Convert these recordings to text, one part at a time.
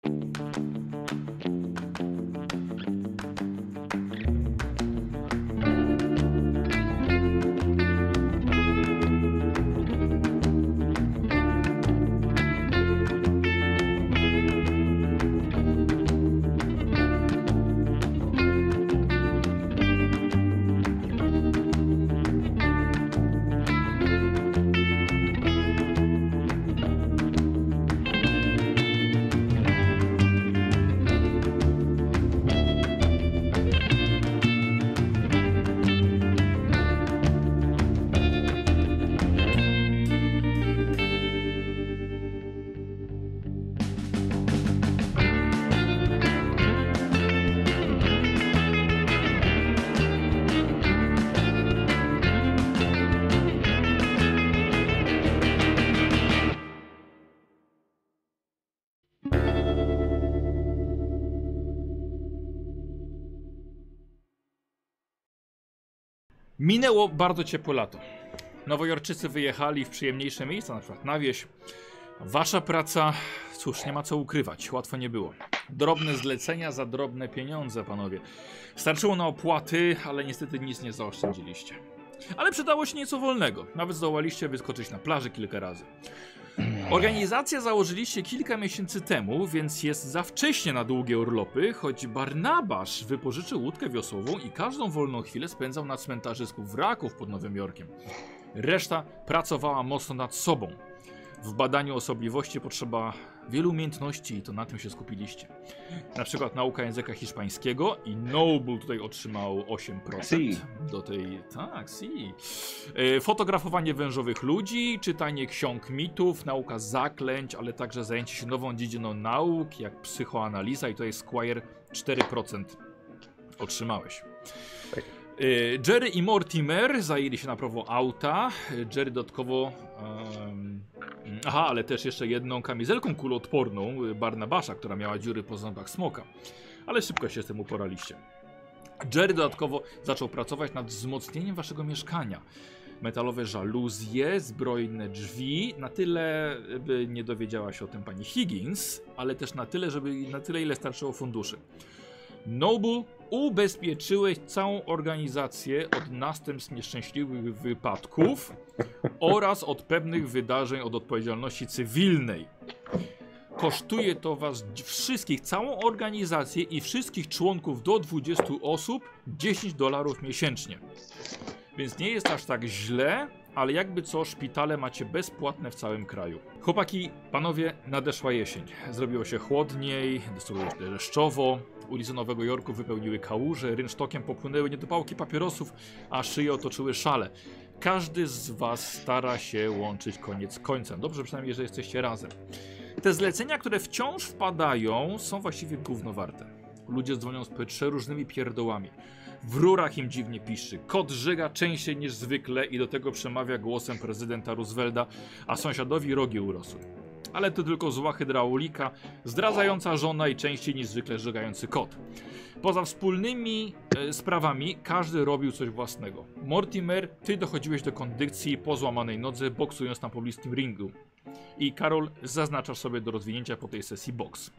Minęło bardzo ciepłe lato. Nowojorczycy wyjechali w przyjemniejsze miejsca, na przykład na wieś. Wasza praca, cóż, nie ma co ukrywać, łatwo nie było. Drobne zlecenia za drobne pieniądze, panowie. Starczyło na opłaty, ale niestety nic nie zaoszczędziliście. Ale przydało się nieco wolnego. Nawet zdołaliście wyskoczyć na plaży kilka razy. Organizację założyliście kilka miesięcy temu, więc jest za wcześnie na długie urlopy, choć Barnabasz wypożyczył łódkę wiosłową i każdą wolną chwilę spędzał na cmentarzysku wraków pod Nowym Jorkiem. Reszta pracowała mocno nad sobą. W badaniu osobliwości potrzeba wielu umiejętności i to na tym się skupiliście. Na przykład nauka języka hiszpańskiego i Noble tutaj otrzymał 8% do tej... Tak, si. Fotografowanie wężowych ludzi, czytanie ksiąg mitów, nauka zaklęć, ale także zajęcie się nową dziedziną nauk, jak psychoanaliza i tutaj Squire 4% otrzymałeś. Jerry i Mortimer zajęli się naprawą auta. Jerry dodatkowo... ale też jeszcze jedną kamizelką kuloodporną Barnabasza, która miała dziury po zębach smoka. Ale szybko się z tym uporaliście. Jerry dodatkowo zaczął pracować nad wzmocnieniem waszego mieszkania. Metalowe żaluzje, zbrojne drzwi, na tyle, by nie dowiedziała się o tym pani Higgins, ale też na tyle, ile starczyło funduszy. Noble, ubezpieczyłeś całą organizację od następstw nieszczęśliwych wypadków oraz od pewnych wydarzeń od odpowiedzialności cywilnej. Kosztuje to was wszystkich, całą organizację i wszystkich członków do 20 osób $10 miesięcznie. Więc nie jest aż tak źle, ale jakby co, szpitale macie bezpłatne w całym kraju. Chłopaki, panowie, nadeszła jesień. Zrobiło się chłodniej, deszczowo. Ulice Nowego Jorku wypełniły kałuże, rynsztokiem popłynęły niedopałki papierosów, a szyję otoczyły szale. Każdy z was stara się łączyć koniec z końcem. Dobrze przynajmniej, że jesteście razem. Te zlecenia, które wciąż wpadają, są właściwie gówno warte. Ludzie dzwonią z przeróżnymi pierdołami. W rurach im dziwnie piszczy. Kot żyga częściej niż zwykle i do tego przemawia głosem prezydenta Roosevelta, a sąsiadowi rogi urosły. Ale to tylko zła hydraulika, zdradzająca żona i częściej niż zwykle żygający kot. Poza wspólnymi sprawami każdy robił coś własnego. Mortimer, ty dochodziłeś do kondycji po złamanej nodze, boksując na pobliskim ringu. I Karol, zaznaczasz sobie do rozwinięcia po tej sesji boks.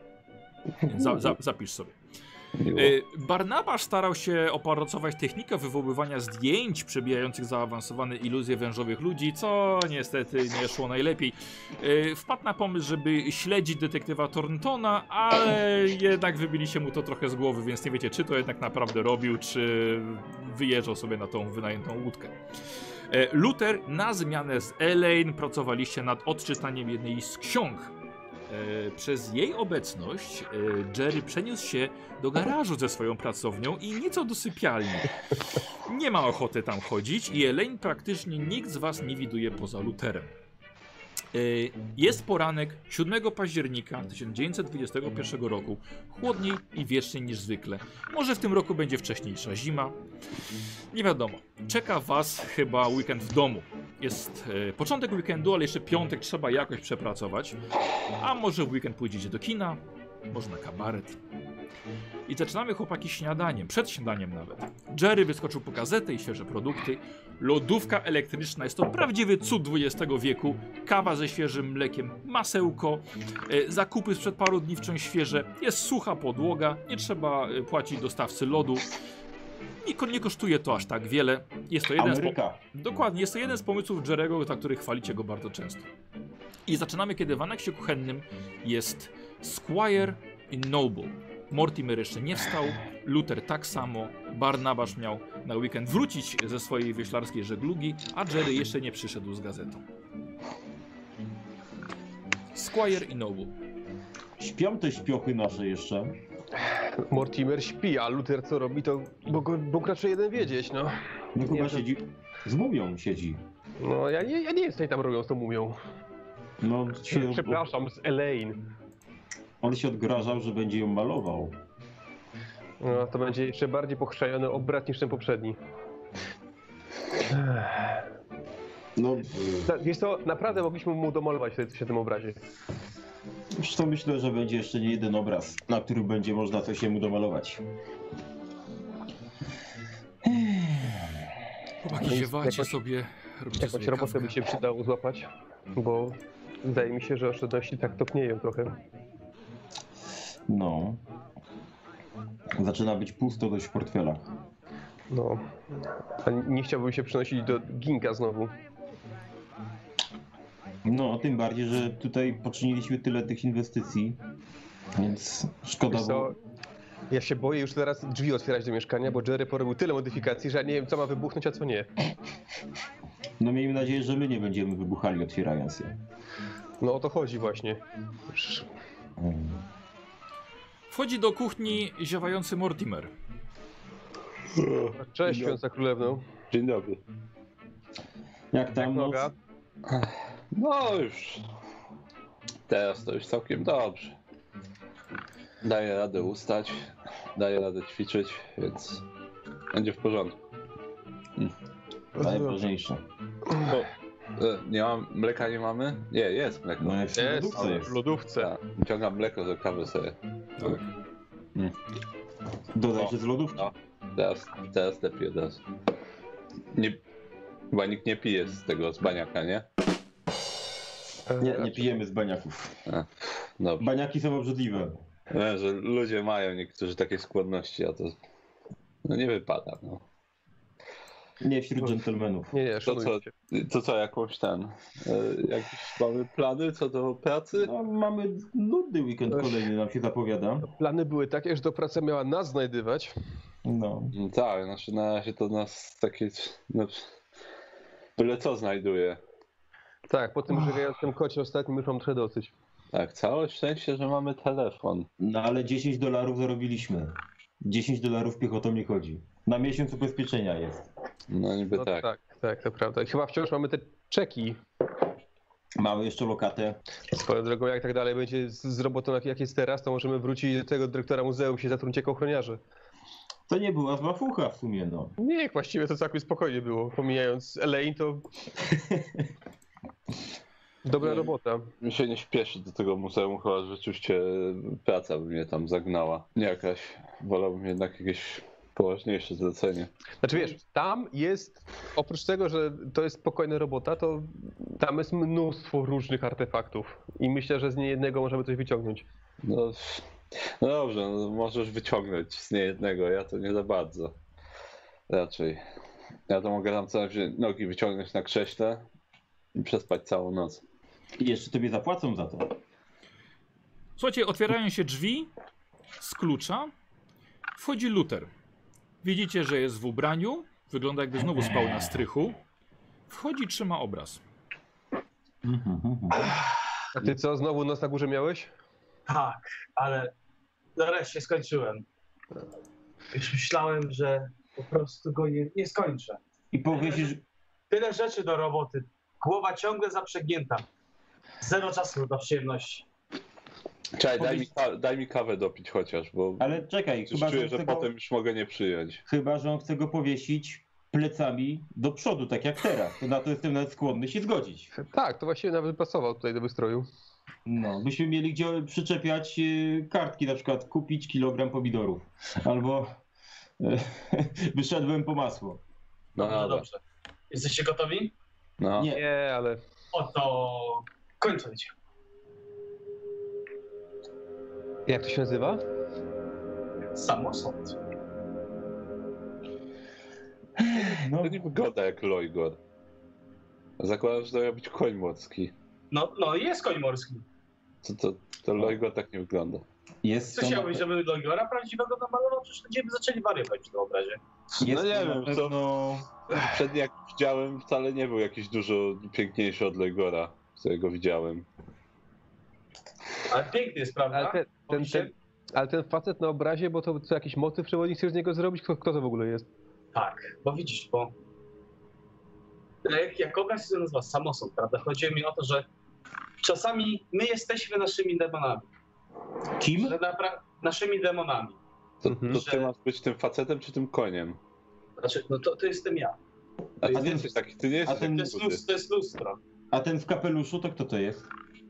Zapisz sobie. Barnabasz starał się opracować technikę wywoływania zdjęć przebijających zaawansowane iluzje wężowych ludzi, co niestety nie szło najlepiej. Wpadł na pomysł, żeby śledzić detektywa Thorntona, ale jednak wybiliście mu to trochę z głowy, więc nie wiecie, czy to jednak naprawdę robił, czy wyjeżdżał sobie na tą wynajętą łódkę. Luther, na zmianę z Elaine pracowaliście nad odczytaniem jednej z ksiąg. Przez jej obecność Jerry przeniósł się do garażu ze swoją pracownią i nieco do sypialni. Nie ma ochoty tam chodzić i Elaine praktycznie nikt z was nie widuje poza Lutherem. Jest poranek 7 października 1921 roku. Chłodniej i wieczniej niż zwykle. Może w tym roku będzie wcześniejsza zima. Nie wiadomo. Czeka was chyba weekend w domu. Jest początek weekendu, ale jeszcze piątek trzeba jakoś przepracować. A może w weekend pójdziecie do kina? może na kabaret. I zaczynamy, chłopaki, śniadaniem, przed śniadaniem nawet. Jerry wyskoczył po gazetę i świeże produkty. Lodówka elektryczna, jest to prawdziwy cud XX wieku. Kawa ze świeżym mlekiem, masełko, zakupy sprzed paru dni wciąż świeże. Jest sucha podłoga, nie trzeba płacić dostawcy lodu. Nie kosztuje to aż tak wiele. Jest to jeden dokładnie, jest to jeden z pomysłów Jerry'ego, za który chwalicie go bardzo często. I zaczynamy, kiedy w aneksie kuchennym jest Squire i Noble. Mortimer jeszcze nie wstał, Luther tak samo, Barnabasz miał na weekend wrócić ze swojej wioślarskiej żeglugi, a Jerry jeszcze nie przyszedł z gazetą. Squire i Noble. Śpią te śpiochy nasze jeszcze. Mortimer śpi, a Luther co robi, to mógł raczej jeden wiedzieć, no. No chyba siedzi, z mumią siedzi. No ja nie wiem, co oni tam robią z tą mumią. No, Przepraszam, z Elaine. On się odgrażał, że będzie ją malował. No, to będzie jeszcze bardziej pochrzaniony obraz niż ten poprzedni. No, Wiesz co, naprawdę mogliśmy mu domalować wtedy coś na tym obrazie. zresztą myślę, że będzie jeszcze nie jeden obraz, na którym będzie można coś mu domalować. Chłopaki, ziewacie sobie, robicie Jakąś sobie robotę kawkę. by się przydało złapać, bo wydaje mi się, że oszczędności tak topnieją trochę. No. Zaczyna być pusto dość w portfelach. No, a nie chciałbym się przenosić do Ginka znowu. No, tym bardziej, że tutaj poczyniliśmy tyle tych inwestycji, więc szkoda Wiesz było. co, ja się boję już teraz drzwi otwierać do mieszkania, bo Jerry porobił tyle modyfikacji, że ja nie wiem, co ma wybuchnąć, a co nie. No miejmy nadzieję, że my nie będziemy wybuchali otwierając je. No o to chodzi właśnie. Wchodzi do kuchni ziewający Mortimer. Cześć, Świąca Królewno. Dzień dobry. Jak tam noc? Noga? No już. Teraz to już całkiem dobrze. Daję radę ustać, daję radę ćwiczyć, więc będzie w porządku. Najważniejsze. Nie mam mleka, nie mamy? Nie, jest mleko. No jak w Jest, lodówce jest. w lodówce. Ja wyciągam mleko do kawy sobie. Tak. Dodaj się z lodówki. No. Teraz lepiej od razu. Nie, chyba nikt nie pije z tego, z baniaka, nie? Nie pijemy z baniaków. Dobrze. Baniaki są obrzydliwe. Wiem, że ludzie mają niektórzy takie skłonności, a to no nie wypada. No. Nie wśród dżentelmenów. Nie, To szanuję cię. co, jakąś jakieś mamy plany co do pracy? No, mamy nudny weekend kolejny, nam się zapowiada. Plany były takie, że to praca miała nas znajdywać. No. No tak, znaczy na razie to nas takie, no, byle co znajduje. Tak, po tym żygającym kocie ostatnim już mam trochę dosyć. Tak, całe szczęście, że mamy telefon. No ale $10 zarobiliśmy. $10 piechotą nie chodzi. Na miesiąc ubezpieczenia jest. No niby No, tak. tak, to prawda. Chyba wciąż mamy te czeki. Mamy jeszcze lokatę. Swoją drogą, jak tak dalej będzie z robotą jak jest teraz, to możemy wrócić do tego dyrektora muzeum i się zatrudnić jako ochroniarze. To nie była zła fucha w sumie, no. Nie, właściwie to całkiem spokojnie było. Pomijając Elaine, to dobra robota. Mi się nie śpieszy do tego muzeum, chyba rzeczywiście praca by mnie tam zagnała. Nie jakaś, wolałbym jednak jakieś poważniejsze zlecenie. Znaczy wiesz, tam jest, oprócz tego, że to jest spokojna robota, to tam jest mnóstwo różnych artefaktów i myślę, że z niejednego możemy coś wyciągnąć. No dobrze, no możesz wyciągnąć z niejednego, ja to nie za bardzo. Raczej. Ja to mogę tam co najwyżej nogi wyciągnąć na krześle i przespać całą noc. I jeszcze tobie zapłacą za to. Słuchajcie, otwierają się drzwi z klucza. Wchodzi Luther. Widzicie, że jest w ubraniu. Wygląda, jakby znowu spał na strychu. Wchodzi, trzyma obraz. A ty co, znowu nos na górze miałeś? Tak, ale nareszcie skończyłem. Już myślałem, że po prostu go nie skończę. I powiesisz... Tyle rzeczy do roboty. Głowa ciągle zaprzęgnięta. Zero czasu na przyjemności. Czekaj, daj mi kawę dopić chociaż, bo Ale czekaj, już czuję, że potem już mogę nie przyjąć. Chyba że on chce go powiesić plecami do przodu, tak jak teraz. To na to jestem nawet skłonny się zgodzić. Tak, to właściwie nawet pasował tutaj do wystroju. No, byśmy mieli gdzie przyczepiać kartki, na przykład kupić kilogram pomidorów. Albo wyszedłem po masło. No Dobrze, dobra. dobrze. Jesteście gotowi? No. Nie. Nie, ale... Oto kończyć. Jak to się nazywa? Samosąd. No, To nie wygląda jak Loigor. Zakładam, że to miał być koń morski. No jest koń morski. To Loigor tak nie wygląda. jest Co to chciałbyś, żeby Logora prawdziwego namalował? Przecież ludzie by zaczęli wariować przy tym obrazie. jest No nie to na wiem, co- pewno... Przedni jak widziałem wcale nie był jakiś dużo piękniejszy od Loigora, którego widziałem. Ale piękny jest, prawda? Ale ale ten facet na obrazie, bo to co jakiś motyw przewodni chcesz z niego zrobić? Kto to w ogóle jest? Tak, bo widzisz, bo jak obraz się nazywa samosąd, prawda? Chodzi mi o to, że czasami my jesteśmy naszymi demonami. Kim? Że naszymi demonami. To Mhm. ty masz być tym facetem czy tym koniem? Znaczy, no to jestem ja. A ty jest- nie jesteś taki, ty nie jesteś ten- taki To jest lustro. A ten w kapeluszu to kto to jest?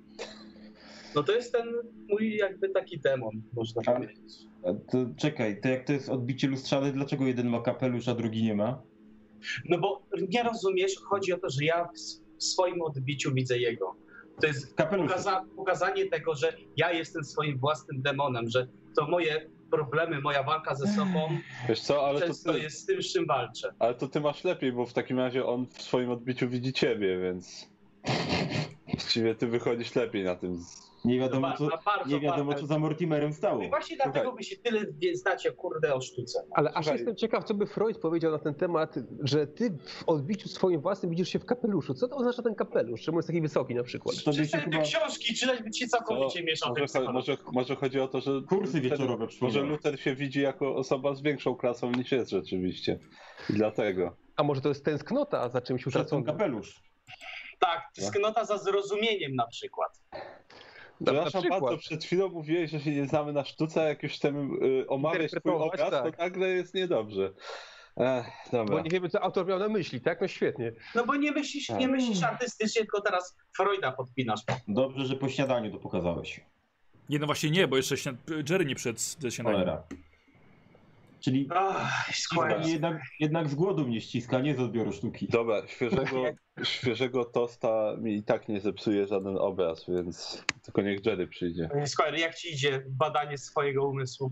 No to jest ten mój jakby taki demon, można A- powiedzieć. A to czekaj, to jak to jest odbicie lustrzane, dlaczego jeden ma kapelusz, a drugi nie ma? No bo nie rozumiesz, chodzi o to, że ja w swoim odbiciu widzę jego. To jest W kapeluszu. pokazanie tego, że ja jestem swoim własnym demonem, że to moje problemy, moja walka ze sobą Wiesz co, ale często ty, jest z tym, z czym walczę. ale to ty masz lepiej, bo w takim razie on w swoim odbiciu widzi ciebie, więc właściwie ty wychodzisz lepiej na tym. Nie wiadomo, No co, bardzo, nie wiadomo, bardzo. co za Mortimerem stało. I właśnie dlatego wy się tyle znacie, kurde, o sztuce. Ale aż Słuchaj. jestem ciekaw, co by Freud powiedział na ten temat, że ty w odbiciu swoim własnym widzisz się w kapeluszu. Co to oznacza ten kapelusz? Czemu jest taki wysoki na przykład? To by się Przestań te chyba książki czytać, by ci całkowicie mieszał ten Może chodzi o to, że kursy wieczorowe może przypominają. Luther się widzi jako osoba z większą klasą niż jest rzeczywiście. I dlatego. A może to jest tęsknota za czymś Przez ten utraconym? kapelusz. Tak, sknota za zrozumieniem na przykład. Przepraszam przykład. bardzo, przed chwilą mówiłeś, że się nie znamy na sztuce, a jak już chcemy omawiać twój Interpretować, obraz, to tak. nagle jest niedobrze. Dobra. Bo nie wiemy, co autor miał na myśli, tak? No świetnie. No bo nie myślisz artystycznie, tylko teraz Freuda podpinasz. Dobrze, że po śniadaniu to pokazałeś. Nie, no właśnie nie, bo jeszcze Jerry nie przed ze śniadaniem. Cholera. Czyli Ach, ściska mnie jednak z głodu mnie ściska, nie z odbioru sztuki. Dobra, świeżego tosta mi i tak nie zepsuje żaden obraz, więc tylko niech Jerry przyjdzie. Squire, jak ci idzie badanie swojego umysłu?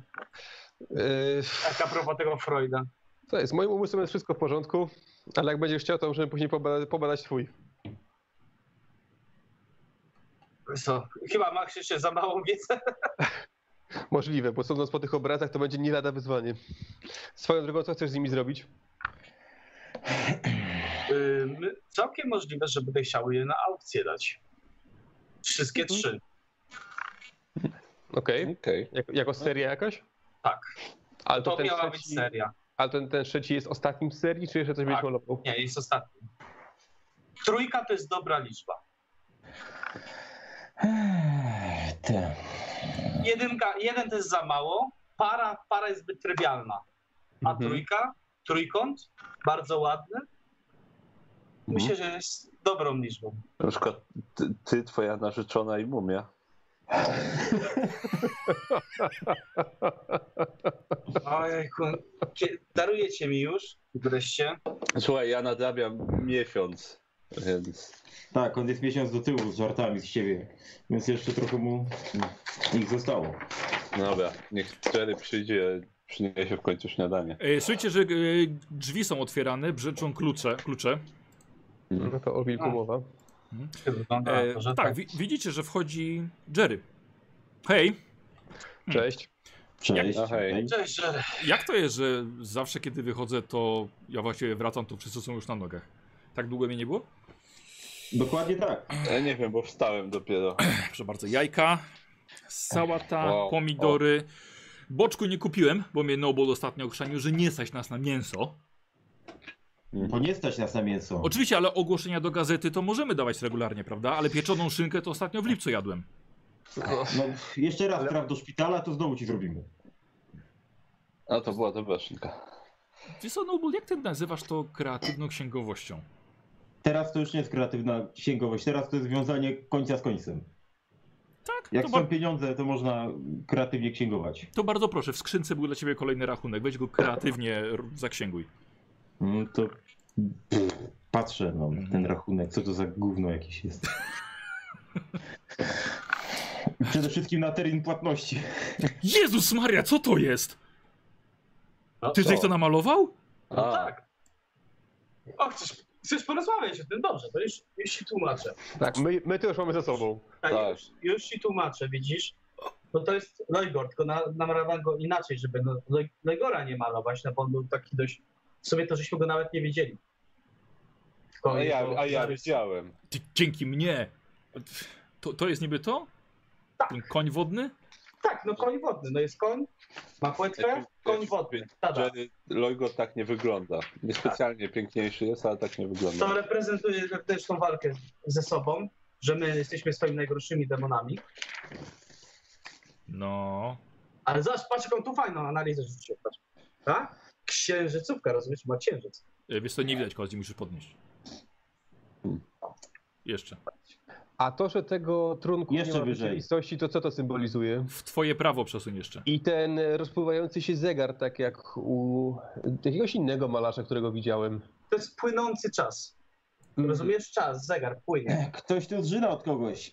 Tak a propos tego Freuda. To jest, z moim umysłem jest wszystko w porządku, ale jak będziesz chciał, to możemy później pobadać twój. Co? Chyba masz jeszcze za małą wiedzę. Możliwe, bo sądząc po tych obrazach, to będzie nie lada wyzwanie. Swoją drogą, co chcesz z nimi zrobić? Całkiem możliwe, że będę chciał je na aukcję dać. Wszystkie trzy. Okej. Okej. Jako seria jakaś? Tak. Ale To ten miała być trzeci, seria. ale ten trzeci jest ostatnim z serii, czy jeszcze coś będziesz Tak. malował? Nie, jest ostatni. Trójka to jest dobra liczba. Jeden to jest za mało, para jest zbyt trywialna. A Mhm. trójkąt, bardzo ładny. Myślę, że jest dobrą liczbą. Na przykład ty, twoja narzeczona i mumia. Ojejku, darujecie mi już wreszcie. Słuchaj, ja nadrabiam miesiąc, więc... Tak, on jest miesiąc do tyłu z żartami z siebie, więc jeszcze trochę mu ich zostało. Dobra, niech Jerry przyjdzie, przyniesie w końcu śniadanie. Słyszycie, że drzwi są otwierane, brzeczą klucze. No to o wilku mowa. Wygląda na to, że Tak, widzicie, że wchodzi Jerry. Hej, Cześć. Cześć. No hej. Hej. Cześć, Jerry. jak to jest, że zawsze kiedy wychodzę, to ja właściwie wracam, to wszyscy są już na nogach? Tak długo mnie nie było? Dokładnie tak. Ja nie wiem, bo wstałem dopiero. Proszę bardzo, jajka, sałata, Wow, pomidory. Boczku nie kupiłem, bo mnie Noble ostatnio okrzanił, że nie stać nas na mięso. Bo nie stać nas na mięso. Oczywiście, ale ogłoszenia do gazety to możemy dawać regularnie, prawda? Ale pieczoną szynkę to ostatnio w lipcu jadłem. No, jeszcze raz traf do szpitala, to znowu ci zrobimy. A to była dobra szynka. Wiesz co, Noble, jak ty nazywasz to kreatywną księgowością? Teraz to już nie jest kreatywna księgowość, teraz to jest wiązanie końca z końcem. Tak, Jak to, są pieniądze, to można kreatywnie księgować. to bardzo proszę, w skrzynce był dla ciebie kolejny rachunek, weź go kreatywnie zaksięguj. To patrzę na ten rachunek, co to za gówno jakieś jest. Przede wszystkim na termin płatności. Jezus Maria, co to jest? No, Ty żeś to namalował? No tak. O, chcesz porozmawiać o tym? Dobrze, to już ci tłumaczę. Tak, my to już mamy ze sobą. Tak, Tak. już ci tłumaczę, widzisz? No to jest Loigor, tylko namalowałem go inaczej, żeby Loigora nie malować, no bo on był taki dość... W sumie to żeśmy go nawet nie wiedzieli. Tylko A ja wiedziałem. Ty, dzięki mnie. To jest niby to? Tak. Ten koń wodny? Tak, no koń wodny, no jest koń, ma płetwę, koń wodny. Tada. Jerry Loigo tak nie wygląda. Niespecjalnie piękniejszy jest, ale tak nie wygląda. To reprezentuje też tą walkę ze sobą, że my jesteśmy swoimi najgorszymi demonami. No. Ale zobacz, patrz jaką tu fajną analizę rzuciłem, patrz. Tak? Księżycówka, rozumiesz? Ma księżyc. Wiesz co, nie widać, Kozji, musisz podnieść. Jeszcze. A to, że tego trunku Jeszcze nie ma w wyżej. rzeczywistości, to co to symbolizuje? W twoje prawo przesuń jeszcze. I ten rozpływający się zegar, tak jak u jakiegoś innego malarza, którego widziałem. To jest płynący czas. Rozumiesz? Czas, zegar płynie. Ktoś tu zżyna od kogoś.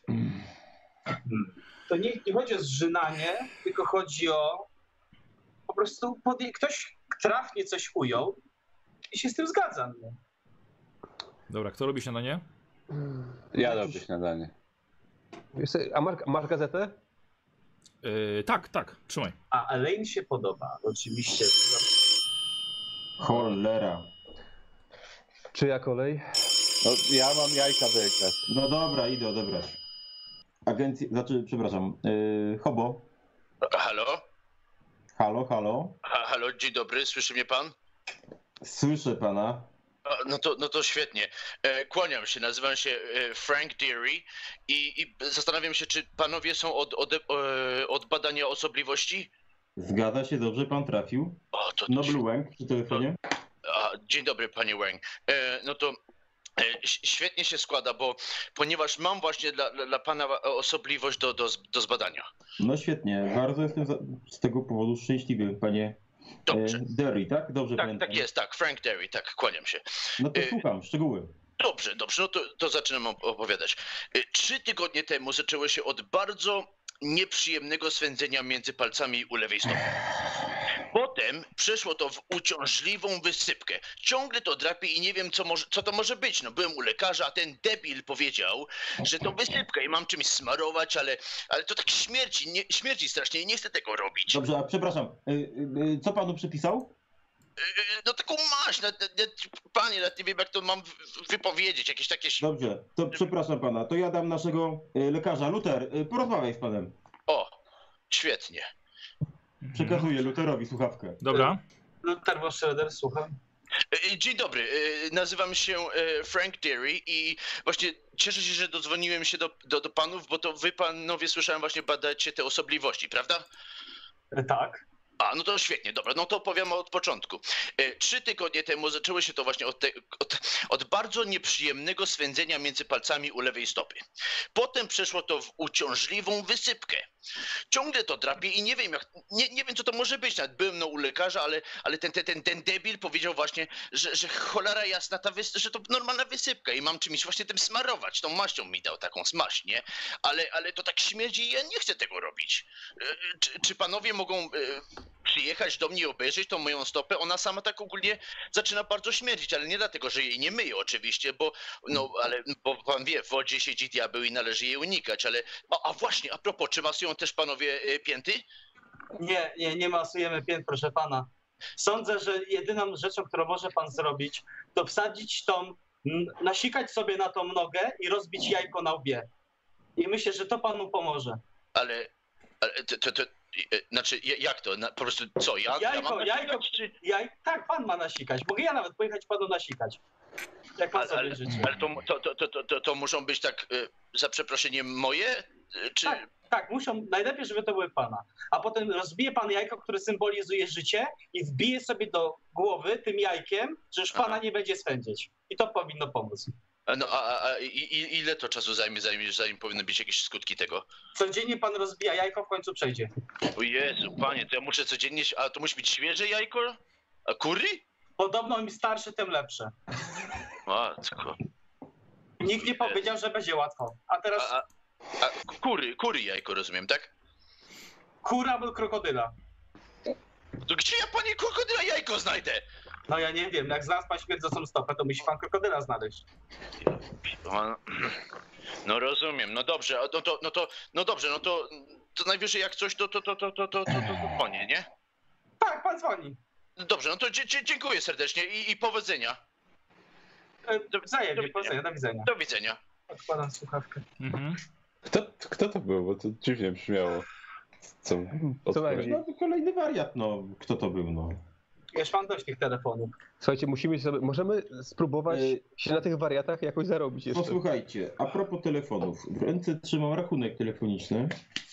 To nie chodzi o zżynanie, tylko chodzi o po prostu ktoś trafnie coś ujął i się z tym zgadzam. Nie? Dobra, kto robi śniadanie? Ja robię śniadanie. Wiesz co, a masz gazetę? Tak, trzymaj. A Elaine się podoba, oczywiście. Cholera. Czyja kolej? No, ja mam jajka w rękach. No dobra, idę odebrać. Przepraszam. Hobo. Halo? Halo. Halo, dzień dobry, słyszy mnie pan? Słyszę pana. No to świetnie. Kłaniam się, nazywam się Frank Deary i zastanawiam się, czy panowie są od badania osobliwości? Zgadza się, dobrze pan trafił. O, to Nobel Łęk przy telefonie. Dzień dobry, panie Wang. No to świetnie się składa, ponieważ mam właśnie dla pana osobliwość do zbadania. No świetnie, bardzo jestem z tego powodu szczęśliwy, panie Dobrze. Derry, tak? Dobrze pamiętam. Tak jest, tak, Frank Deary, tak, kłaniam się. No to słucham, szczegóły. Dobrze, no to zaczynam opowiadać. 3 tygodnie temu zaczęło się od bardzo nieprzyjemnego swędzenia między palcami u lewej stopy. Potem przeszło to w uciążliwą wysypkę. Ciągle to drapie i nie wiem, co to może być. No byłem u lekarza, a ten debil powiedział, że to wysypka i mam czymś smarować, ale to tak śmierci strasznie i nie chcę tego robić. Dobrze, a przepraszam, co panu przypisał? No taką maść, panie, nawet nie wiem jak to mam wypowiedzieć, jakieś takie... Dobrze, to przepraszam pana, to ja dam naszego lekarza. Luter, porozmawiaj z panem. O, świetnie. Przekazuję Luterowi słuchawkę. Dobra. Luther von Schroeder, słucham. Dzień dobry, nazywam się Frank Deary i właśnie cieszę się, że dodzwoniłem się do panów, bo to wy panowie słyszałem właśnie badacie te osobliwości, prawda? Tak. No to świetnie, dobra, no to opowiem od początku. 3 tygodnie temu zaczęło się to właśnie od bardzo nieprzyjemnego swędzenia między palcami u lewej stopy. Potem przeszło to w uciążliwą wysypkę. Ciągle to drapie i nie wiem co to może być, nawet byłem u lekarza, ale ten debil powiedział właśnie, że cholera jasna, że to normalna wysypka i mam czymś właśnie tym smarować, tą maścią mi dał taką smaść, nie? Ale to tak śmierdzi i ja nie chcę tego robić. Czy panowie mogą przyjechać do mnie i obejrzeć tą moją stopę? Ona sama tak ogólnie zaczyna bardzo śmierdzić, ale nie dlatego, że jej nie myję oczywiście, bo pan wie, w wodzie siedzi diabeł i należy jej unikać, ale... A właśnie, a propos, czy masują też panowie pięty? Nie masujemy pięt, proszę pana. Sądzę, że jedyną rzeczą, którą może pan zrobić, to wsadzić nasikać sobie na tą nogę i rozbić jajko na łbie. I myślę, że to panu pomoże. Ale znaczy, jak to? Po prostu co? Jajko, tak, pan ma nasikać. Mogę ja nawet pojechać panu nasikać. Jak pan sobie życzy. Ale to muszą być tak, za przeproszeniem, moje? Czy... Tak, muszą, najlepiej, żeby to były pana. A potem rozbije pan jajko, które symbolizuje życie i wbije sobie do głowy tym jajkiem, że już pana nie będzie swędzić. I to powinno pomóc. No ile to czasu zajmie, zanim powinny być jakieś skutki tego? Codziennie pan rozbija jajko, w końcu przejdzie. O Jezu, panie, to ja muszę codziennie... A to musi być świeże jajko? A curry? Podobno im starszy, tym lepsze. Matko. Nikt nie powiedział, że będzie łatwo. A teraz A kury jajko, rozumiem, tak? kura albo krokodyla. To gdzie ja, panie, krokodyla jajko znajdę? No ja nie wiem, jak znalazł pan śmierdzącą stopę, to musi pan krokodyla znaleźć. No rozumiem, no dobrze, to najwyżej jak coś, to dzwonię, nie? Tak, pan dzwoni. Dobrze, no to dziękuję serdecznie i powodzenia. Wzajemnie, powodzenia, do widzenia. Do widzenia. Odkładam słuchawkę. Mhm. Kto to był? Bo to dziwnie brzmiało. Co najmniej. No to kolejny wariat, no. Kto to był, no. Już mam dość tych telefonów. Słuchajcie, możemy spróbować Ej. się na tych wariatach jakoś zarobić jeszcze. Posłuchajcie, a propos telefonów. W ręce trzymam rachunek telefoniczny.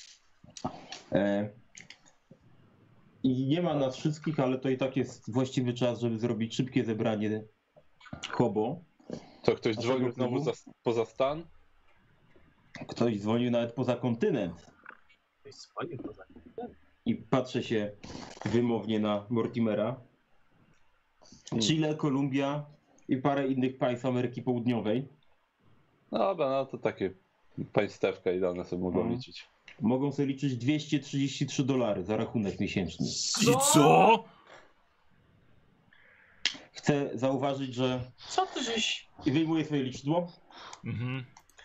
I nie ma nas wszystkich, ale to i tak jest właściwy czas, żeby zrobić szybkie zebranie hobo. To ktoś Naszego dzwonił znowu klubu? poza stan? Ktoś dzwonił nawet poza kontynent. Ktoś dzwonił poza. I patrzę się wymownie na Mortimera. Chile, Kolumbia i parę innych państw Ameryki Południowej Dobra, no to takie państewka i dane sobie mogą Mhm. liczyć. mogą sobie liczyć $233 za rachunek miesięczny. I co? Chcę zauważyć, że Co ty żeś... i wyjmuję swoje liczydło. Mhm.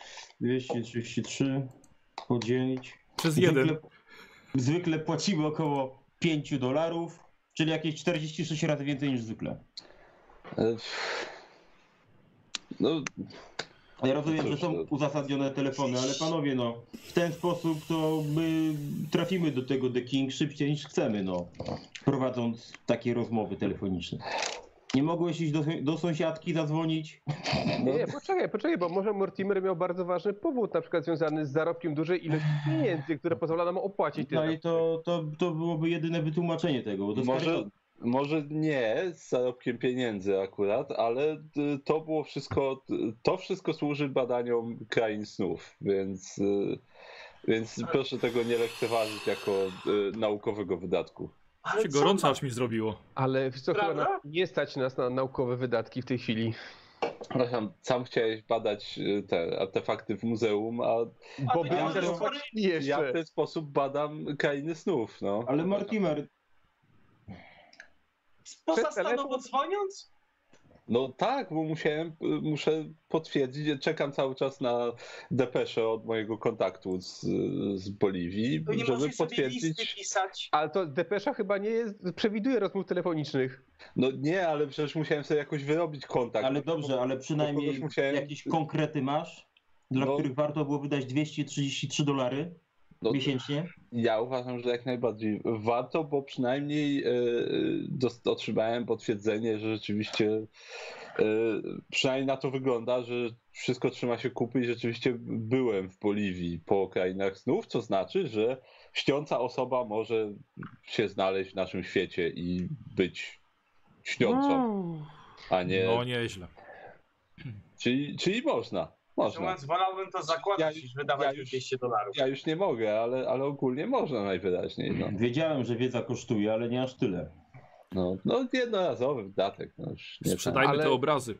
233 podzielić. Przez jeden. Zwykle płacimy około $5, czyli jakieś 46 razy więcej niż zwykle. No, Ja rozumiem, że Cóż, są uzasadnione telefony, ale panowie, no, w ten sposób to my trafimy do tego The King szybciej niż chcemy, no, prowadząc takie rozmowy telefoniczne. Nie mogłeś iść do sąsiadki zadzwonić? Nie, poczekaj, bo może Mortimer miał bardzo ważny powód, na przykład związany z zarobkiem dużej ilości pieniędzy, które pozwala nam opłacić No ten. i to byłoby jedyne wytłumaczenie tego. Bo to może nie z zarobkiem pieniędzy akurat, ale to wszystko służy badaniom krain snów, więc proszę tego nie lekceważyć jako naukowego wydatku. Ale Się co gorąco ma- aż mi zrobiło. Ale wiesz co, chyba Prawda? nie stać nas na naukowe wydatki w tej chwili. Przepraszam, sam chciałeś badać te artefakty w muzeum, a Bo ty bym nie teraz możesz jeszcze. ja w ten sposób badam krainy snów, no. Ale Mortimer, Poza Przez telefon? stanowo dzwoniąc? No tak, bo muszę potwierdzić, czekam cały czas na depeszę od mojego kontaktu z Boliwii, To nie żeby możesz sobie listy potwierdzić. pisać. Ale to depesza chyba nie przewiduje rozmów telefonicznych. No nie, ale przecież musiałem sobie jakoś wyrobić kontakt. ale dobrze, ale przynajmniej kogoś musiałem- jakieś konkrety masz, dla No. których warto było wydać $233 No, miesięcznie? ja uważam, że jak najbardziej warto, bo przynajmniej otrzymałem potwierdzenie, że rzeczywiście przynajmniej na to wygląda, że wszystko trzyma się kupy i rzeczywiście byłem w Boliwii po krainach snów, co znaczy, że śniąca osoba może się znaleźć w naszym świecie i być śniącą, a nie... No nieźle. Czyli można. Mówiąc, wolałbym to zakładać, Ja- niż wydawać ja już już- $200. Ja już nie mogę, ale ogólnie można najwyraźniej. Wiedziałem, że wiedza kosztuje, ale nie aż tyle. No jednorazowy wydatek. No już nie Sprzedajmy Ale- te obrazy.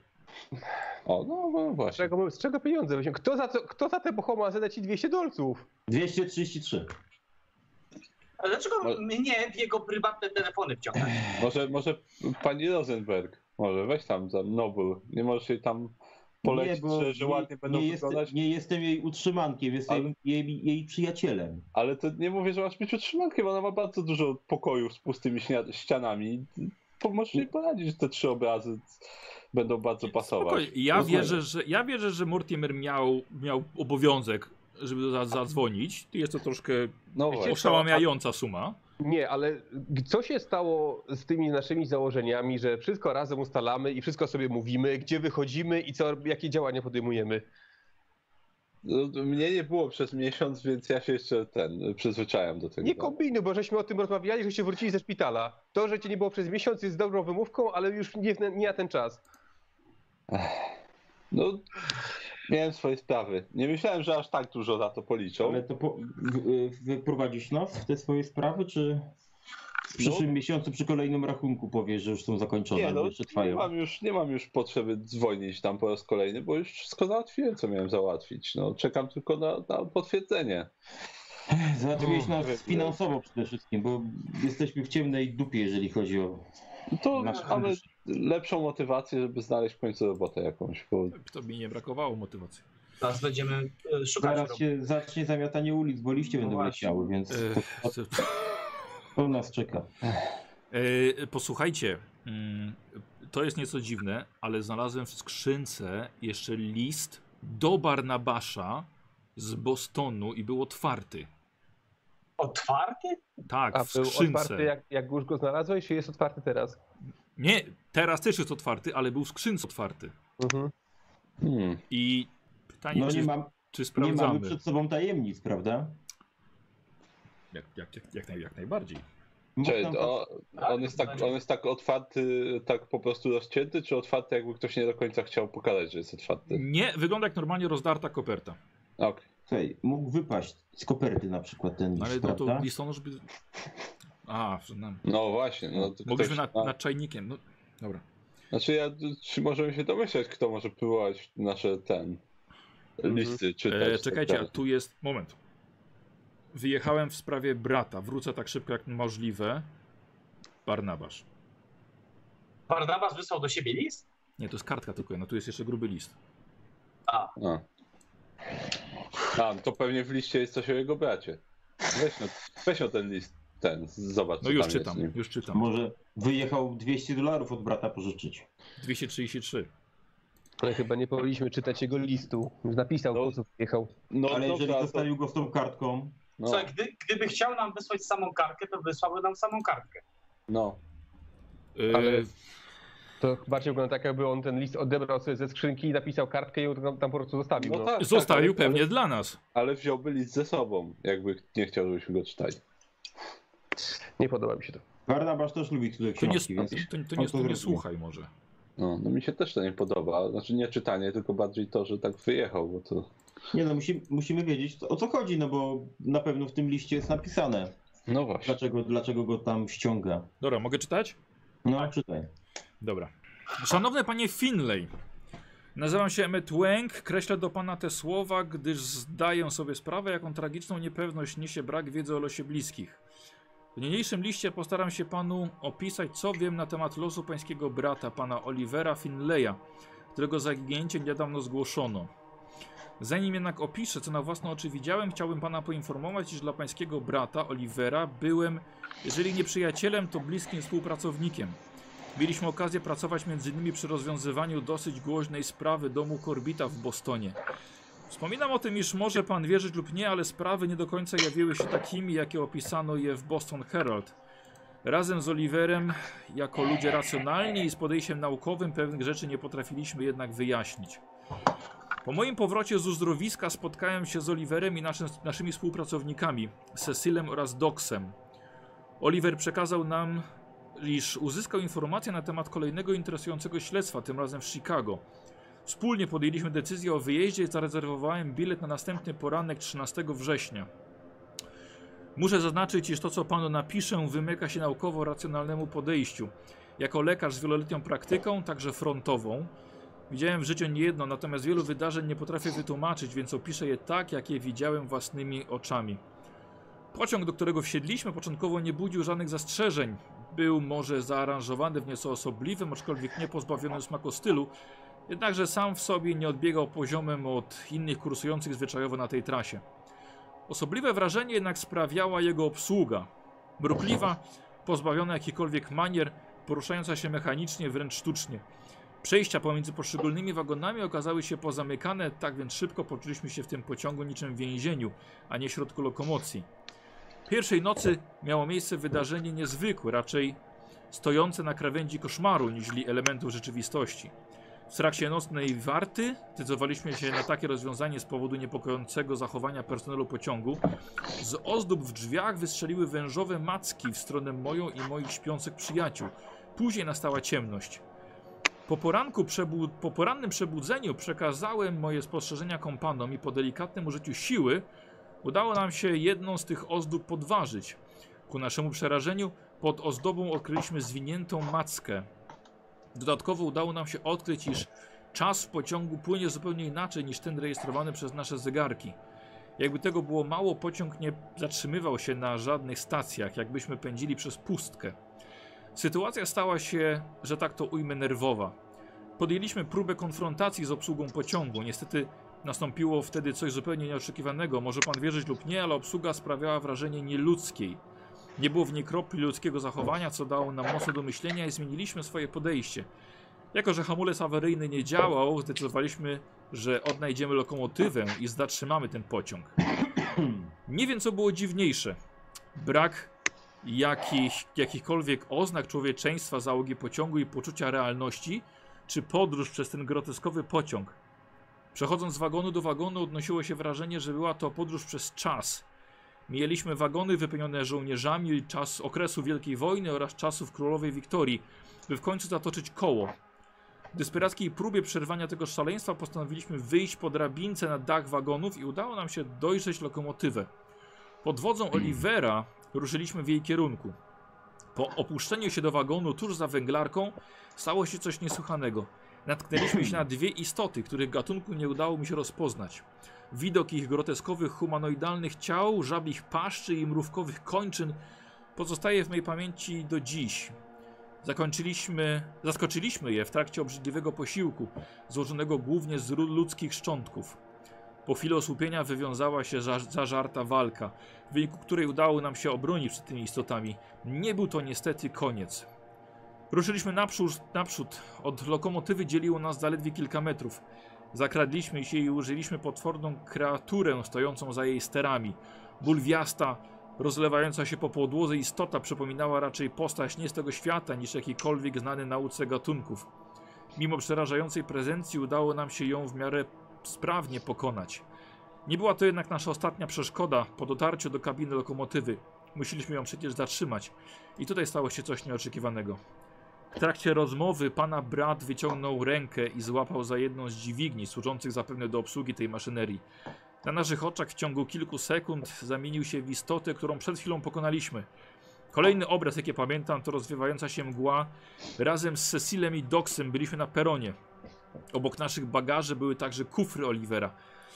no właśnie. Z czego pieniądze weźmie? Kto za te bohoma zada ci $200? 233. Ale dlaczego Ale- mnie w jego prywatne telefony wciągać? Może pani Rosenberg, może weź tam za Nobel. Nie możesz jej tam polecić, że ładnie będą wyglądać. nie jestem jej utrzymankiem, jestem Ale- jej przyjacielem. Ale to nie mówię, że masz być utrzymankiem, ona ma bardzo dużo pokojów z pustymi ścianami. Możesz jej poradzić, że te 3 obrazy będą bardzo pasować. Spokojnie. Ja wierzę, że Mortimer miał obowiązek, żeby zadzwonić. Jest to troszkę No właśnie. oszałamiająca suma. Nie, ale co się stało z tymi naszymi założeniami, że wszystko razem ustalamy i wszystko sobie mówimy, gdzie wychodzimy i jakie działania podejmujemy? No, mnie nie było przez miesiąc, więc ja się jeszcze przyzwyczajam do tego. Nie kombinuj, bo żeśmy o tym rozmawiali, żeście wrócili ze szpitala. To, że cię nie było przez miesiąc jest dobrą wymówką, ale już nie na ten czas. No, miałem swoje sprawy. Nie myślałem, że aż tak dużo za to policzą. Ale to wyprowadzisz nas w te swoje sprawy, czy w przyszłym miesiącu przy kolejnym rachunku powiesz, że już są zakończone, Nie, albo jeszcze trwają? nie mam już potrzeby dzwonić tam po raz kolejny, bo już wszystko załatwiłem, co miałem załatwić. No, czekam tylko na potwierdzenie. Załatwiłeś nas finansowo przede wszystkim, bo jesteśmy w ciemnej dupie, jeżeli chodzi o To nasz mamy fundusz. lepszą motywację, żeby znaleźć w końcu robotę jakąś. Bo... To mi nie brakowało motywacji. Teraz będziemy szukać. Zaraz się zacznie zamiatanie ulic, bo liście będą właśnie. leciały, więc to nas czeka. Posłuchajcie, to jest nieco dziwne, ale znalazłem w skrzynce jeszcze list do Barnabasza z Bostonu i był otwarty. Otwarty? Tak, A w był skrzynce. otwarty jak już go znalazłeś, czy jest otwarty teraz? Nie, teraz też jest otwarty, ale był w skrzynce otwarty. Mhm. I pytanie, No czy nie mamy sprawdzamy? przed sobą tajemnic, prawda? Jak najbardziej. Cześć, Można- on jest tak otwarty, tak po prostu rozcięty, czy otwarty, jakby ktoś nie do końca chciał pokazać, że jest otwarty? Nie, wygląda jak normalnie rozdarta koperta. Okay. Słuchaj, mógł wypaść z koperty na przykład ten list, Ale no to prawda? listonosz by... A, No właśnie. No, to mogliśmy ktoś, nad czajnikiem. No, dobra. Znaczy czy możemy się domyśleć, kto może próbować nasze listy czytać? Czekajcie, a tu jest... Moment. Wyjechałem w sprawie brata. Wrócę tak szybko jak możliwe. Barnabasz. Barnabas wysłał do siebie list? Nie, to jest kartka tylko, no tu jest jeszcze gruby list. A, no to pewnie w liście jest coś o jego bracie. Weź no ten list, zobacz. No co już tam jest czytam, w nim. już czytam. Może wyjechał $200 od brata pożyczyć. 233. Ale chyba nie powinniśmy czytać jego listu. Już napisał, No. po co wyjechał. No Ale jeżeli dobra, zostawił go z tą kartką, no, Słuchaj, gdyby chciał nam wysłać samą kartkę, to wysłałby nam samą kartkę. no. Ale to bardziej wygląda tak, jakby on ten list odebrał sobie ze skrzynki i napisał kartkę i ją tam po prostu zostawił. No No. tak, Zostawił tak, pewnie dla nas. ale wziąłby list ze sobą, jakby nie chciał, żebyśmy go czytali. Nie podoba mi się to. Barnabasz też lubi cudze To nie, książki, więc on to nie zrobi. słuchaj może. No mi się też to nie podoba. Znaczy nie czytanie, tylko bardziej to, że tak wyjechał, bo to... Nie no, musimy wiedzieć o co chodzi, no bo na pewno w tym liście jest napisane, No właśnie. dlaczego go tam ściąga. Dobra, mogę czytać? No, czytaj. Dobra. Szanowny panie Finlay, nazywam się Emmet Łęk, kreślę do pana te słowa, gdyż zdaję sobie sprawę, jaką tragiczną niepewność niesie brak wiedzy o losie bliskich. W niniejszym liście postaram się panu opisać, co wiem na temat losu pańskiego brata, pana Olivera Finlaya, którego zaginięcie niedawno zgłoszono. Zanim jednak opiszę, co na własne oczy widziałem, chciałbym pana poinformować, iż dla pańskiego brata Olivera byłem, jeżeli nie przyjacielem, to bliskim współpracownikiem. Mieliśmy okazję pracować m.in. przy rozwiązywaniu dosyć głośnej sprawy domu Corbita w Bostonie. Wspominam o tym, iż może pan wierzyć lub nie, ale sprawy nie do końca jawiły się takimi, jakie opisano je w Boston Herald. Razem z Oliverem, jako ludzie racjonalni i z podejściem naukowym, pewnych rzeczy nie potrafiliśmy jednak wyjaśnić. Po moim powrocie z uzdrowiska spotkałem się z Oliverem i naszymi współpracownikami, Cecilem oraz Doxem. Oliver przekazał nam, iż uzyskał informacje na temat kolejnego interesującego śledztwa, tym razem w Chicago. Wspólnie podjęliśmy decyzję o wyjeździe i zarezerwowałem bilet na następny poranek 13 września. Muszę zaznaczyć, iż to, co panu napiszę, wymyka się naukowo-racjonalnemu podejściu. Jako lekarz z wieloletnią praktyką, także frontową, widziałem w życiu niejedno, natomiast wielu wydarzeń nie potrafię wytłumaczyć, więc opiszę je tak, jak je widziałem własnymi oczami. Pociąg, do którego wsiedliśmy, początkowo nie budził żadnych zastrzeżeń. Był może zaaranżowany w nieco osobliwym, aczkolwiek nie pozbawionym smaku stylu, jednakże sam w sobie nie odbiegał poziomem od innych kursujących zwyczajowo na tej trasie. Osobliwe wrażenie jednak sprawiała jego obsługa. Mrukliwa, pozbawiona jakichkolwiek manier, poruszająca się mechanicznie, wręcz sztucznie. Przejścia pomiędzy poszczególnymi wagonami okazały się pozamykane, tak więc szybko poczuliśmy się w tym pociągu niczym w więzieniu, a nie środku lokomocji. Pierwszej nocy miało miejsce wydarzenie niezwykłe, raczej stojące na krawędzi koszmaru niż elementów rzeczywistości. W trakcie nocnej warty zdecydowaliśmy się na takie rozwiązanie z powodu niepokojącego zachowania personelu pociągu. Z ozdób w drzwiach wystrzeliły wężowe macki w stronę moją i moich śpiących przyjaciół. Później nastała ciemność. Po porannym przebudzeniu przekazałem moje spostrzeżenia kompanom i po delikatnym użyciu siły udało nam się jedną z tych ozdób podważyć. Ku naszemu przerażeniu pod ozdobą odkryliśmy zwiniętą mackę. Dodatkowo udało nam się odkryć, iż czas w pociągu płynie zupełnie inaczej niż ten rejestrowany przez nasze zegarki. Jakby tego było mało, pociąg nie zatrzymywał się na żadnych stacjach, jakbyśmy pędzili przez pustkę. Sytuacja stała się, że tak to ujmę, nerwowa. Podjęliśmy próbę konfrontacji z obsługą pociągu. Niestety nastąpiło wtedy coś zupełnie nieoczekiwanego. Może pan wierzyć lub nie, ale obsługa sprawiała wrażenie nieludzkiej. Nie było w niej kropli ludzkiego zachowania, co dało nam mocno do myślenia i zmieniliśmy swoje podejście. Jako że hamulec awaryjny nie działał, zdecydowaliśmy, że odnajdziemy lokomotywę i zatrzymamy ten pociąg. Nie wiem, co było dziwniejsze. Brak jakichkolwiek oznak człowieczeństwa załogi pociągu i poczucia realności, czy podróż przez ten groteskowy pociąg. Przechodząc z wagonu do wagonu odnosiło się wrażenie, że była to podróż przez czas. Mijaliśmy wagony wypełnione żołnierzami czas okresu Wielkiej Wojny oraz czasów Królowej Wiktorii, by w końcu zatoczyć koło. W desperackiej próbie przerwania tego szaleństwa postanowiliśmy wyjść po drabince na dach wagonów i udało nam się dojrzeć lokomotywę. Pod wodzą Olivera ruszyliśmy w jej kierunku. Po opuszczeniu się do wagonu tuż za węglarką stało się coś niesłychanego. Natknęliśmy się na dwie istoty, których gatunku nie udało mi się rozpoznać. Widok ich groteskowych, humanoidalnych ciał, żabich paszczy i mrówkowych kończyn pozostaje w mojej pamięci do dziś. Zaskoczyliśmy je w trakcie obrzydliwego posiłku, złożonego głównie z ludzkich szczątków. Po chwili osłupienia wywiązała się zażarta walka, w wyniku której udało nam się obronić przed tymi istotami. Nie był to niestety koniec. Ruszyliśmy naprzód. Od lokomotywy dzieliło nas zaledwie kilka metrów. Zakradliśmy się i użyliśmy potworną kreaturę stojącą za jej sterami. Bulwiasta, rozlewająca się po podłodze istota przypominała raczej postać nie z tego świata niż jakikolwiek znany nauce gatunków. Mimo przerażającej prezencji udało nam się ją w miarę sprawnie pokonać. Nie była to jednak nasza ostatnia przeszkoda po dotarciu do kabiny lokomotywy. Musieliśmy ją przecież zatrzymać. I tutaj stało się coś nieoczekiwanego. W trakcie rozmowy pana brat wyciągnął rękę i złapał za jedną z dźwigni służących zapewne do obsługi tej maszynerii. Na naszych oczach w ciągu kilku sekund zamienił się w istotę, którą przed chwilą pokonaliśmy. Kolejny obraz, jaki pamiętam, to rozwiewająca się mgła. Razem z Cecilem i Doxem byliśmy na peronie. Obok naszych bagaży były także kufry Olivera.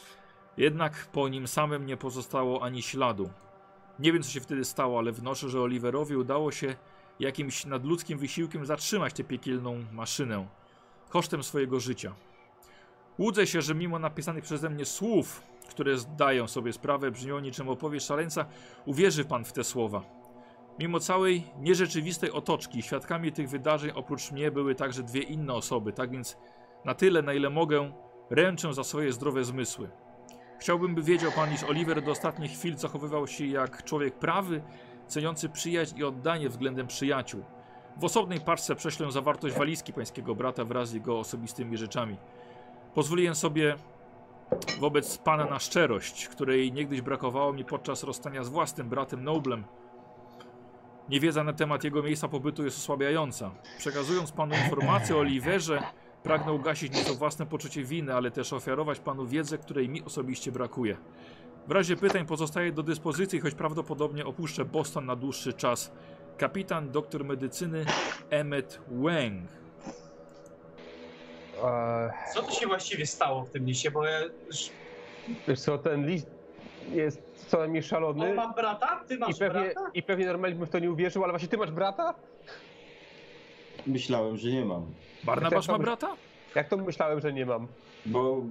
Jednak po nim samym nie pozostało ani śladu. Nie wiem, co się wtedy stało, ale wnoszę, że Oliverowi udało się jakimś nadludzkim wysiłkiem zatrzymać tę piekielną maszynę kosztem swojego życia. Łudzę się, że mimo napisanych przeze mnie słów, które zdają sobie sprawę, brzmią niczym opowieść szaleńca, uwierzy pan w te słowa. Mimo całej nierzeczywistej otoczki, świadkami tych wydarzeń oprócz mnie były także dwie inne osoby, tak więc na tyle, na ile mogę, ręczę za swoje zdrowe zmysły. Chciałbym, by wiedział pan, iż Oliver do ostatnich chwil zachowywał się jak człowiek prawy, ceniący przyjaźń i oddanie względem przyjaciół. W osobnej paczce prześlę zawartość walizki pańskiego brata wraz z jego osobistymi rzeczami. Pozwoliłem sobie wobec pana na szczerość, której niegdyś brakowało mi podczas rozstania z własnym bratem Noblem. Niewiedza na temat jego miejsca pobytu jest osłabiająca. Przekazując panu informację o Oliverze, pragnę ugasić nieco własne poczucie winy, ale też ofiarować panu wiedzę, której mi osobiście brakuje. W razie pytań pozostaję do dyspozycji, choć prawdopodobnie opuszczę Boston na dłuższy czas. Kapitan doktor medycyny Emmet Wang. Co tu się właściwie stało w tym liście, bo ja już... Wiesz co, ten list jest co najmniej szalony. On ma brata? Ty masz brata? I pewnie normalnie bym w to nie uwierzył, ale właśnie ty masz brata? Myślałem, że nie mam. Barnabasz ma brata? Jak to myślałem, że nie mam? Bo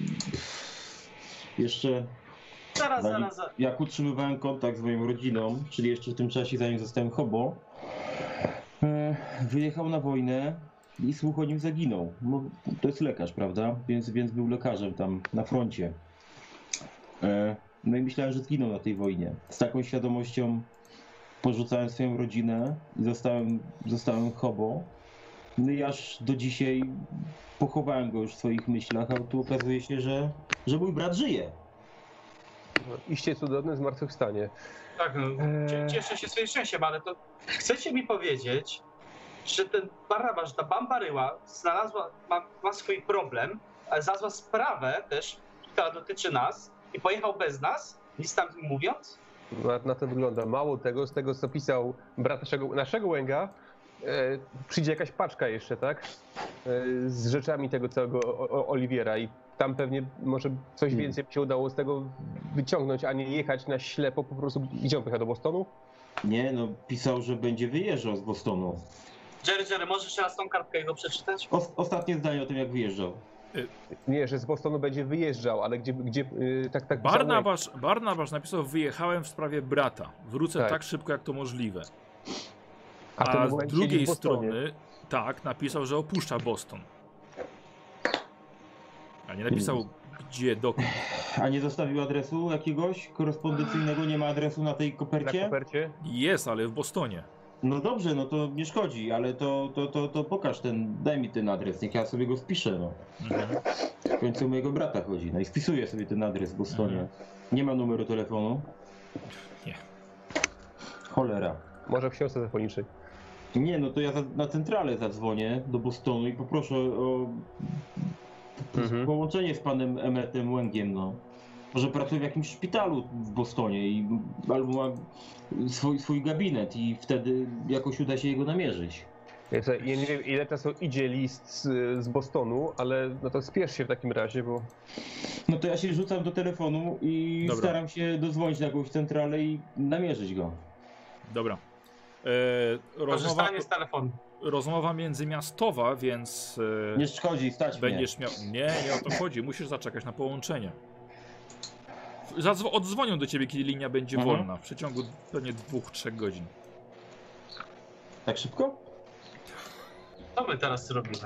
jeszcze Zaraz. jak utrzymywałem kontakt z moją rodziną, czyli jeszcze w tym czasie zanim zostałem hobo, wyjechał na wojnę i słuch o nim zaginął. No, to jest lekarz, prawda? Więc był lekarzem tam na froncie. No i myślałem, że zginął na tej wojnie. Z taką świadomością porzucałem swoją rodzinę i zostałem hobo. No i aż do dzisiaj pochowałem go już w swoich myślach, a tu okazuje się, że mój brat żyje. Iście cudowne zmartwychwstanie. Tak, no, cieszę się swoim szczęściem, ale to chcecie mi powiedzieć, że ten Barnabasz, ta Bambaryła znalazła, ma swój problem, ale znalazła sprawę też, która dotyczy nas i pojechał bez nas, nic tam nie mówiąc? Na to wygląda. Mało tego, z tego co pisał brat naszego Łęga, przyjdzie jakaś paczka jeszcze, tak? Z rzeczami tego całego Oliwiera i tam pewnie może coś więcej by się udało z tego wyciągnąć, a nie jechać na ślepo po prostu. Gdzie on pojechał, do Bostonu? Nie, no pisał, że będzie wyjeżdżał z Bostonu. Jerry, możesz jeszcze raz tą kartkę jego przeczytać? Ostatnie zdanie o tym, jak wyjeżdżał. Nie, że z Bostonu będzie wyjeżdżał, ale gdzie tak Barnabasz napisał: wyjechałem w sprawie brata. Wrócę tak szybko, jak to możliwe. A z drugiej strony, tak, napisał, że opuszcza Boston. A nie napisał, gdzie, dokąd. A nie zostawił adresu jakiegoś korespondencyjnego? Nie ma adresu na tej kopercie? Na kopercie? Jest, ale w Bostonie. No dobrze, no to nie szkodzi, ale to pokaż daj mi ten adres, niech ja sobie go wpiszę, no. W końcu mojego brata chodzi, no i wpisuję sobie ten adres w Bostonie. Nie ma numeru telefonu? Nie. Cholera. Może w książce telefonicznej. Nie, no to ja na centralę zadzwonię do Bostonu i poproszę o połączenie z panem Emmetem Łęgiem, no. Może pracuje w jakimś szpitalu w Bostonie albo ma swój gabinet i wtedy jakoś uda się jego namierzyć. Ja nie wiem, ile czasu idzie list z Bostonu, ale no to spiesz się w takim razie, bo... No to ja się rzucam do telefonu i staram się dodzwonić na jakąś centralę i namierzyć go. Dobra. Korzystanie z telefonu. Rozmowa międzymiastowa, więc... Nie szkodzi, stać będziesz miał. Nie o to chodzi. Musisz zaczekać na połączenie. Odzwonią do ciebie, kiedy linia będzie wolna. W przeciągu pewnie 2-3 godzin. Tak szybko? Co my teraz robimy?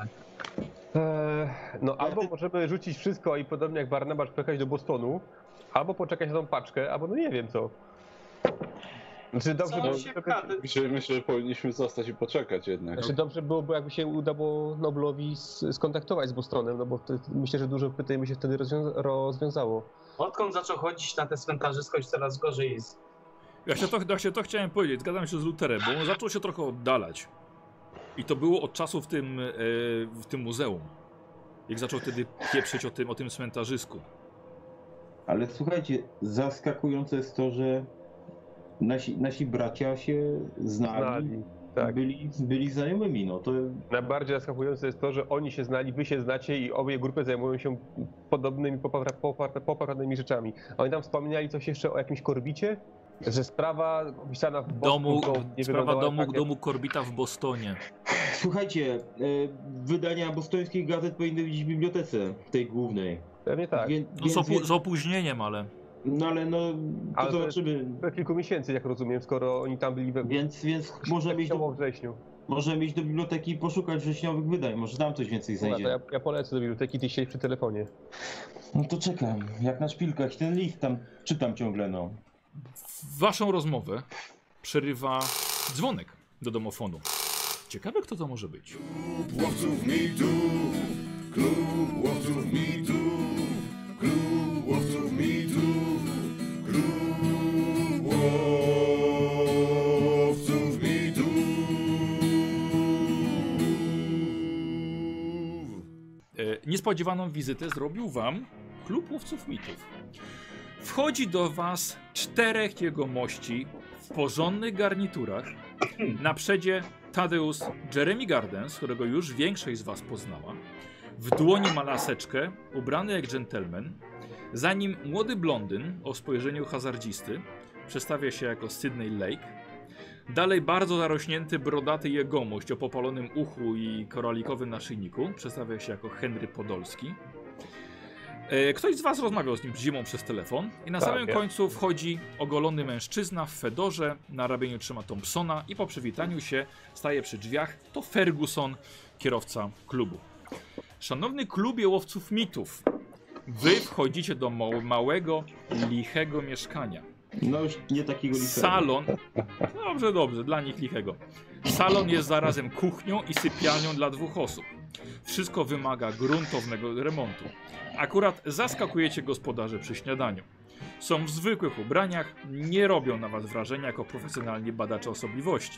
No albo możemy rzucić wszystko i podobnie jak Barnabasz pojechać do Bostonu, albo poczekać na tą paczkę, albo no nie wiem co. Znaczy dobrze Myślę, że powinniśmy zostać i poczekać jednak. Znaczy dobrze byłoby, jakby się udało Noblowi skontaktować z Bostonem, no bo myślę, że dużo pytań by się wtedy rozwiązało. Odkąd zaczął chodzić na te cmentarzysko, już coraz gorzej jest. Ja się to chciałem powiedzieć, zgadzam się z Luterem, bo on zaczął się trochę oddalać. I to było od czasu w tym muzeum. Jak zaczął wtedy pieprzyć o tym cmentarzysku. Ale słuchajcie, zaskakujące jest to, że nasi bracia się znali. Tak. Byli znajomymi, no to... Najbardziej zaskakujące jest to, że oni się znali, wy się znacie i obie grupy zajmują się podobnymi, poprawnymi rzeczami. Oni tam wspominali coś jeszcze o jakimś Korbicie? Że sprawa opisana w domu, domu Korbita w Bostonie. Słuchajcie, wydania bostońskich gazet powinny być w bibliotece, tej głównej. Pewnie tak. Z opóźnieniem, ale... No ale to zobaczymy. Kilku miesięcy, jak rozumiem, skoro oni tam byli Więc możemy iść do biblioteki i poszukać wrześniowych wydań, może tam coś więcej znajdzie. No, ja polecę do biblioteki, ty siedź przy telefonie. No to czekam, jak na szpilkach, ten list tam czytam ciągle, no. Waszą rozmowę przerywa dzwonek do domofonu. Ciekawe, kto to może być. Klub łowców mitów, klub łowców mitów, klub łowców mitów, klub łowców mitów. Niespodziewaną wizytę zrobił wam klub łowców mitów. Wchodzi do was 4 jegomości w porządnych garniturach. Na przedzie Tadeusz Jeremy Gardens, którego już większość z was poznała. W dłoni ma laseczkę, ubrany jak dżentelmen. Za nim młody blondyn o spojrzeniu hazardzisty. Przedstawia się jako Sydney Lake. Dalej bardzo zarośnięty, brodaty jegomość o popalonym uchu i koralikowym naszyjniku. Przedstawia się jako Henry Podolski. Ktoś z was rozmawiał z nim zimą przez telefon i na samym końcu wchodzi ogolony mężczyzna w fedorze, na ramieniu trzyma Thompsona i po przywitaniu się staje przy drzwiach. To Ferguson, kierowca klubu. Szanowny klubie łowców mitów, wy wchodzicie do małego, lichego mieszkania. No już nie takiego lichego. Salon, dobrze, dla nich lichego. Salon jest zarazem kuchnią i sypialnią dla 2 osób. Wszystko wymaga gruntownego remontu. Akurat zaskakujecie gospodarze przy śniadaniu. Są w zwykłych ubraniach, nie robią na was wrażenia jako profesjonalni badacze osobliwości.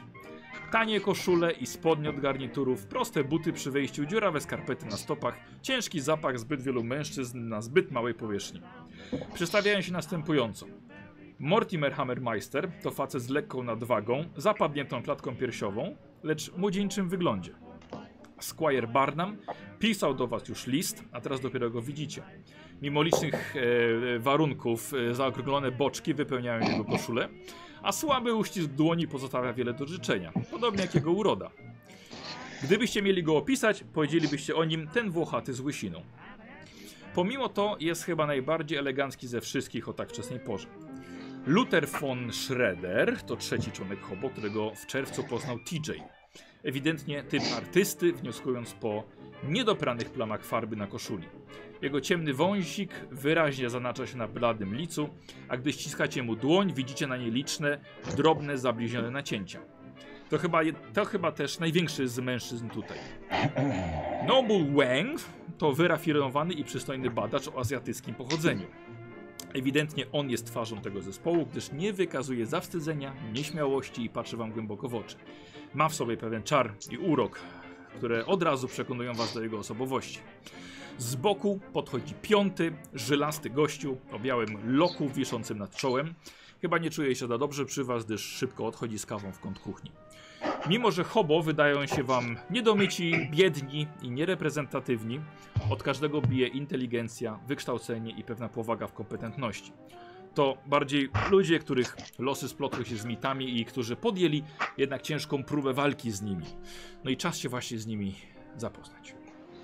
Tanie koszule i spodnie od garniturów, proste buty przy wejściu, dziurawe skarpety na stopach, ciężki zapach zbyt wielu mężczyzn na zbyt małej powierzchni. Przedstawiają się następująco. Mortimer Hammermeister to facet z lekką nadwagą, zapadniętą klatką piersiową, lecz młodzieńczym wyglądzie. Squire Barnum pisał do was już list, a teraz dopiero go widzicie. Mimo licznych warunków zaokrąglone boczki wypełniają jego koszulę, a słaby uścisk dłoni pozostawia wiele do życzenia, podobnie jak jego uroda. Gdybyście mieli go opisać, powiedzielibyście o nim ten włochaty z łysiną. Pomimo to jest chyba najbardziej elegancki ze wszystkich o tak wczesnej porze. Luther von Schroeder to trzeci członek Hobo, którego w czerwcu poznał TJ. Ewidentnie typ artysty, wnioskując po niedopranych plamach farby na koszuli. Jego ciemny wąsik wyraźnie zaznacza się na bladym licu, a gdy ściskacie mu dłoń, widzicie na niej liczne, drobne, zabliźnione nacięcia. To chyba też największy z mężczyzn tutaj. Noble Wang to wyrafinowany i przystojny badacz o azjatyckim pochodzeniu. Ewidentnie on jest twarzą tego zespołu, gdyż nie wykazuje zawstydzenia, nieśmiałości i patrzy wam głęboko w oczy. Ma w sobie pewien czar i urok, które od razu przekonują was do jego osobowości. Z boku podchodzi piąty, żylasty gościu o białym loku wiszącym nad czołem. Chyba nie czuje się za dobrze przy was, gdyż szybko odchodzi z kawą w kąt kuchni. Mimo że Hobo wydają się wam niedomyci, biedni i niereprezentatywni, od każdego bije inteligencja, wykształcenie i pewna powaga w kompetentności. To bardziej ludzie, których losy splotły się z mitami i którzy podjęli jednak ciężką próbę walki z nimi. No i czas się właśnie z nimi zapoznać.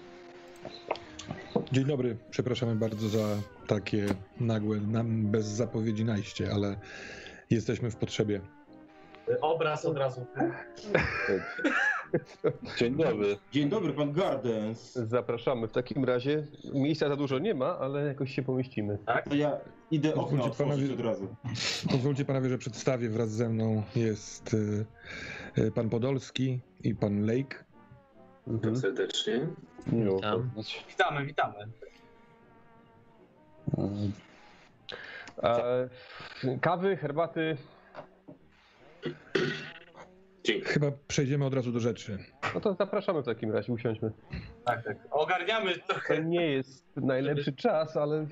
Dzień dobry, przepraszamy bardzo za takie nagłe, bez zapowiedzi najście, ale jesteśmy w potrzebie. Obraz od razu. Dzień dobry. Dzień dobry, pan Gardens. Zapraszamy. W takim razie miejsca za dużo nie ma, ale jakoś się pomieścimy. To ja idę okno Pozwólcie otworzyć panowie- od razu. Pozwólcie panowie, że przedstawię, wraz ze mną jest pan Podolski i pan Lake. Witam serdecznie. Miło Witam. poznać. Witamy, witamy. Kawy, herbaty. Dzięki. Chyba przejdziemy od razu do rzeczy. No to zapraszamy w takim razie, usiądźmy. Tak, tak. Ogarniamy To trochę. nie jest najlepszy czas, ale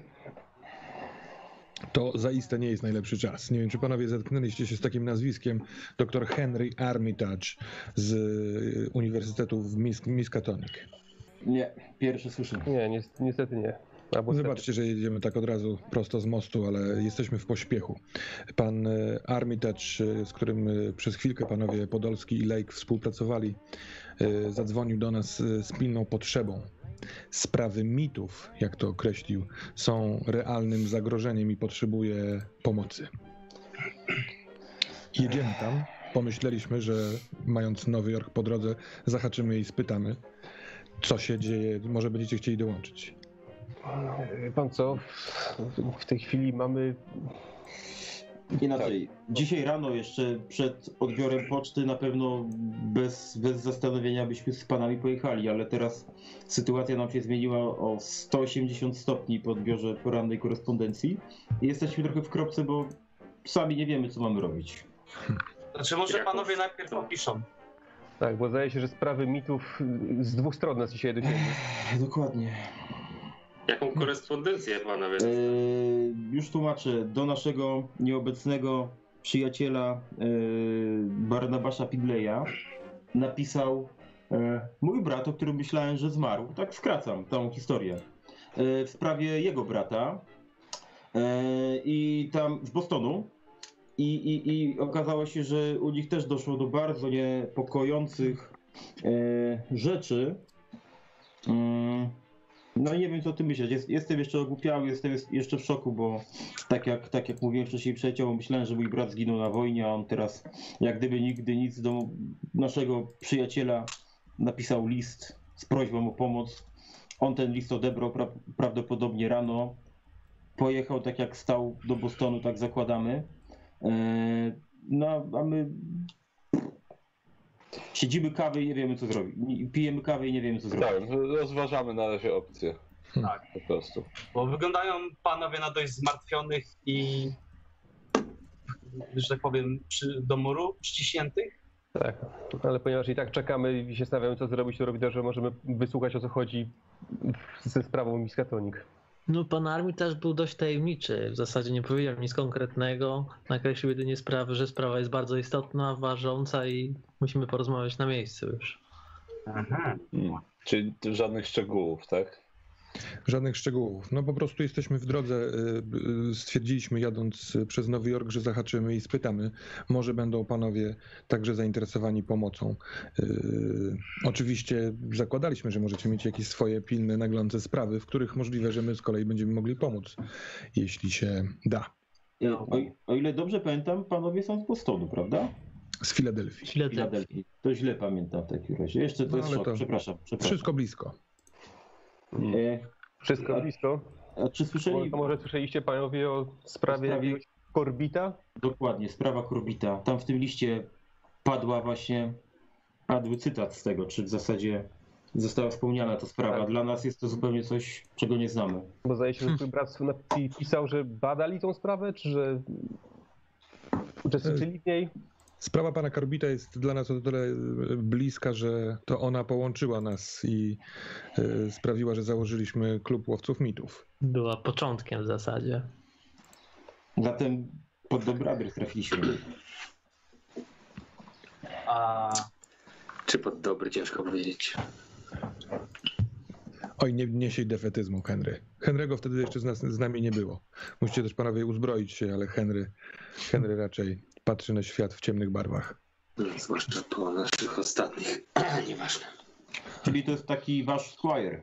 To zaiste nie jest najlepszy czas. Nie wiem, czy panowie zetknęliście się z takim nazwiskiem, dr Henry Armitage z Uniwersytetu w Miskatonic. Nie, pierwszy słyszę. nie, niestety nie. Albo Wybaczcie, że jedziemy tak od razu prosto z mostu, ale jesteśmy w pośpiechu. Pan Armitage, z którym przez chwilkę panowie Podolski i Lake współpracowali, zadzwonił do nas z pilną potrzebą. Sprawy mitów, jak to określił, są realnym zagrożeniem i potrzebuje pomocy. Jedziemy tam. Pomyśleliśmy, że mając Nowy Jork po drodze, zahaczymy i spytamy, co się dzieje. Może będziecie chcieli dołączyć. Pan co? W tej chwili mamy... Inaczej, dzisiaj rano jeszcze przed odbiorem poczty na pewno bez zastanowienia byśmy z panami pojechali, ale teraz sytuacja nam się zmieniła o 180 stopni po odbiorze porannej korespondencji i jesteśmy trochę w kropce, bo sami nie wiemy, co mamy robić. Znaczy może panowie najpierw opiszą. Tak, bo zdaje się, że sprawy mitów z dwóch stron nas dzisiaj dosięgły. Dokładnie. Jaką korespondencję panowie? Już tłumaczę. Do naszego nieobecnego przyjaciela Barnabasza Pidleya napisał mój brat, o którym myślałem, że zmarł. Tak skracam całą historię. W sprawie jego brata i tam z Bostonu. I okazało się, że u nich też doszło do bardzo niepokojących rzeczy. No i nie wiem, co o tym myśleć. Jestem jeszcze ogłupiały, jestem jeszcze w szoku, bo tak jak mówiłem wcześniej przyjaciołom, myślałem, że mój brat zginął na wojnie, a on teraz jak gdyby nigdy nic do naszego przyjaciela napisał list z prośbą o pomoc. On ten list odebrał prawdopodobnie rano. Pojechał tak jak stał do Bostonu, tak zakładamy. No, a my siedzimy kawy i nie wiemy, co zrobić. Pijemy kawę i nie wiemy, co zrobić. Tak, rozważamy na razie opcje. Tak. Po prostu. Bo wyglądają panowie na dość zmartwionych i, że tak powiem, do muru ściśniętych. Tak, ale ponieważ i tak czekamy i się stawiamy, co zrobić, to robi to, że możemy wysłuchać, o co chodzi ze sprawą Miskatonic. No, pan Armit też był dość tajemniczy. W zasadzie nie powiedział nic konkretnego. Nakreślił jedynie sprawę, że sprawa jest bardzo istotna, ważąca i musimy porozmawiać na miejscu już. Czyli żadnych szczegółów, tak? Żadnych szczegółów. No po prostu jesteśmy w drodze. Stwierdziliśmy jadąc przez Nowy Jork, że zahaczymy i spytamy. Może będą panowie także zainteresowani pomocą. Oczywiście zakładaliśmy, że możecie mieć jakieś swoje pilne, naglące sprawy, w których możliwe, że my z kolei będziemy mogli pomóc, jeśli się da. O ile dobrze pamiętam, panowie są z Bostonu, prawda? Z Filadelfii. Filadelfii. To źle pamiętam w takim razie. Jeszcze to jest szok. Przepraszam. Wszystko blisko. Wszystko blisko. A czy słyszeli? To może słyszeliście panowie o sprawie jakiegoś Corbita? Dokładnie, sprawa Corbita. Tam w tym liście padł cytat z tego, czy w zasadzie została wspomniana ta sprawa. Tak. Dla nas jest to zupełnie coś, czego nie znamy. Bo zdaje się, że twój brat pisał, że badali tą sprawę, czy że uczestniczyli w niej? Sprawa pana Corbita jest dla nas o tyle bliska, że to ona połączyła nas i sprawiła, że założyliśmy klub łowców mitów. Była początkiem w zasadzie. Zatem pod dobry adres trafiliśmy. A czy pod dobry, ciężko powiedzieć. Oj, nie siej defetyzmu, Henry. Henry'ego wtedy jeszcze z nami nie było. Musicie też panowie uzbroić się, ale Henry raczej patrzy na świat w ciemnych barwach. Zwłaszcza po naszych ostatnich. Nieważne. Czyli to jest taki wasz squire.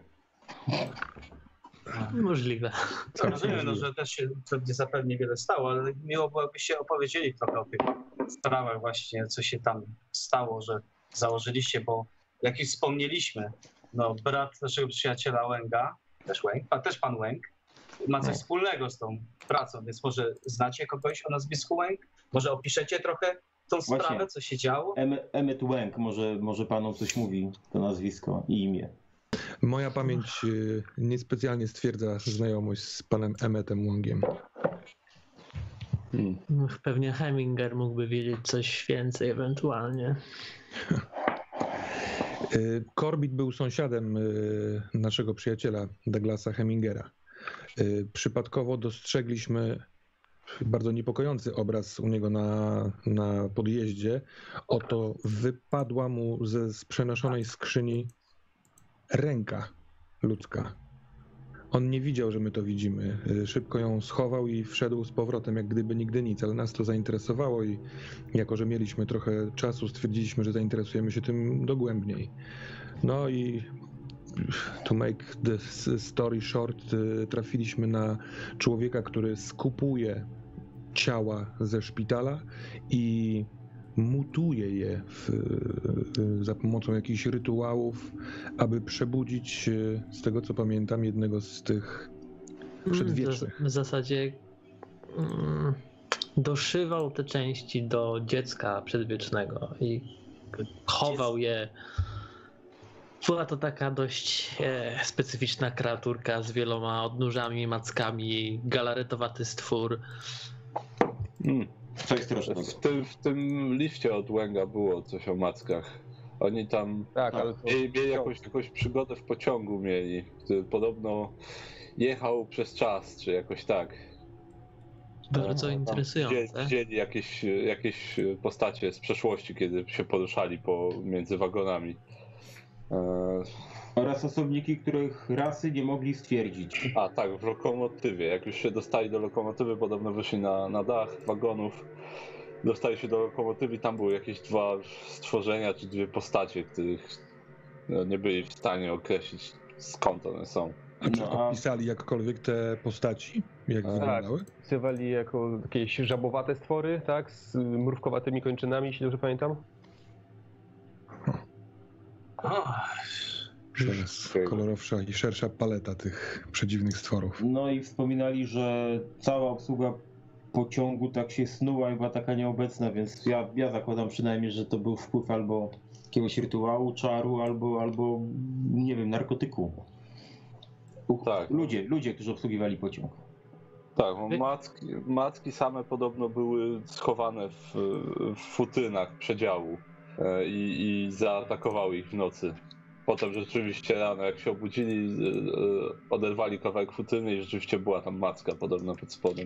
Możliwe. Rozumiem, że też się pewnie zapewne wiele stało, ale miło byłobyście opowiedzieli trochę o tych sprawach właśnie, co się tam stało, że założyliście, bo jak już wspomnieliśmy, no brat naszego przyjaciela Łęga, też pan Łęg, ma coś wspólnego z tą pracą, więc może znacie kogoś o nazwisku Łęg? Może opiszecie trochę tą sprawę, Właśnie. co się działo? Emmet Łęg, może panom coś mówi to nazwisko i imię. Moja pamięć niespecjalnie stwierdza znajomość z panem Emmetem Łęgiem. Pewnie Heminger mógłby wiedzieć coś więcej ewentualnie. Corbett był sąsiadem naszego przyjaciela Douglasa Hemingera. Przypadkowo dostrzegliśmy bardzo niepokojący obraz u niego na podjeździe. Oto wypadła mu z przenoszonej skrzyni ręka ludzka. On nie widział, że my to widzimy. Szybko ją schował i wszedł z powrotem, jak gdyby nigdy nic, ale nas to zainteresowało i jako, że mieliśmy trochę czasu, stwierdziliśmy, że zainteresujemy się tym dogłębniej. No i to make the story short, trafiliśmy na człowieka, który skupuje ciała ze szpitala i mutuje je za pomocą jakichś rytuałów, aby przebudzić, z tego co pamiętam, jednego z tych przedwiecznych. W zasadzie doszywał te części do dziecka przedwiecznego i chował je. Była to taka dość specyficzna kreaturka z wieloma odnóżami, mackami, galaretowaty stwór. Coś strasznego. W tym liście od Łęga było coś o mackach. Oni tam mieli jakąś przygodę w pociągu mieli, który podobno jechał przez czas, czy jakoś tak. Bardzo interesujące. Widzieli jakieś postacie z przeszłości, kiedy się poruszali między wagonami. Oraz osobniki, których rasy nie mogli stwierdzić. A tak, w lokomotywie. Jak już się dostali do lokomotywy, podobno wyszli na dach wagonów, dostali się do lokomotywy i tam były jakieś dwa stworzenia, czy dwie postacie, których nie byli w stanie określić, skąd one są. A czy opisali jakkolwiek te postaci? Jak wyglądały? Tak, opisywali jako jakieś żabowate stwory, tak? Z mrówkowatymi kończynami, jeśli dobrze pamiętam. Teraz kolorowsza i szersza paleta tych przedziwnych stworów. No i wspominali, że cała obsługa pociągu tak się snuła i była taka nieobecna, więc ja zakładam przynajmniej, że to był wpływ albo jakiegoś rytuału, czaru, albo nie wiem, narkotyku. Tak. Ludzie, którzy obsługiwali pociąg. Tak, macki same podobno były schowane w futrynach przedziału. i zaatakował ich w nocy. Potem rzeczywiście rano, jak się obudzili, oderwali kawałek futyny i rzeczywiście była tam macka podobno pod spodem.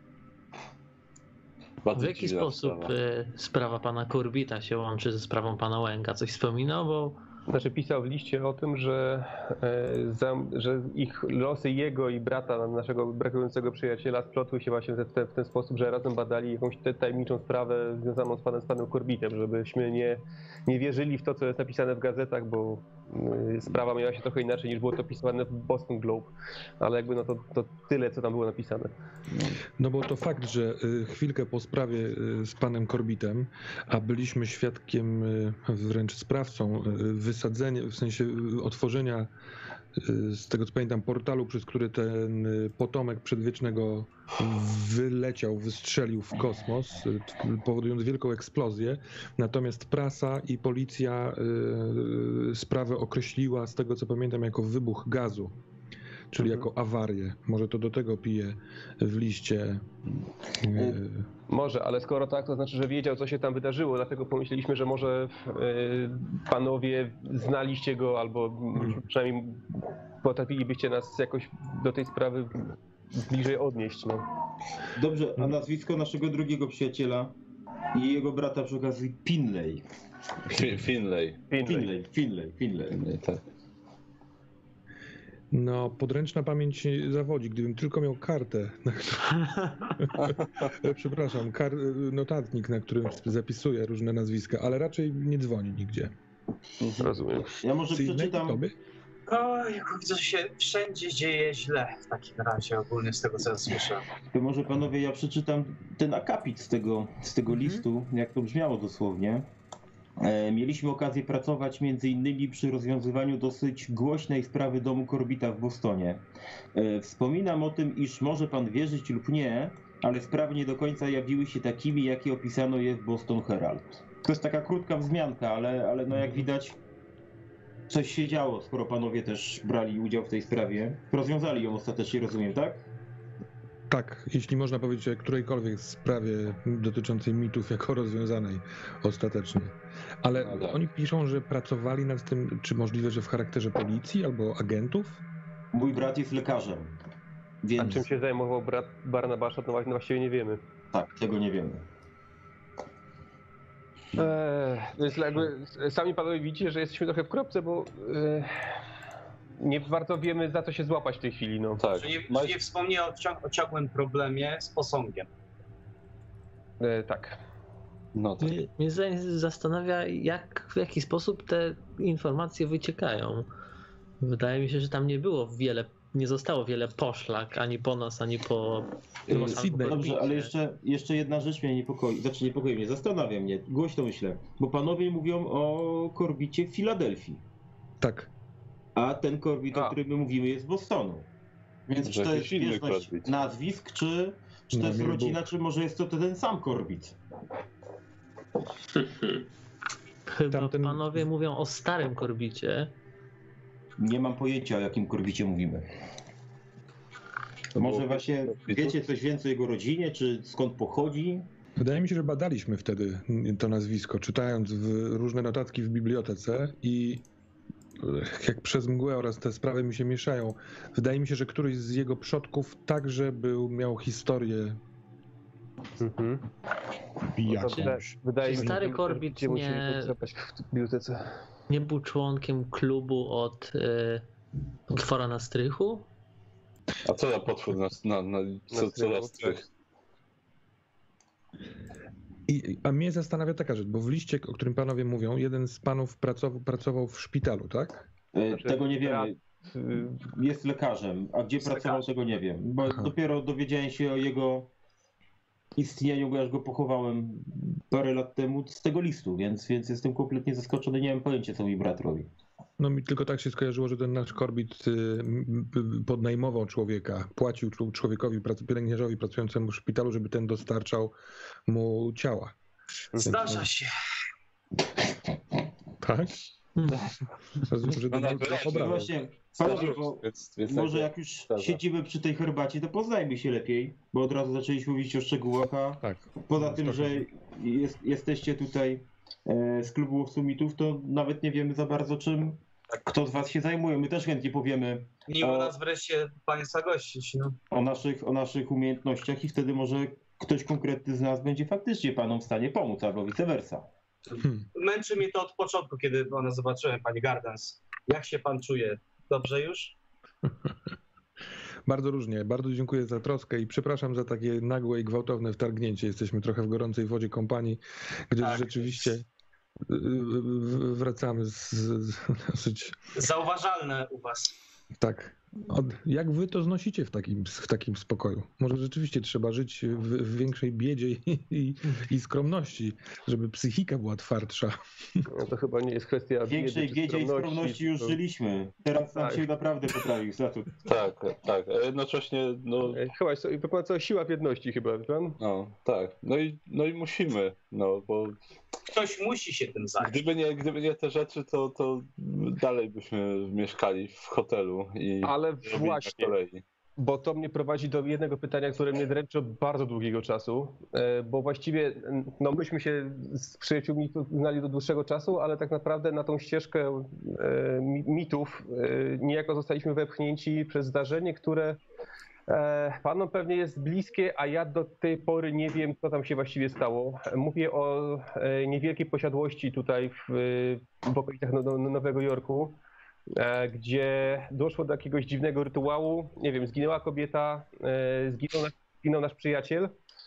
W jaki sposób sprawa pana Corbita się łączy ze sprawą pana Łęga? Coś wspominał? Bo Znaczy pisał w liście o tym, że ich losy jego i brata, naszego brakującego przyjaciela, splotły się właśnie w ten sposób, że razem badali jakąś tajemniczą sprawę związaną z panem Corbitem, żebyśmy nie wierzyli w to, co jest napisane w gazetach, bo sprawa miała się trochę inaczej, niż było to pisane w Boston Globe, ale jakby no to tyle, co tam było napisane. No bo to fakt, że chwilkę po sprawie z panem Corbitem, a byliśmy świadkiem, wręcz sprawcą wysadzenia, w sensie otworzenia, z tego co pamiętam, portalu, przez który ten potomek przedwiecznego wystrzelił w kosmos, powodując wielką eksplozję. Natomiast prasa i policja sprawę określiła, z tego co pamiętam, jako wybuch gazu, czyli jako awarię. Może to do tego pije w liście. Może, ale skoro tak, to znaczy, że wiedział, co się tam wydarzyło, dlatego pomyśleliśmy, że może panowie znaliście go, albo przynajmniej potrafilibyście nas jakoś do tej sprawy bliżej odnieść. No. Dobrze, a nazwisko naszego drugiego przyjaciela i jego brata przy okazji Finlay. Finlay, tak. No, podręczna pamięć zawodzi. Gdybym tylko miał kartę, na przepraszam, notatnik, na którym zapisuję różne nazwiska, ale raczej nie dzwoni nigdzie. Rozumiem. Ja może przeczytam. Oj, widzę, że się wszędzie dzieje źle w takim razie ogólnie z tego, co ja słyszę. To może panowie, ja przeczytam ten akapit z tego listu, jak to brzmiało dosłownie. Mieliśmy okazję pracować m.in. przy rozwiązywaniu dosyć głośnej sprawy domu Corbita w Bostonie. Wspominam o tym, iż może pan wierzyć lub nie, ale sprawy nie do końca jawiły się takimi, jakie opisano je w Boston Herald. To jest taka krótka wzmianka, ale no jak widać coś się działo, skoro panowie też brali udział w tej sprawie. Rozwiązali ją ostatecznie, rozumiem, tak? Tak, jeśli można powiedzieć o którejkolwiek sprawie dotyczącej mitów jako rozwiązanej ostatecznie. Ale oni piszą, że pracowali nad tym, czy możliwe, że w charakterze policji albo agentów? Mój brat jest lekarzem, więc... A czym się zajmował brat Barnabasza, to właściwie nie wiemy. Tak, tego nie wiemy. Więc jakby sami panowie widzicie, że jesteśmy trochę w kropce, bo nie bardzo wiemy, za co się złapać w tej chwili. No. Tak. Że nie wspomnę o ciągłym problemie z posągiem. Tak. No tak. Mnie zastanawia, w jaki sposób te informacje wyciekają. Wydaje mi się, że tam nie zostało wiele poszlak, ani po nas, ani po... Dobrze, ale jeszcze jedna rzecz mnie niepokoi mnie, zastanawia mnie, głośno myślę, bo panowie mówią o Corbicie w Filadelfii. Tak. A ten Corbit, o którym my mówimy, jest z Bostonu. Więc czy to jest zbieżność nazwisk, czy to jest rodzina, czy może jest to ten sam Corbit? Chyba panowie mówią o starym Corbicie. Nie mam pojęcia, o jakim Corbicie mówimy. Może właśnie wiecie coś więcej o jego rodzinie, czy skąd pochodzi? Wydaje mi się, że badaliśmy wtedy to nazwisko, czytając różne notatki w bibliotece i jak przez mgłę oraz te sprawy mi się mieszają. Wydaje mi się, że któryś z jego przodków także miał historię. Wydaje mi się, stary Corbit nie był członkiem klubu od potwora na strychu? A co za potwór co za strych? A mnie zastanawia taka rzecz, bo w liście, o którym panowie mówią, jeden z panów pracował w szpitalu, tak? Tego nie wiemy. Jest lekarzem, a gdzie pracował, tego nie wiem. Bo dopiero dowiedziałem się o jego istnieniu, bo ja już go pochowałem parę lat temu z tego listu, więc jestem kompletnie zaskoczony, nie mam pojęcia, co mój brat robi. No mi tylko tak się skojarzyło, że ten nasz Corbit podnajmował człowieka, płacił człowiekowi, pielęgniarzowi pracującemu w szpitalu, żeby ten dostarczał mu ciała. Zdarza się. Tak? Rozumiem, że właśnie, może jak już siedzimy przy tej herbacie, to poznajmy się lepiej, bo od razu zaczęliśmy mówić o szczegółach, a poza tym, że jesteście tutaj z klubu Łowców Mitów, to nawet nie wiemy za bardzo czym, kto z was się zajmuje. My też chętnie powiemy Miło nas wreszcie państwa gościć. No. o naszych umiejętnościach i wtedy może ktoś konkretny z nas będzie faktycznie panom w stanie pomóc, albo vice versa. Męczy mnie to od początku, kiedy pana zobaczyłem, pani Gardens. Jak się pan czuje? Dobrze już? Bardzo różnie. Bardzo dziękuję za troskę i przepraszam za takie nagłe i gwałtowne wtargnięcie. Jesteśmy trochę w gorącej wodzie kompanii, gdyż rzeczywiście wracamy z dosyć... Zauważalne u was. Tak. Jak wy to znosicie w takim spokoju? Może rzeczywiście trzeba żyć w większej biedzie i skromności, żeby psychika była twardsza. No to chyba nie jest kwestia W większej biedzie i skromności już żyliśmy. Teraz nam się naprawdę poprawił statut. Tak. A jednocześnie, no... Chyba co siła w jedności chyba, pan? No, tak. No i musimy, no, bo... Ktoś musi się tym zająć. Gdyby nie te rzeczy, to dalej byśmy mieszkali w hotelu i... Ale właśnie, bo to mnie prowadzi do jednego pytania, które mnie dręczy od bardzo długiego czasu, bo właściwie no myśmy się z przyjaciółmi znali do dłuższego czasu, ale tak naprawdę na tą ścieżkę mitów niejako zostaliśmy wepchnięci przez zdarzenie, które panom pewnie jest bliskie, a ja do tej pory nie wiem, co tam się właściwie stało. Mówię o niewielkiej posiadłości tutaj w okolicach Nowego Jorku, gdzie doszło do jakiegoś dziwnego rytuału. Nie wiem, zginęła kobieta, zginął nasz przyjaciel.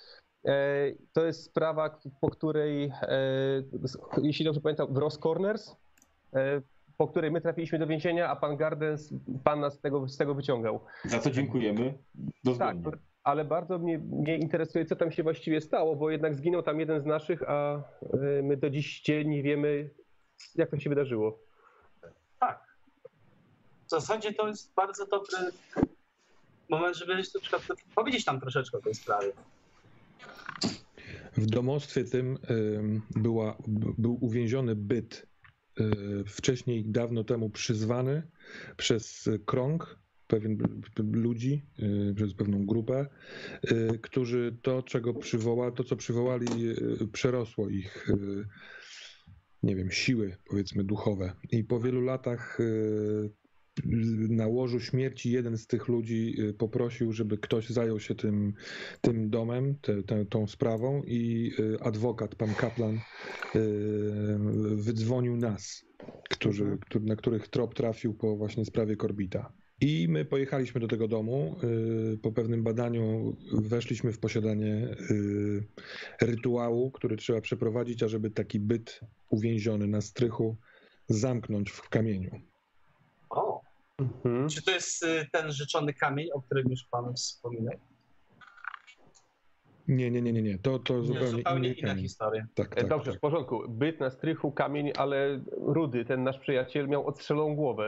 To jest sprawa, po której, jeśli dobrze pamiętam, w Ross Corners, po której my trafiliśmy do więzienia, a pan Gardens, pan nas z tego wyciągał. Za co dziękujemy. Tak, ale bardzo mnie interesuje, co tam się właściwie stało, bo jednak zginął tam jeden z naszych, a my do dziś nie wiemy, jak to się wydarzyło. Tak. W zasadzie to jest bardzo dobry moment, żeby na przykład powiedzieć tam troszeczkę o tej sprawie. W domostwie tym był uwięziony byt, wcześniej dawno temu przyzwany przez krąg pewien ludzi, przez pewną grupę, którzy to, co przywołali, przerosło ich, nie wiem, siły, powiedzmy, duchowe. I po wielu latach na łożu śmierci jeden z tych ludzi poprosił, żeby ktoś zajął się tym domem, tą sprawą i adwokat, pan kaplan, wydzwonił nas, na których trop trafił po właśnie sprawie Corbita. I my pojechaliśmy do tego domu. Po pewnym badaniu weszliśmy w posiadanie rytuału, który trzeba przeprowadzić, ażeby taki byt uwięziony na strychu zamknąć w kamieniu. O! Czy to jest ten rzeczony kamień, o którym już pan wspominał? Nie. To zupełnie inna historia. Tak, dobrze, tak. W porządku. Byt na strychu, kamień, ale Rudy, ten nasz przyjaciel, miał odstrzeloną głowę.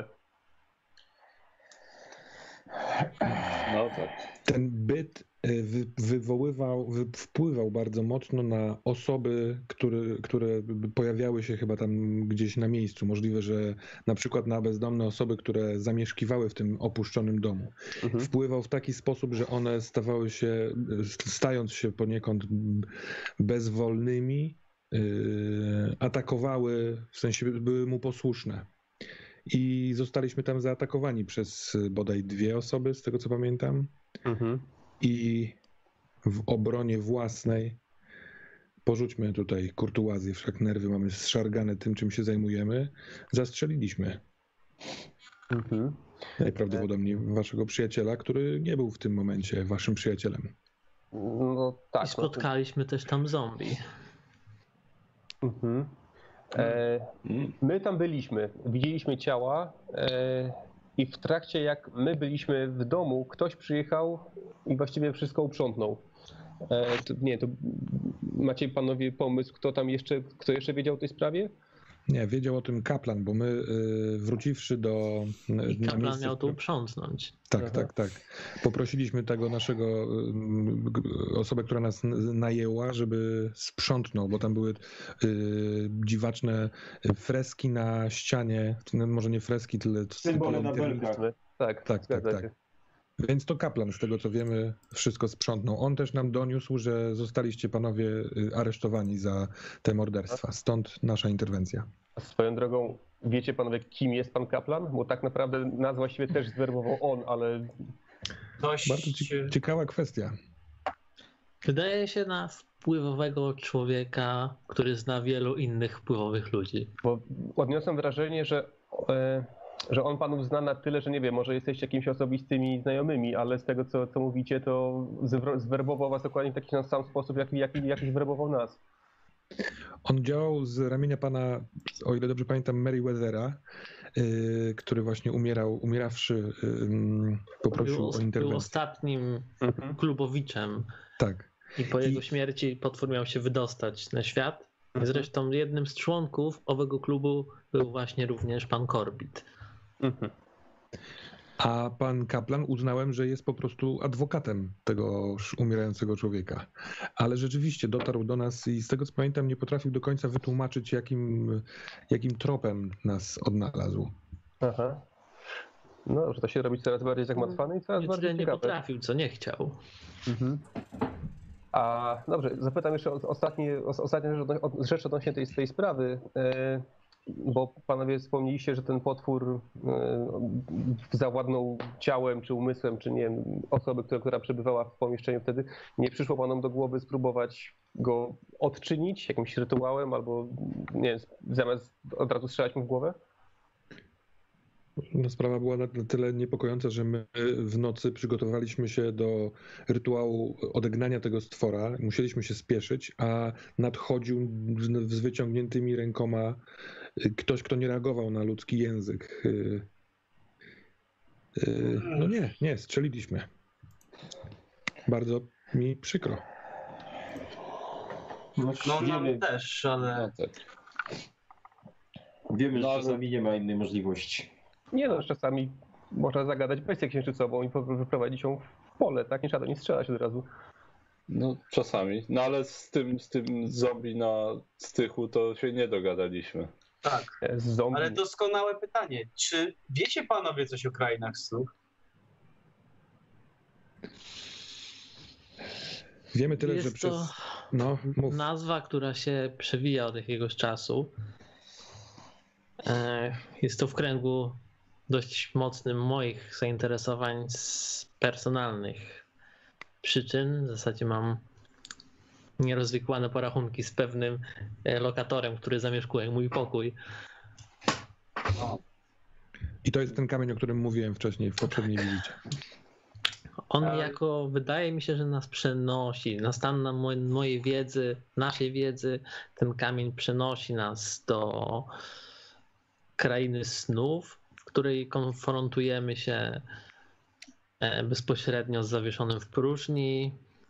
No tak. Ten byt wpływał bardzo mocno na osoby, które pojawiały się chyba tam gdzieś na miejscu. Możliwe, że na przykład na bezdomne osoby, które zamieszkiwały w tym opuszczonym domu. Wpływał w taki sposób, że one stając się poniekąd bezwolnymi, atakowały, w sensie były mu posłuszne. I zostaliśmy tam zaatakowani przez bodaj 2 osoby, z tego co pamiętam. I w obronie własnej, porzućmy tutaj kurtuazję, wszak nerwy mamy zszargane tym, czym się zajmujemy, zastrzeliliśmy. Najprawdopodobniej waszego przyjaciela, który nie był w tym momencie waszym przyjacielem. No tak. I spotkaliśmy też tam zombie. My tam byliśmy, widzieliśmy ciała i w trakcie jak my byliśmy w domu, ktoś przyjechał i właściwie wszystko uprzątnął. To macie panowie pomysł, kto jeszcze wiedział o tej sprawie? Nie, wiedział o tym kaplan, bo my wróciwszy do... I kaplan miał to uprzątnąć. Tak. Poprosiliśmy tego naszego osobę, która nas najęła, żeby sprzątnął, bo tam były dziwaczne freski na ścianie, może nie freski, tyle symbole na belkach. Tak. Więc to kaplan, z tego co wiemy, wszystko sprzątnął. On też nam doniósł, że zostaliście panowie aresztowani za te morderstwa. Stąd nasza interwencja. A swoją drogą, wiecie panowie, kim jest pan kaplan? Bo tak naprawdę nas właściwie też zwerbował on, ale... Dość... Bardzo ciekawa kwestia. Wydaje się na wpływowego człowieka, który zna wielu innych wpływowych ludzi. Bo odniosłem wrażenie, że on panów zna na tyle, że nie wiem, może jesteście jakimiś osobistymi znajomymi, ale z tego, co mówicie, to zwerbował was dokładnie w taki sam sposób, jaki zwerbował nas. On działał z ramienia pana, o ile dobrze pamiętam, Merryweathera, który właśnie umierawszy, poprosił o interwencję. Był ostatnim klubowiczem. Tak. I po jego śmierci potwór miał się wydostać na świat. Zresztą jednym z członków owego klubu był właśnie również pan Corbett. A pan kaplan uznałem, że jest po prostu adwokatem tego umierającego człowieka. Ale rzeczywiście dotarł do nas i z tego co pamiętam nie potrafił do końca wytłumaczyć, jakim tropem nas odnalazł. Aha. No, że to się robi coraz bardziej zagmatwane i coraz bardziej nie ciekawe. potrafił, co nie chciał. A dobrze, zapytam jeszcze ostatnia rzecz odnośnie tej sprawy, bo panowie wspomnieliście, że ten potwór zawładnął ciałem czy umysłem, czy nie wiem, osoby, która przebywała w pomieszczeniu wtedy. Nie przyszło panom do głowy spróbować go odczynić jakimś rytuałem albo nie wiem, zamiast od razu strzelać mu w głowę? No, sprawa była na tyle niepokojąca, że my w nocy przygotowaliśmy się do rytuału odegnania tego stwora. Musieliśmy się spieszyć, a nadchodził z wyciągniętymi rękoma ktoś, kto nie reagował na ludzki język. No nie, strzeliliśmy. Bardzo mi przykro. No nam też, ale... Wiemy, że czasami nie ma innej możliwości. Nie no, czasami można zagadać bestię księżycową i wyprowadzić ją w pole, tak? Nie trzeba do niej strzelać od razu. No czasami, no ale z tym zombie na strychu to się nie dogadaliśmy. Tak, ale doskonałe pytanie. Czy wiecie panowie coś o krainach snów? Wiemy tyle, Jest że przez... to No, mów. nazwa, która się przewija od jakiegoś czasu. Jest to w kręgu dość mocnym moich zainteresowań z personalnych przyczyn. W zasadzie mam nierozwikłane porachunki z pewnym lokatorem, który zamieszkuje mój pokój. I to jest ten kamień, o którym mówiłem wcześniej, w poprzedniej wizycie. On wydaje mi się, że nas przenosi, na stan mojej wiedzy, naszej wiedzy, ten kamień przenosi nas do krainy snów, w której konfrontujemy się bezpośrednio z zawieszonym w próżni,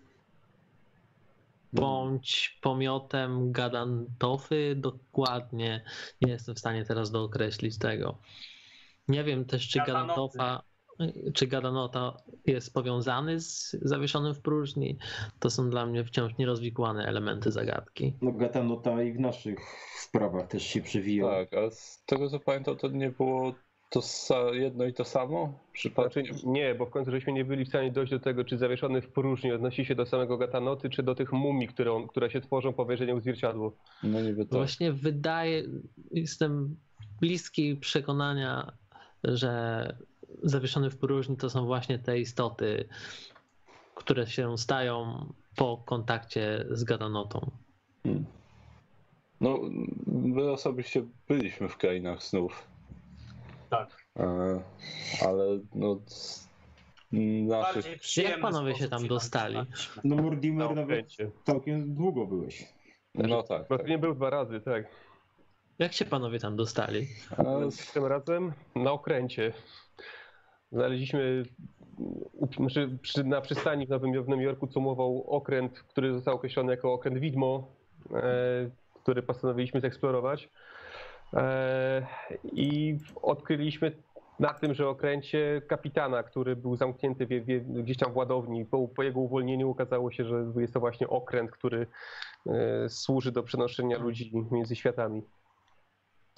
bądź pomiotem Gadantofy. Dokładnie nie jestem w stanie teraz dookreślić tego. Nie wiem też, czy Gadanota jest powiązany z zawieszonym w próżni. To są dla mnie wciąż nierozwikłane elementy zagadki. No Gadanota i w naszych sprawach też się przewija. Tak, a z tego co pamiętam, to nie było to jedno i to samo? Znaczy, nie, bo w końcu żeśmy nie byli w stanie dojść do tego, czy zawieszony w próżni odnosi się do samego Gatanoty, czy do tych mumii, które się tworzą po wejrzeniu w zwierciadło. No niby tak. Właśnie jestem bliski przekonania, że zawieszony w próżni to są właśnie te istoty, które się stają po kontakcie z Gadanotą. No, my osobiście byliśmy w krainach snów. Tak. Ale no... Jak panowie się tam dostali? No Mortimer nawet całkiem długo byłeś. No tak. Po prostu nie był 2 razy, tak. Jak się panowie tam dostali? Tym razem na okręcie. Znaleźliśmy na przystani w Nowym Jorku cumował okręt, który został określony jako okręt Widmo, który postanowiliśmy zeksplorować. I odkryliśmy na tymże okręcie kapitana, który był zamknięty gdzieś tam w ładowni. Po jego uwolnieniu okazało się, że jest to właśnie okręt, który służy do przenoszenia ludzi między światami.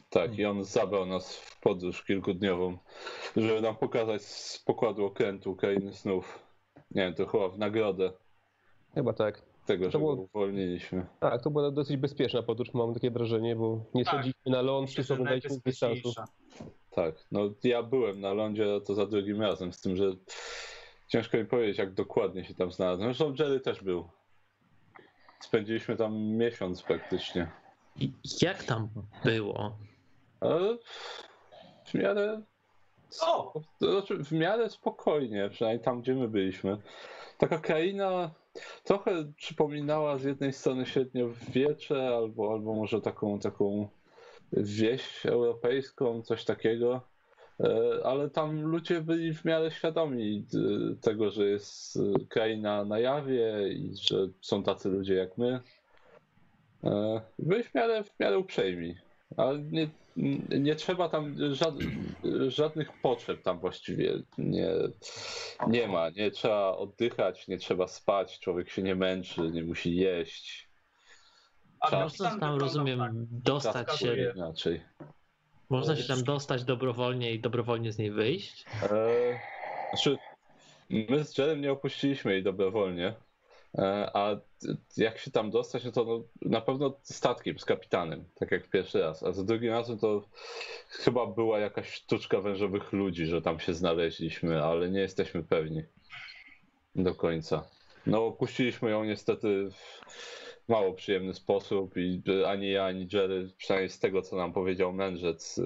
Tak, i on zabrał nas w podróż kilkudniową, żeby nam pokazać z pokładu okrętu Krainy Snów. Nie wiem, to chyba w nagrodę Chyba tak. tego, że go uwolniliśmy. Tak, to była dosyć bezpieczna podróż, mam takie wrażenie, bo nie Tak. schodziliśmy na ląd, Myślę, czy że sobie daliśmy dystansu. najbezpieczniejsza. Tak, no ja byłem na lądzie, to za drugim razem, z tym, że ciężko mi powiedzieć, jak dokładnie się tam znalazłem. Zresztą Jerry też był. Spędziliśmy tam miesiąc praktycznie. I jak tam było? Ale w miarę... O! To znaczy w miarę spokojnie, przynajmniej tam, gdzie my byliśmy. Taka kraina trochę przypominała z jednej strony średniowiecze, albo może taką wieś europejską, coś takiego. Ale tam ludzie byli w miarę świadomi tego, że jest kraina na jawie i że są tacy ludzie jak my. Byli w miarę uprzejmi, ale nie trzeba tam żadnych potrzeb tam właściwie nie ma. Nie trzeba oddychać, nie trzeba spać, człowiek się nie męczy, nie musi jeść. A Można tam, rozumiem, dostać się... Inaczej. Można się tam dostać dobrowolnie i dobrowolnie z niej wyjść? Znaczy, my z Jerem nie opuściliśmy jej dobrowolnie, a jak się tam dostać, no to na pewno statkiem, z kapitanem, tak jak pierwszy raz, a za drugim razem to chyba była jakaś sztuczka wężowych ludzi, że tam się znaleźliśmy, ale nie jesteśmy pewni do końca. No opuściliśmy ją niestety w mało przyjemny sposób i ani ja, ani Jerry, przynajmniej z tego, co nam powiedział mędrzec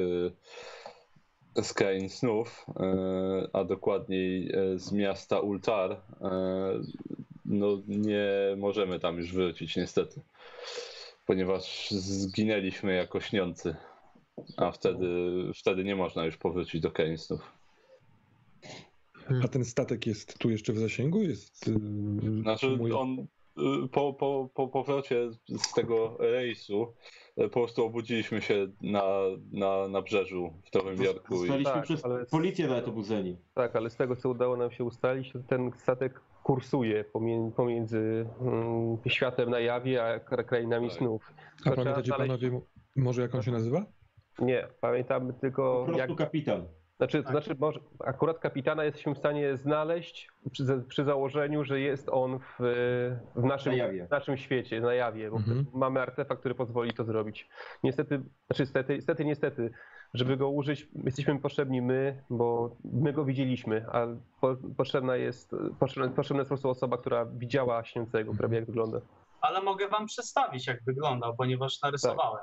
z Krain Snów, a dokładniej z miasta Ultar, no nie możemy tam już wrócić niestety, ponieważ zginęliśmy jako śniący, a wtedy nie można już powrócić do Krain Snów. A ten statek jest tu jeszcze w zasięgu? Znaczy on po powrocie z tego rejsu po prostu obudziliśmy się na nabrzeżu w Nowym Jorku. Zostaliśmy Tak, przez ale- policję nawet obudzeni. Tak, ale z tego, co udało nam się ustalić, to ten statek kursuje pomiędzy światem na jawie, a krainami Tak. snów. A To pamiętacie trzeba znaleźć- panowie, może jak on się nazywa? Nie, pamiętamy Po tylko prostu jak... kapitan. To znaczy może akurat kapitana jesteśmy w stanie znaleźć przy założeniu, że jest on w naszym świecie, na jawie, bo mamy artefakt, który pozwoli to zrobić. Niestety, niestety, żeby go użyć, jesteśmy potrzebni my, bo my go widzieliśmy, a potrzebna jest po prostu osoba, która widziała śniącego, prawie jak wygląda. Ale mogę wam przedstawić, jak wyglądał, ponieważ narysowałem.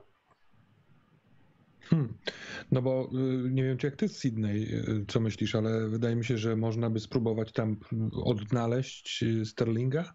No bo nie wiem, czy jak ty, Sydney, co myślisz, ale wydaje mi się, że można by spróbować tam odnaleźć Sterlinga?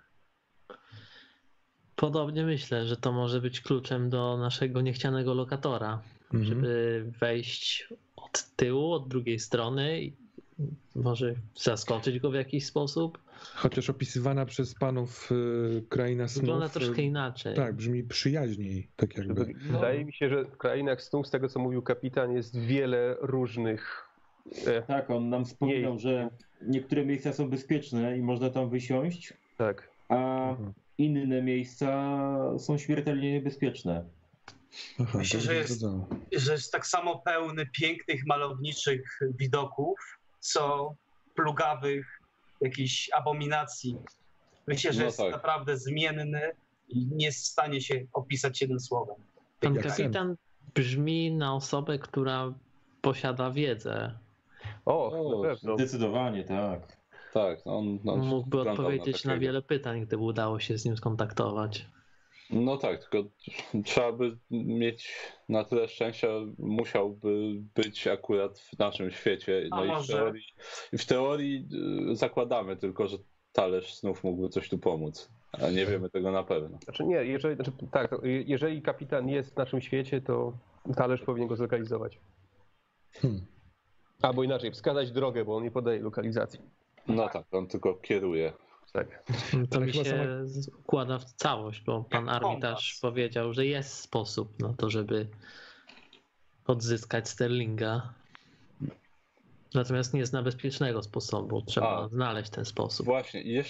Podobnie myślę, że to może być kluczem do naszego niechcianego lokatora, żeby wejść od tyłu, od drugiej strony i może zaskoczyć go w jakiś sposób. Chociaż opisywana przez panów Kraina Snów... Wygląda troszkę inaczej. Tak, brzmi przyjaźniej, tak jakby. Wydaje mi się, że w krainach snów, z tego co mówił kapitan, jest wiele różnych... Tak, on nam wspominał, miejsc. że niektóre miejsca są bezpieczne i można tam wysiąść, Tak. a inne miejsca są śmiertelnie niebezpieczne. Aha, Myślę, to że by jest- zgadzało. Że jest tak samo pełny pięknych, malowniczych widoków, co plugawych jakichś abominacji. Myślę, że No jest tak. naprawdę zmienny i nie jest w stanie się opisać jednym słowem. Pan Jak kapitan brzmi na osobę, która posiada wiedzę. O, na pewno. Zdecydowanie, tak. Tak, on Mógłby wyglądał odpowiedzieć na takiego. wiele pytań, gdyby udało się z nim skontaktować. No tak, tylko trzeba by mieć na tyle szczęścia, musiałby być akurat w naszym świecie. A No może- w teorii zakładamy tylko, że talerz snów mógłby coś tu pomóc, a nie wiemy tego na pewno. Znaczy nie, jeżeli kapitan jest w naszym świecie, to talerz powinien go zlokalizować. Albo inaczej, wskazać drogę, bo on nie podaje lokalizacji. No tak, on tylko kieruje. Tak. To Ale mi chyba się układa w całość, bo pan Armitage Kompas. powiedział, że jest sposób na to, żeby odzyskać Sterlinga. Natomiast nie zna bezpiecznego sposobu. Trzeba znaleźć ten sposób. Właśnie, i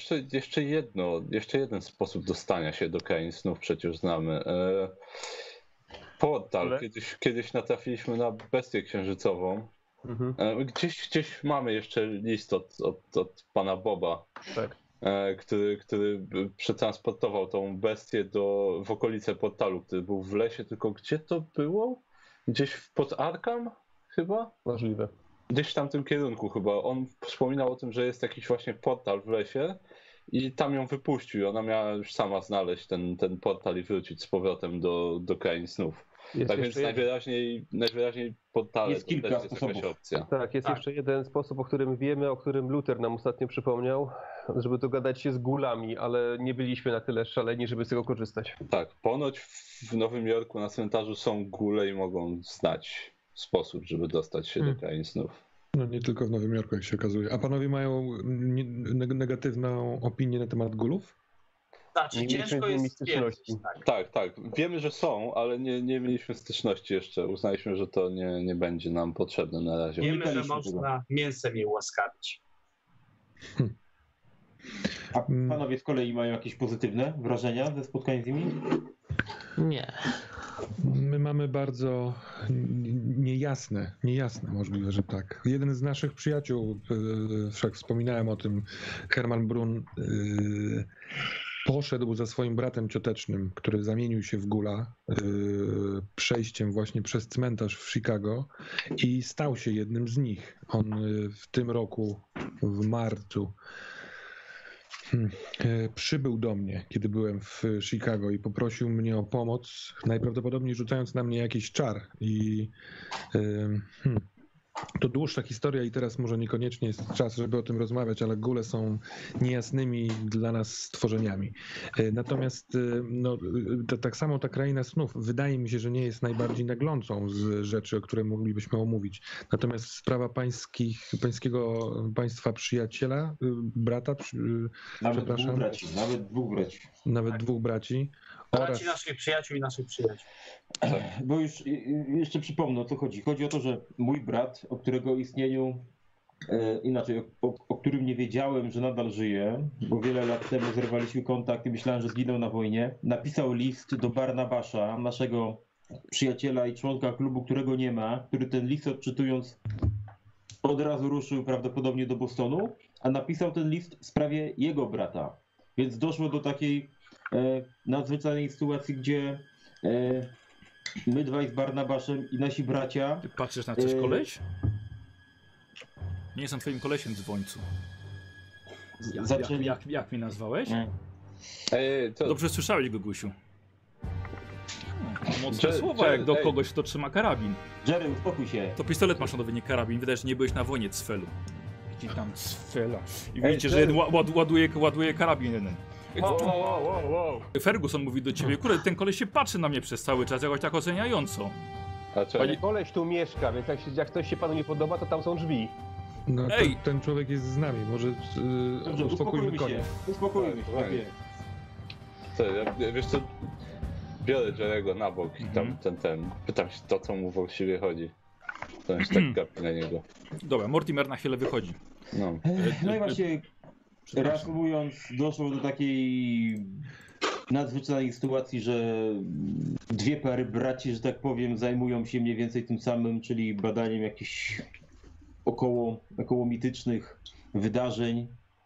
jeszcze jeden sposób dostania się do Krain Snów przecież znamy. Portal. Kiedyś natrafiliśmy na bestię księżycową. Gdzieś mamy jeszcze list od pana Boba, Tak. który przetransportował tą bestię w okolice portalu, który był w lesie, tylko gdzie to było? Gdzieś pod Arkham chyba? Możliwe. Gdzieś w tamtym kierunku chyba. On wspominał o tym, że jest jakiś właśnie portal w lesie i tam ją wypuścił. Ona miała już sama znaleźć ten portal i wrócić z powrotem do krain snów. Tak więc najwyraźniej portale jest kilka też jest sposobów. jakaś opcja. Tak, jest jeszcze jeden sposób, o którym wiemy, o którym Luther nam ostatnio przypomniał, żeby dogadać się z gulami, ale nie byliśmy na tyle szaleni, żeby z tego korzystać. Tak, ponoć w Nowym Jorku na cmentarzu są gule i mogą znać sposób, żeby dostać się do krain snów. No nie tylko w Nowym Jorku, jak się okazuje. A panowie mają negatywną opinię na temat gulów? Znaczy, ciężko jest stwierdzić. Tak. Wiemy, że są, ale nie mieliśmy styczności jeszcze. Uznaliśmy, że to nie będzie nam potrzebne na razie. Wiemy, że można mięsem je łaskawić. A panowie z kolei mają jakieś pozytywne wrażenia ze spotkań z nimi? Nie. My mamy bardzo niejasne, możliwe, że tak. Jeden z naszych przyjaciół, wszak wspominałem o tym, Herman Brun, poszedł za swoim bratem ciotecznym, który zamienił się w gula, przejściem właśnie przez cmentarz w Chicago i stał się jednym z nich. On w tym roku, w marcu, przybył do mnie, kiedy byłem w Chicago i poprosił mnie o pomoc, najprawdopodobniej rzucając na mnie jakiś czar. I to dłuższa historia i teraz może niekoniecznie jest czas, żeby o tym rozmawiać, ale gule są niejasnymi dla nas stworzeniami. Natomiast tak samo ta kraina snów wydaje mi się, że nie jest najbardziej naglącą z rzeczy, o które moglibyśmy omówić. Natomiast sprawa pańskiego państwa przyjaciela, brata, Nawet dwóch braci. Braci naszych przyjaciół i naszych przyjaciół. Bo już jeszcze przypomnę, o co chodzi. Chodzi o to, że mój brat, o którego istnieniu, o którym nie wiedziałem, że nadal żyje, bo wiele lat temu zerwaliśmy kontakt i myślałem, że zginął na wojnie, napisał list do Barnabasza, naszego przyjaciela i członka klubu, którego nie ma, który ten list odczytując od razu ruszył prawdopodobnie do Bostonu, a napisał ten list w sprawie jego brata. Więc doszło do takiej nadzwyczajnej sytuacji, gdzie my dwaj z Barnabaszem i nasi bracia... Ty patrzysz na coś, koleś? Nie jestem twoim kolesiem, dzwońcu. Jak mnie nazwałeś? Dobrze słyszałeś, Gugusiu. Mocne słowa, jak do kogoś, kto trzyma karabin. Jerry, uspokój się. To pistolet maszynowy, nie karabin. Wydaje, że nie byłeś na wojnie, Cfelu. Gdzie tam Cfela? I widzicie, że ładuje karabin jeden. Wow. Ferguson mówi do ciebie, kurde, ten koleś się patrzy na mnie przez cały czas, jakoś tak oceniająco. Panie koleś tu mieszka, więc jak coś się panu nie podoba, to tam są drzwi. No, ten człowiek jest z nami, może uspokójmy konia. Uspokójmy się, wiesz co, biorę Jerry'ego na bok i tam pytam się, to co mu właściwie chodzi. To jest tak gapi na niego. Dobra, Mortimer na chwilę wychodzi. No i właśnie, reasumując, doszło do takiej nadzwyczajnej sytuacji, że dwie pary braci, że tak powiem, zajmują się mniej więcej tym samym, czyli badaniem jakichś około mitycznych wydarzeń.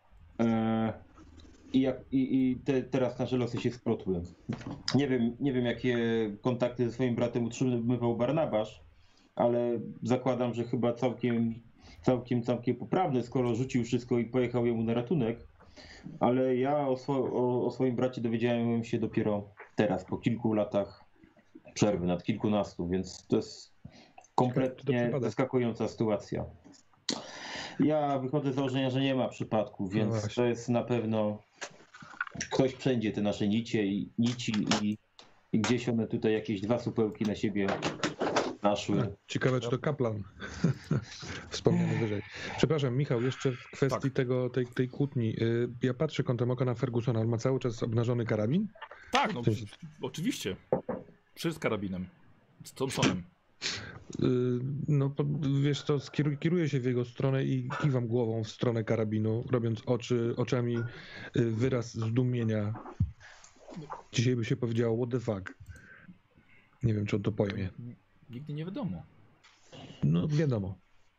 Teraz nasze losy się splotły. Nie wiem, jakie kontakty ze swoim bratem utrzymywał Barnabasz, ale zakładam, że chyba całkiem poprawne, skoro rzucił wszystko i pojechał jemu na ratunek. Ale ja o swoim bracie dowiedziałem się dopiero teraz, po kilku latach przerwy, nad kilkunastu, więc to jest kompletnie zaskakująca sytuacja. Ja wychodzę z założenia, że nie ma przypadku, więc to jest na pewno ktoś przędzie te nasze nici i gdzieś one tutaj jakieś dwa supełki na siebie naszły. Ciekawe, czy to kaplan wspomniany wyżej. Przepraszam, Michał, jeszcze w kwestii tej kłótni. Ja patrzę kątem oka na Fergusona, on ma cały czas obnażony karabin? Tak, no oczywiście. Przed karabinem. Z Thompsonem. No wiesz co, kieruję się w jego stronę i kiwam głową w stronę karabinu, robiąc oczami wyraz zdumienia. Dzisiaj by się powiedziało what the fuck. Nie wiem, czy on to pojmie. Nigdy nie wiadomo. No, wiadomo.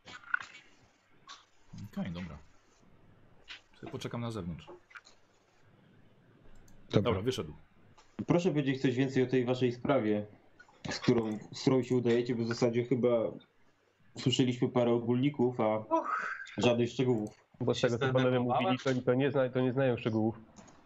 Okej, dobra. Sobie poczekam na zewnątrz. Dobra, wyszedł. Proszę powiedzieć coś więcej o tej waszej sprawie, z którą się udajecie, bo w zasadzie chyba słyszeliśmy parę ogólników, a żadnych szczegółów. Bo z tego, co panowie mówili, to nie znają szczegółów.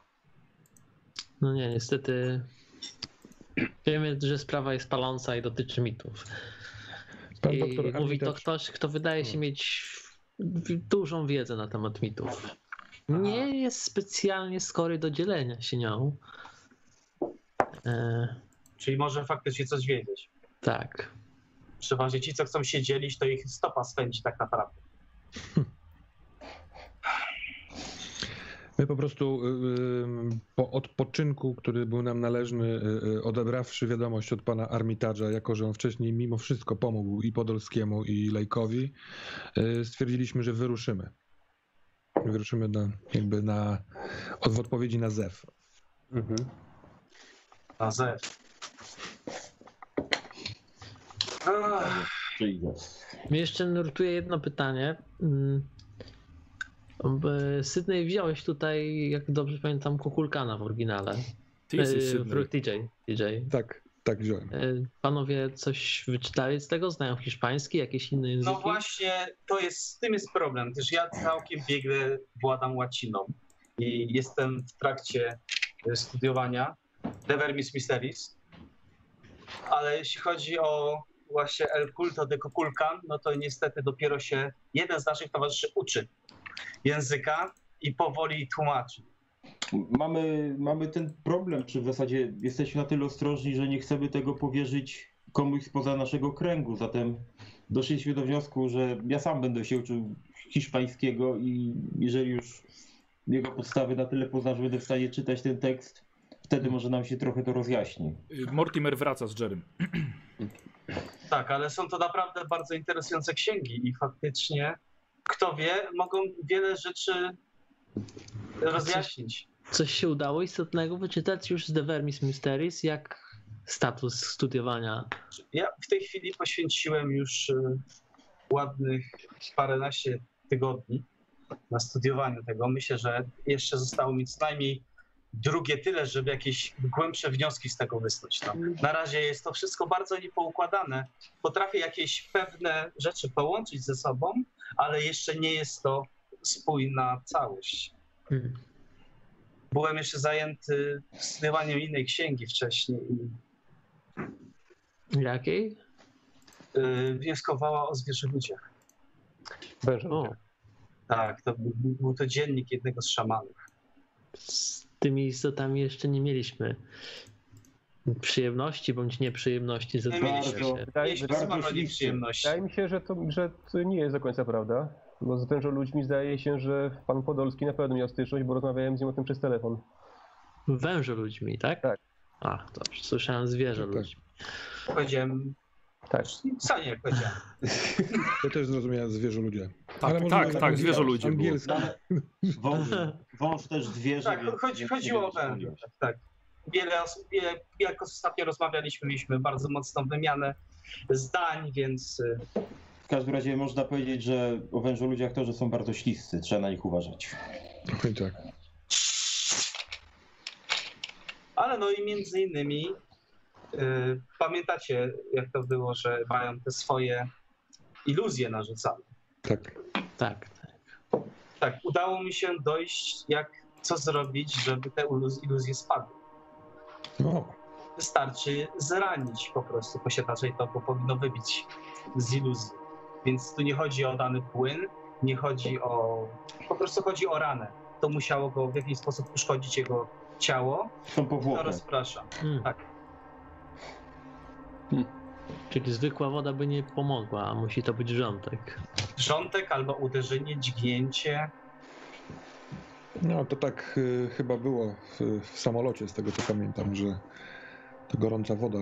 No nie, niestety wiemy, że sprawa jest paląca i dotyczy mitów. Pan I doktor mówi to Armitage- ktoś, kto wydaje się mieć dużą wiedzę na temat mitów. Nie jest specjalnie skory do dzielenia się nią. Czyli może faktycznie coś wiedzieć. Tak. Przeważnie ci, co chcą się dzielić, to ich stopa swędzi tak naprawdę. My po prostu po odpoczynku, który był nam należny, odebrawszy wiadomość od pana Armitage'a, jako że on wcześniej mimo wszystko pomógł i Podolskiemu, i Lake'owi, stwierdziliśmy, że wyruszymy. Wyruszymy w odpowiedzi na zew. Na zew. Mnie jeszcze nurtuje jedno pytanie. Sydney, wziąłeś tutaj, jak dobrze pamiętam, Kukulkana w oryginale. Ty jesteś Sydney. TJ. Tak wziąłem. Panowie coś wyczytali z tego? Znają hiszpański, jakieś inne języki? No właśnie, z tym jest problem, gdyż ja całkiem biegle władam łaciną i jestem w trakcie studiowania De Vermis Mysteris, ale jeśli chodzi o właśnie El Culto de Kukulkan, no to niestety dopiero się jeden z naszych towarzyszy uczy języka i powoli tłumaczy. Mamy ten problem, czy w zasadzie jesteśmy na tyle ostrożni, że nie chcemy tego powierzyć komuś spoza naszego kręgu, zatem doszliśmy do wniosku, że ja sam będę się uczył hiszpańskiego i jeżeli już jego podstawy na tyle poznam, że będę w stanie czytać ten tekst, wtedy może nam się trochę to rozjaśni. Mortimer wraca z Jerrym. Tak, ale są to naprawdę bardzo interesujące księgi i faktycznie, kto wie, mogą wiele rzeczy rozjaśnić. Coś się udało istotnego wyczytać już z The Vermis Mysteries? Jak status studiowania? Ja w tej chwili poświęciłem już ładnych paręnaście tygodni na studiowaniu tego. Myślę, że jeszcze zostało mi co najmniej drugie tyle, żeby jakieś głębsze wnioski z tego wysnuć. No. Na razie jest to wszystko bardzo niepoukładane. Potrafię jakieś pewne rzeczy połączyć ze sobą, ale jeszcze nie jest to spójna całość. Byłem jeszcze zajęty studiowaniem innej księgi wcześniej. Jakiej? Wnioskowała o zwierzoludziach. Wężoludzie. Tak, to był to dziennik jednego z szamanów. Z tymi istotami jeszcze nie mieliśmy przyjemności bądź nieprzyjemności ze Wydaje mi się, że to nie jest do końca prawda. Bo z wężoludźmi zdaje się, że pan Podolski na pewno miał styczność, bo rozmawiałem z nim o tym przez telefon. Wężoludźmi, tak? Tak. A, dobrze, słyszałem zwierzoludźmi. Powiedziałem... Tak. Co nie powiedziałem. Ja też zrozumiałem zwierzoludzie. Tak, zwierzoludzie było. Wąż też zwierzę. Tak, chodziło o węża. Tak. Wiele osób, jak ostatnio rozmawialiśmy, mieliśmy bardzo mocną wymianę zdań, więc... W każdym razie można powiedzieć, że o wężoludziach to, że są bardzo śliscy, trzeba na nich uważać. Tak. Ale no i między innymi pamiętacie, jak to było, że mają te swoje iluzje narzucane. Tak. Tak, udało mi się dojść, co zrobić, żeby te iluzje spadły. No. Wystarczy zranić po prostu posiadacza i to powinno wybić z iluzji. Więc tu nie chodzi o dany płyn, nie chodzi o... Po prostu chodzi o ranę. To musiało go w jakiś sposób uszkodzić jego ciało. Są powłokę. To rozprasza. Tak. Czyli zwykła woda by nie pomogła, a musi to być wrzątek. Wrzątek albo uderzenie, dźgnięcie. No to tak chyba było w samolocie, z tego co pamiętam, że to gorąca woda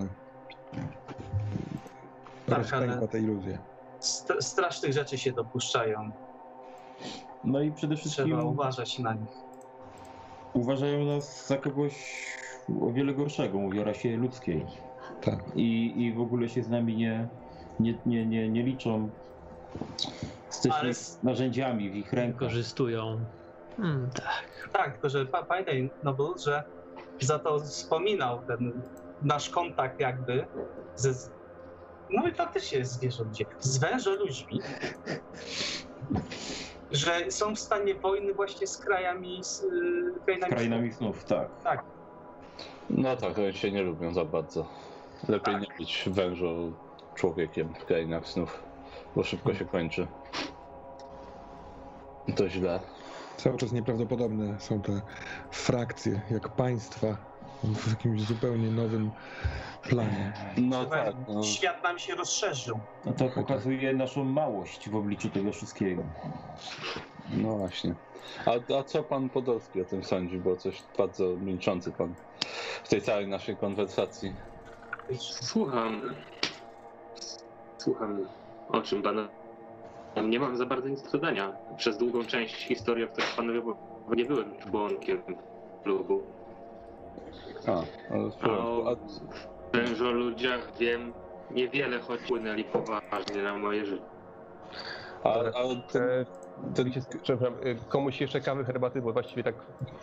rozkręca tę iluzję. Strasznych rzeczy się dopuszczają. No i przede wszystkim trzeba uważać na nich. Uważają nas za kogoś o wiele gorszego, mówi o rasie ludzkiej. Tak. I w ogóle się z nami nie liczą. Jesteśmy narzędziami w ich rękach. Korzystują. Tak. Tak, tylko że pamiętaj, Noble, że za to wspominał ten nasz kontakt jakby no i faktycznie jest zwierzęcie, z wężoludźmi, że są w stanie wojny właśnie z krajami krainami snów, tak. Tak. No tak, oni się nie lubią za bardzo. Lepiej nie być człowiekiem w krainach snów, bo szybko się kończy. To źle. Cały czas nieprawdopodobne są te frakcje, jak państwa w jakimś zupełnie nowym planie. No tak. No. Świat nam się rozszerzył. No to pokazuje naszą małość w obliczu tego wszystkiego. No właśnie. A co pan Podolski o tym sądzi? Bo coś bardzo milczący pan w tej całej naszej konwersacji. Słucham, o czym pan... Nie mam za bardzo nic do dodania. Przez długą część historii, o której panowie, bo nie byłem członkiem klubu. O wężoludziach wiem niewiele, choć płynęli poważnie na moje życie. Przepraszam, komuś jeszcze kawy, herbaty, bo właściwie tak...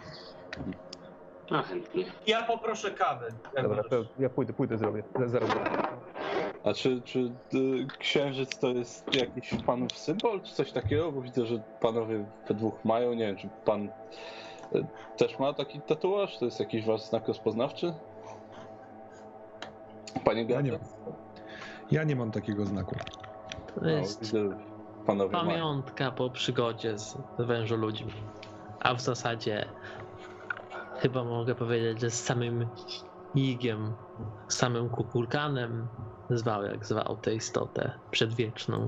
A chętnie. Ja poproszę kawy. Dobra, to ja pójdę zrobię. Zarobię. A czy księżyc to jest jakiś panów symbol, czy coś takiego? Bo widzę, że panowie we dwóch mają. Nie wiem, czy pan też ma taki tatuaż? To jest jakiś wasz znak rozpoznawczy? Panie Gabriel? Ja nie mam takiego znaku. To jest pamiątka po przygodzie z wężoludźmi. A w zasadzie chyba mogę powiedzieć, że z samym Igiem, samym Kukulkanem zwał jak zwał tę istotę przedwieczną.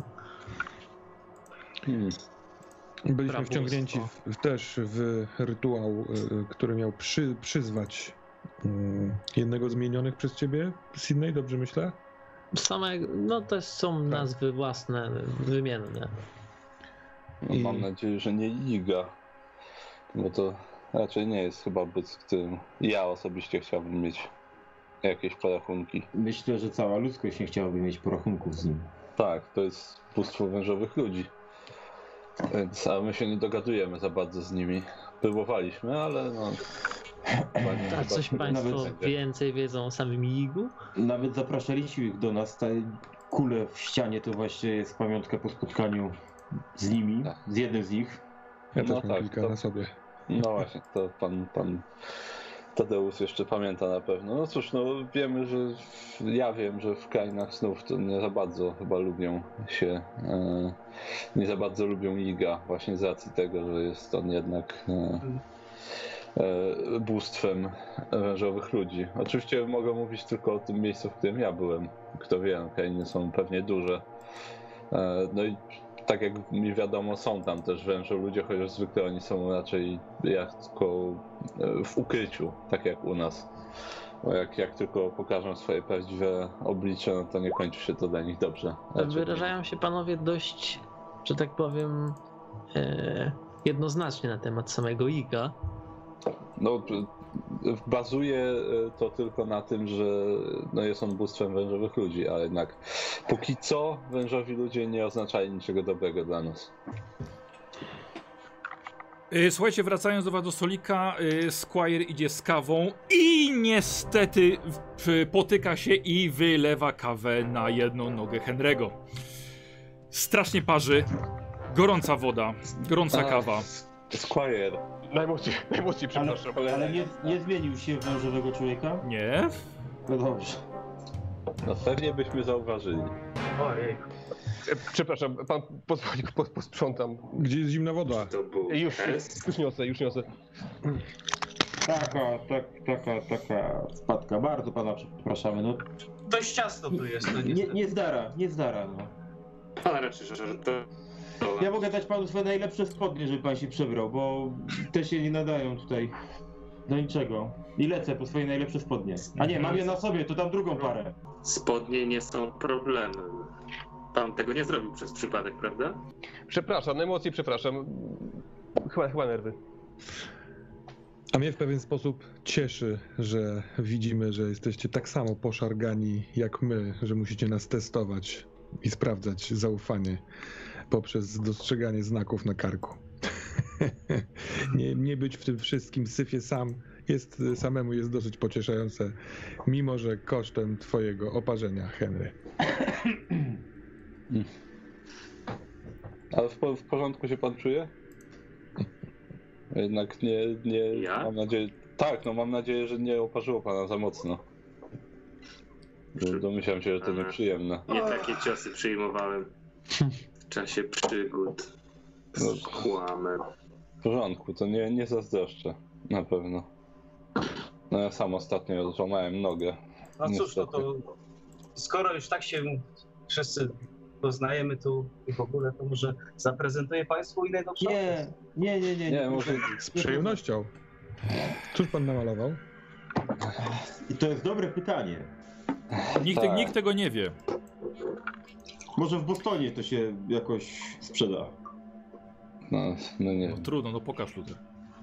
Byliśmy wciągnięci też w rytuał, który miał przyzwać jednego z zmienionych przez ciebie, Sydney, dobrze myślę? No to są nazwy własne, wymienne. No, mam nadzieję, że nie Iga, bo to raczej nie jest chyba byt, z którym ja osobiście chciałbym mieć jakieś porachunki. Myślę, że cała ludzkość nie chciałaby mieć porachunków z nim. Tak, to jest bóstwo wężowych ludzi. Więc, a my się nie dogadujemy za bardzo z nimi. Próbowaliśmy, ale no... A coś państwo więcej wiedzą o samym Igu? Nawet zapraszaliśmy ich do nas. Te kule w ścianie to właśnie jest pamiątka po spotkaniu z nimi, z jednym z nich. Ja też mam kilka na sobie. No właśnie, to pan Tadeusz jeszcze pamięta na pewno. No cóż, no wiemy, że ja wiem, że w krainach snów to nie za bardzo chyba lubią się, nie za bardzo lubią Iga, właśnie z racji tego, że jest on jednak bóstwem wężowych ludzi. Oczywiście mogę mówić tylko o tym miejscu, w którym ja byłem. Kto wie, krainy są pewnie duże. No i tak jak mi wiadomo, są tam też wężoludzie, chociaż zwykle oni są raczej tylko w ukryciu, tak jak u nas. Bo jak tylko pokażą swoje prawdziwe oblicze, no to nie kończy się to dla nich dobrze. Wyrażają się panowie dość, że tak powiem, jednoznacznie na temat samego Iga. No, bazuje to tylko na tym, że no jest on bóstwem wężowych ludzi, ale jednak póki co wężowi ludzie nie oznaczali niczego dobrego dla nas. Słuchajcie, wracając do stolika, Squire idzie z kawą i niestety potyka się i wylewa kawę na jedną nogę Henry'ego. Strasznie parzy, gorąca woda, gorąca kawa. Squire. Najmocniej, przepraszam. Ale nie zmienił się w wężowego człowieka? Nie. No dobrze. No pewnie byśmy zauważyli. Ojej. Przepraszam, pan pozwoli, posprzątam. Gdzie jest zimna woda? To był Już niosę. Taka wpadka. Bardzo pana przepraszamy. No, Dość ciasno tu jest. To nie zdara. No. Pan raczej żartował. Ja mogę dać panu swoje najlepsze spodnie, żeby pan się przebrał, bo te się nie nadają tutaj do niczego. I lecę po swoje najlepsze spodnie. A nie, mam je na sobie, to dam drugą parę. Spodnie nie są problemem. Pan tego nie zrobił przez przypadek, prawda? Przepraszam, na emocje przepraszam. Chyba nerwy. A mnie w pewien sposób cieszy, że widzimy, że jesteście tak samo poszargani jak my, że musicie nas testować i sprawdzać zaufanie poprzez dostrzeganie znaków na karku. Nie być w tym wszystkim syfie samemu jest dosyć pocieszające, mimo że kosztem twojego oparzenia, Henry. Ale w porządku się pan czuje? Jednak nie. Ja? Mam nadzieję. Tak, no mam nadzieję, że nie oparzyło pana za mocno. Domyślam się, że to nieprzyjemne. Nie takie ciosy przyjmowałem w czasie przygód z chłamem. W porządku, to nie zazdroszczę, na pewno. No ja sam ostatnio złamałem nogę. No cóż, no to skoro już tak się wszyscy poznajemy tu i w ogóle, to może zaprezentuję państwu ile do przodu. Nie, może Z przyjemnością. Cóż pan namalował? I to jest dobre pytanie. Nikt tego nie wie. Może w Bostonie to się jakoś sprzeda. No nie. No, trudno, no pokaż, Luther.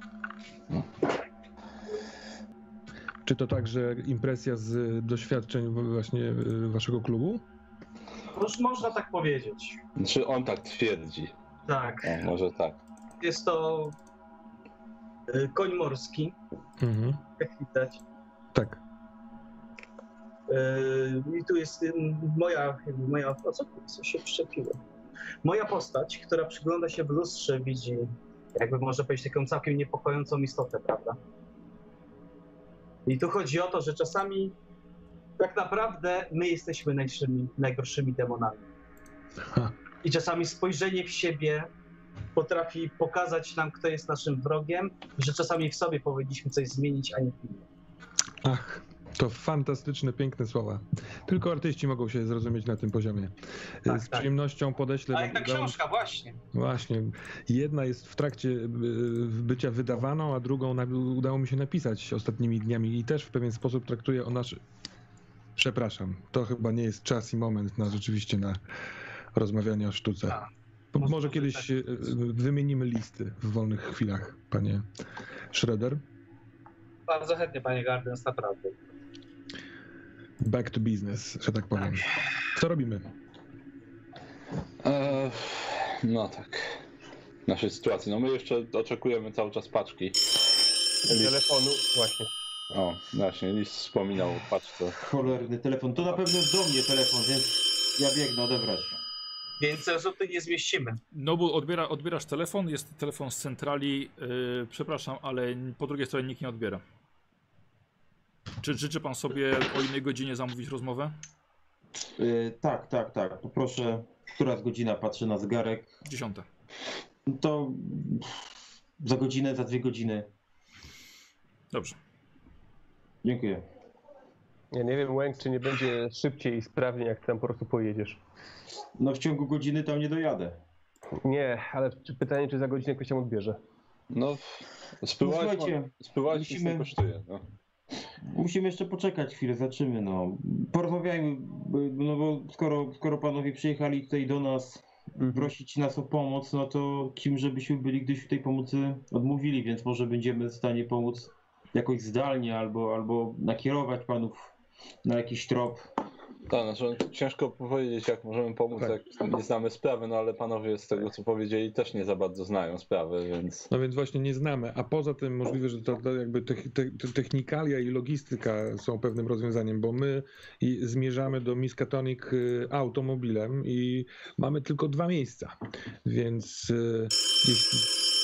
Czy to także impresja z doświadczeń właśnie waszego klubu? Już można tak powiedzieć. Znaczy on tak twierdzi. Tak. O, może tak. Jest to koń morski, jak widać. Tak. I tu jest moja o co się przyczepiło? Moja postać, która przygląda się w lustrze, widzi, jakby można powiedzieć, taką całkiem niepokojącą istotę, prawda? I tu chodzi o to, że czasami tak naprawdę my jesteśmy najgorszymi demonami. I czasami spojrzenie w siebie potrafi pokazać nam, kto jest naszym wrogiem, i że czasami w sobie powinniśmy coś zmienić, a nie w innym. Ach, to fantastyczne, piękne słowa. Tylko artyści mogą się zrozumieć na tym poziomie. Z przyjemnością podeślę... A jak ta książka, właśnie. Właśnie. Jedna jest w trakcie bycia wydawaną, a drugą udało mi się napisać ostatnimi dniami i też w pewien sposób traktuje o nasz... Przepraszam, to chyba nie jest czas i moment rzeczywiście na rozmawianie o sztuce. Może kiedyś wymienimy listy w wolnych chwilach, panie Schroeder. Bardzo chętnie, panie Gardens, naprawdę. Back to business, że tak powiem. Co robimy? No tak. W naszej sytuacji. No my jeszcze oczekujemy cały czas paczki. Telefonu, właśnie. O, właśnie, Lis wspominał o paczce. Cholerny telefon. To na pewno jest do mnie telefon, więc ja biegnę odebrać. Więcej osób tu nie zmieścimy. No bo odbierasz telefon, jest telefon z centrali. Przepraszam, ale po drugiej stronie nikt nie odbiera. Czy życzy pan sobie o innej godzinie zamówić rozmowę? Tak. Poproszę, która jest godzina? Patrzę na zegarek. 10. To za godzinę, za 2 godziny. Dobrze. Dziękuję. Ja nie wiem, Łęk, czy nie będzie szybciej i sprawniej, jak tam po prostu pojedziesz. No w ciągu godziny tam nie dojadę. Nie, ale pytanie, czy za godzinę ktoś się odbierze. No, spływać nic nie kosztuje. No. Musimy jeszcze poczekać chwilę, zaczymy, no. Porozmawiajmy, no bo skoro panowie przyjechali tutaj do nas prosić nas o pomoc, no to kim żebyśmy byli, gdyś tej pomocy odmówili, więc może będziemy w stanie pomóc jakoś zdalnie albo nakierować panów na jakiś trop. Tak, znaczy ciężko powiedzieć, jak możemy pomóc, jak nie znamy sprawy, no ale panowie z tego, co powiedzieli, też nie za bardzo znają sprawy, więc... No więc właśnie nie znamy, a poza tym możliwe, że to jakby technikalia i logistyka są pewnym rozwiązaniem, bo my zmierzamy do Miskatonic automobilem i mamy tylko 2 miejsca, więc jeśli...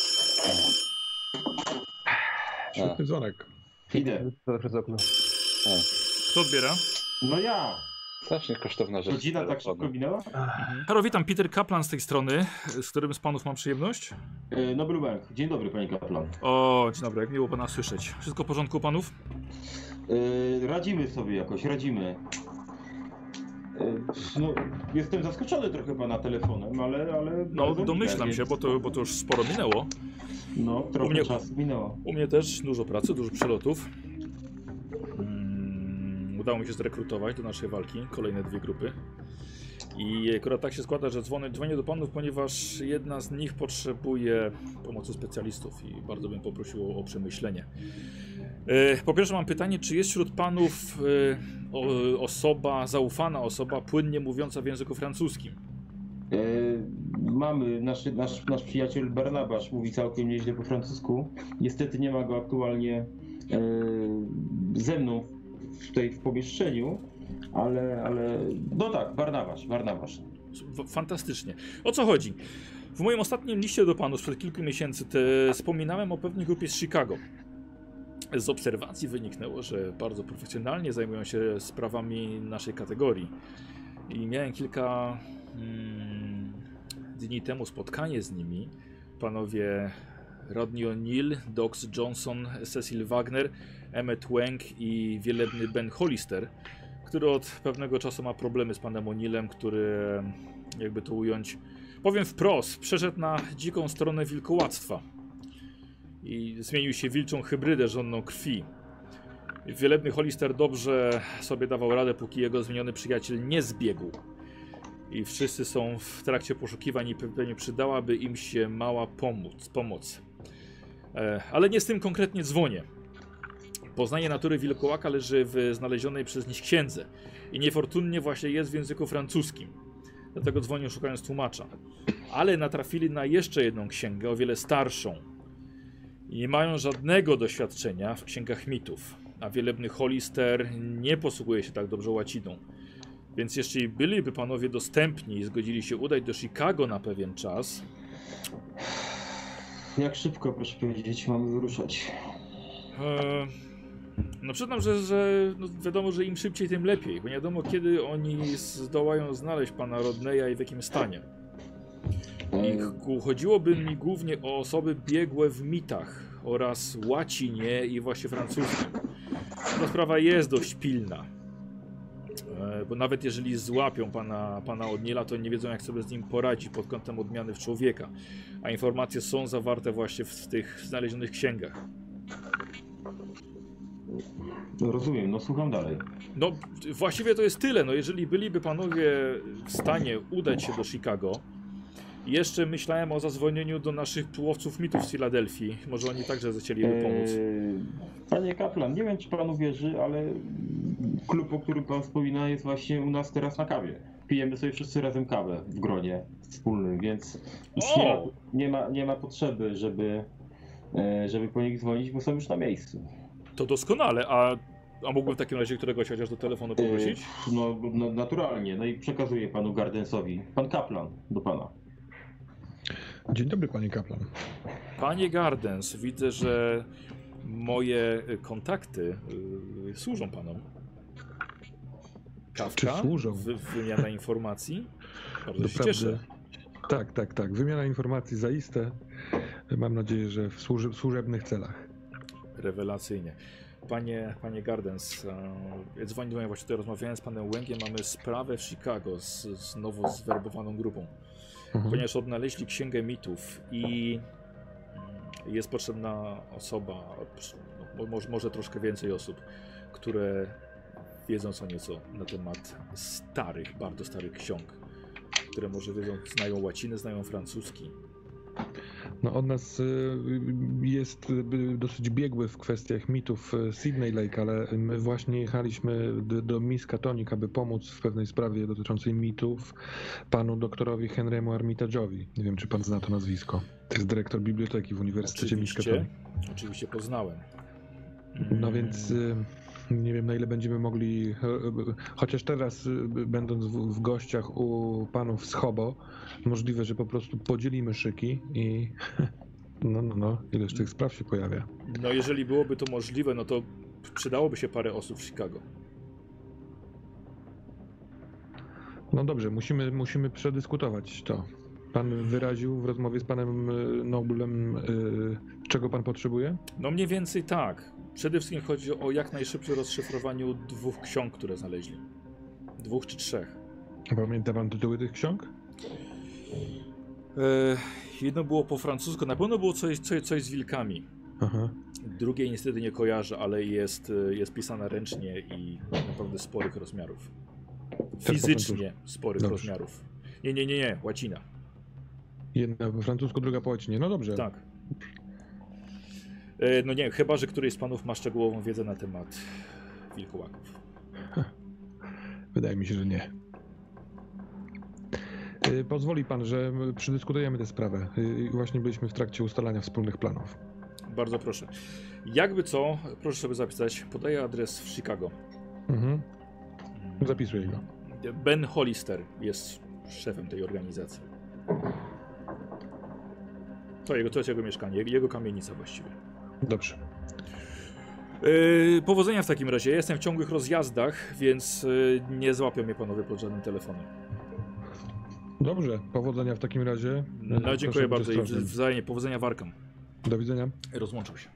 Świetny dzwonek. Idę. Przez okno. Kto odbiera? No ja. Też niekosztowna rzecz. Godzina tak szybko minęła? Halo, witam, Peter Kaplan z tej strony. Z którym z panów mam przyjemność? Nobel Bank. Dzień dobry, panie Kaplan. O, dzień dobry, jak miło pana słyszeć. Wszystko w porządku u panów? Radzimy sobie jakoś, radzimy. No, jestem zaskoczony trochę pana telefonem, ale no, domyślam się, bo to już sporo minęło. No, trochę czasu minęło. U mnie też dużo pracy, dużo przelotów. Udało mi się zrekrutować do naszej walki kolejne 2 grupy. I akurat tak się składa, że dzwonię do panów, ponieważ jedna z nich potrzebuje pomocy specjalistów i bardzo bym prosił o przemyślenie. Po pierwsze mam pytanie, czy jest wśród panów zaufana osoba płynnie mówiąca w języku francuskim? Mamy, nasz przyjaciel Barnabasz mówi całkiem nieźle po francusku. Niestety nie ma go aktualnie ze mną tutaj w pomieszczeniu, ale no tak, Barnabasz. Fantastycznie. O co chodzi? W moim ostatnim liście do panów sprzed kilku miesięcy wspominałem o pewnej grupie z Chicago. Z obserwacji wyniknęło, że bardzo profesjonalnie zajmują się sprawami naszej kategorii. I miałem kilka dni temu spotkanie z nimi. Panowie Rodney O'Neill, Dox Johnson, Cecil Wagner, Emmet Wang i wielebny Ben Hollister, który od pewnego czasu ma problemy z panem O'Neillem, który, jakby to ująć, powiem wprost, przeszedł na dziką stronę wilkołactwa i zmienił się w wilczą hybrydę żonną krwi. Wielebny Hollister dobrze sobie dawał radę, póki jego zmieniony przyjaciel nie zbiegł. I wszyscy są w trakcie poszukiwań i pewnie przydałaby im się mała pomoc. Ale nie z tym konkretnie dzwonię. Poznanie natury wilkołaka leży w znalezionej przez nich księdze i niefortunnie właśnie jest w języku francuskim. Dlatego dzwonią szukając tłumacza. Ale natrafili na jeszcze jedną księgę, o wiele starszą. I nie mają żadnego doświadczenia w księgach mitów, a wielebny Hollister nie posługuje się tak dobrze łaciną. Więc jeśli byliby panowie dostępni i zgodzili się udać do Chicago na pewien czas... Jak szybko, proszę powiedzieć, mamy wyruszać? No przyznam, że no wiadomo, że im szybciej, tym lepiej, bo nie wiadomo, kiedy oni zdołają znaleźć pana Rodneya i w jakim stanie. I chodziłoby mi głównie o osoby biegłe w mitach oraz łacinie i właśnie francuskim. Ta sprawa jest dość pilna. Bo nawet jeżeli złapią pana O'Neilla, to nie wiedzą, jak sobie z nim poradzić pod kątem odmiany w człowieka. A informacje są zawarte właśnie w tych znalezionych księgach. No rozumiem, no słucham dalej. No właściwie to jest tyle. No jeżeli byliby panowie w stanie udać się do Chicago, jeszcze myślałem o zadzwonieniu do naszych łowców mitów z Filadelfii. Może oni także zechcieliby pomóc. Panie kaplan, nie wiem, czy panu wierzy, ale klub, o którym pan wspomina, jest właśnie u nas teraz na kawie. Pijemy sobie wszyscy razem kawę w gronie wspólnym, więc nie ma potrzeby, żeby po nich dzwonić, bo są już na miejscu. To doskonale, a mógłbym w takim razie któregoś chociaż do telefonu poprosić? No naturalnie, no i przekazuję panu Gardensowi. Pan kaplan do pana. Dzień dobry, panie kaplan. Panie Gardens, widzę, że moje kontakty służą panom. Kawka? Czy służą? Wymiana informacji? Bardzo się cieszę. Tak. Wymiana informacji zaiste. Mam nadzieję, że w służebnych celach. Rewelacyjnie. Panie Gardens, dzwonię do mnie, właśnie tutaj rozmawiałem z panem Łęgiem, mamy sprawę w Chicago z nowo zwerbowaną grupą. Ponieważ odnaleźli księgę mitów i jest potrzebna osoba, może troszkę więcej osób, które wiedzą co nieco na temat starych, bardzo starych ksiąg, które może wiedzą, znają łacinę, znają francuski. No od nas jest dosyć biegły w kwestiach mitów Sydney Lake, ale my właśnie jechaliśmy do Miskatonic, aby pomóc w pewnej sprawie dotyczącej mitów panu doktorowi Henry'emu Armitage'owi. Nie wiem, czy pan zna to nazwisko. To jest dyrektor biblioteki w Uniwersytecie Miskatonic. Oczywiście poznałem. No więc nie wiem, na ile będziemy mogli, chociaż teraz będąc w gościach u panów z Hobo, możliwe, że po prostu podzielimy szyki i ileż tych spraw się pojawia. No jeżeli byłoby to możliwe, no to przydałoby się parę osób w Chicago. No dobrze, musimy przedyskutować to. Pan wyraził w rozmowie z panem Noblem, czego pan potrzebuje? No mniej więcej tak. Przede wszystkim chodzi o jak najszybsze rozszyfrowaniu 2 ksiąg, które znaleźli. 2 czy 3. Pamięta pan tytuły tych ksiąg? Jedno było po francusku, na pewno było coś z wilkami. Aha. Drugie niestety nie kojarzę, ale jest pisane ręcznie i naprawdę sporych rozmiarów. Fizycznie sporych Dobrze. rozmiarów. Nie, łacina. Jedna po francusku, druga po łacinie. No dobrze. Tak. No nie, chyba że któryś z panów ma szczegółową wiedzę na temat wilkołaków. Wydaje mi się, że nie. Pozwoli pan, że przedyskutujemy tę sprawę. Właśnie byliśmy w trakcie ustalania wspólnych planów. Bardzo proszę. Jakby co, proszę sobie zapisać, podaję adres w Chicago. Mhm. Zapisuję go. Ben Hollister jest szefem tej organizacji. To jest jego mieszkanie, jego kamienica właściwie. Dobrze. Powodzenia w takim razie. Ja jestem w ciągłych rozjazdach, więc nie złapią mnie panowie pod żadnym telefonem. Dobrze, powodzenia w takim razie. No, dziękuję Proszę być bardzo i ostrożnym. wzajemnie powodzenia w Arkham. Do widzenia. Rozłączał się.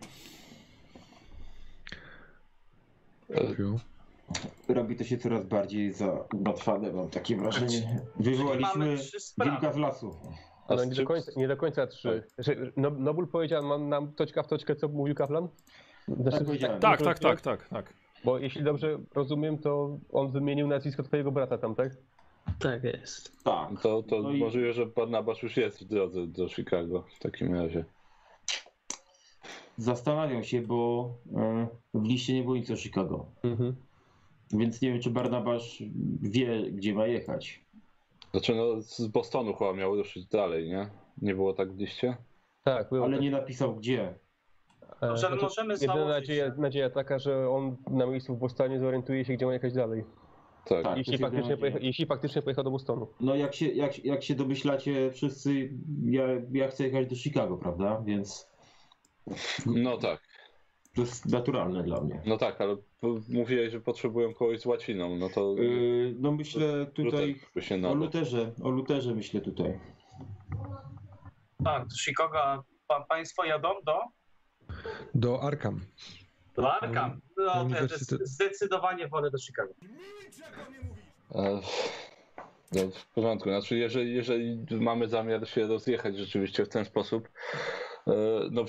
Robi to się coraz bardziej zagmatwane, mam takie wrażenie. Wywołaliśmy Mamy 3 sprawy. wilka z lasu. Ale nie do końca 3. Nobul powiedział nam toczka w toczkę, co mówił Kaplan? Tak powiedziałem. Tak. Bo jeśli dobrze rozumiem, to on wymienił nazwisko twojego brata tam, tak? Tak jest. Tak. To No i- możliwe, że Barnabasz już jest w drodze do Chicago w takim razie. Zastanawiam się, bo w liście nie było nic o Chicago. Mhm. Więc nie wiem, czy Barnabasz wie, gdzie ma jechać. Znaczy no z Bostonu chyba miał ruszyć dalej, nie? Nie było tak w liście? Tak, było. Ale nie napisał gdzie. Dobrze, ale możemy Jedyna założyć, nadzieja taka, że on na miejscu w Bostonie zorientuje się, gdzie ma jechać dalej. Tak. Tak. Jeśli faktycznie pojechał do Bostonu. No jak się domyślacie wszyscy, ja chcę jechać do Chicago, prawda? Więc No tak. to jest naturalne dla mnie. No tak, ale mówiłeś, że potrzebują kogoś z łaciną, no to No myślę tutaj Luther by się o nadał. Lutherze myślę tutaj. Tak, do Chicago. a Państwo jadą Do Arkham. do Arkham. No, to ja Uniwersytet. zdecydowanie wolę do Chicago. No, w porządku, znaczy jeżeli mamy zamiar się rozjechać rzeczywiście w ten sposób, no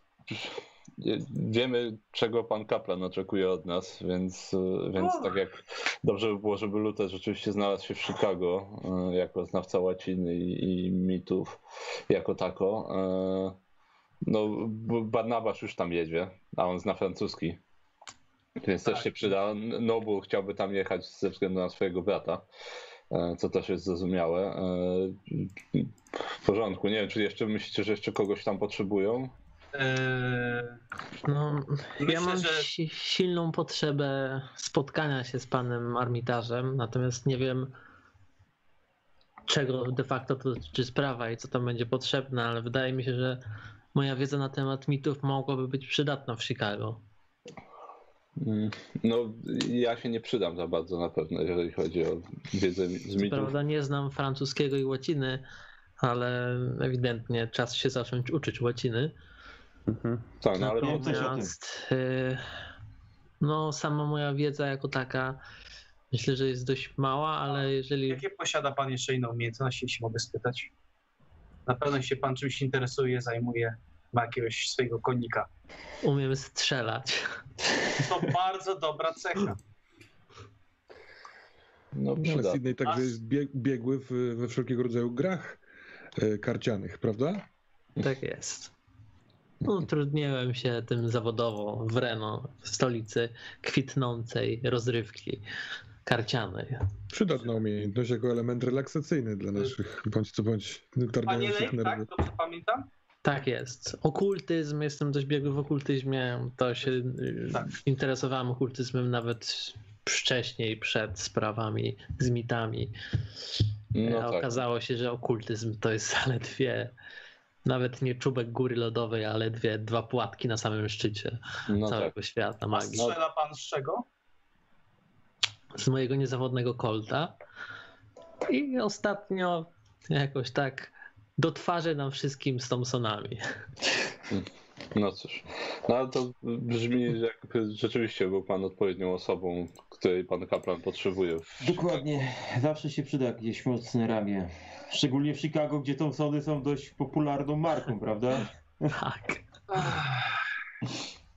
wiemy czego pan Kaplan oczekuje od nas, więc tak jak dobrze by było, żeby Luther rzeczywiście znalazł się w Chicago jako znawca łaciny i mitów jako tako. No Barnabasz już tam jedzie, a on zna francuski. Więc też się przyda. Nobu chciałby tam jechać ze względu na swojego brata, co też jest zrozumiałe. W porządku. Nie wiem, czy jeszcze myślicie, że jeszcze kogoś tam potrzebują? No, ja Myślę, mam że- silną potrzebę spotkania się z panem Armitażem, natomiast nie wiem, czego de facto to dotyczy sprawa i co tam będzie potrzebne, ale wydaje mi się, że moja wiedza na temat mitów mogłaby być przydatna w Chicago. No, ja się nie przydam za bardzo na pewno, jeżeli chodzi o wiedzę z Co mitów. prawda nie znam francuskiego i łaciny, ale ewidentnie czas się zacząć uczyć łaciny. Tak, no ale No, coś o tym. Natomiast no, sama moja wiedza jako taka myślę, że jest dość mała, ale jeżeli Jakie posiada pan jeszcze inne umiejętności, jeśli mogę spytać? Na pewno się pan czymś interesuje, zajmuje, ma jakiegoś swojego konika. umiem strzelać. To bardzo dobra cecha. no, Ale przyda. Sydney także jest biegły we wszelkiego rodzaju grach karcianych, prawda? Tak jest. No, utrudniłem się tym zawodowo w Reno, w stolicy kwitnącej rozrywki karcianej. Przydatna umiejętność jako element relaksacyjny dla naszych bądź co bądź Panie targających Lej, tak? nerwy. Dobrze pamiętam? Tak jest. Okultyzm, jestem dość biegły w okultyzmie. To się Tak. interesowałem okultyzmem nawet wcześniej, przed sprawami z mitami. No A tak. okazało się, że okultyzm to jest zaledwie nawet nie czubek góry lodowej, a ledwie 2 płatki na samym szczycie No całego tak. świata A magii. strzela pan z czego? Z mojego niezawodnego Colta. I ostatnio jakoś tak do twarzy nam wszystkim z Thompsonami. No cóż, no ale to brzmi, jakby rzeczywiście był pan odpowiednią osobą, której pan Kaplan potrzebuje. Dokładnie, zawsze się przyda jakieś mocne ramię. Szczególnie w Chicago, gdzie Thompsony są dość popularną marką, prawda? Tak.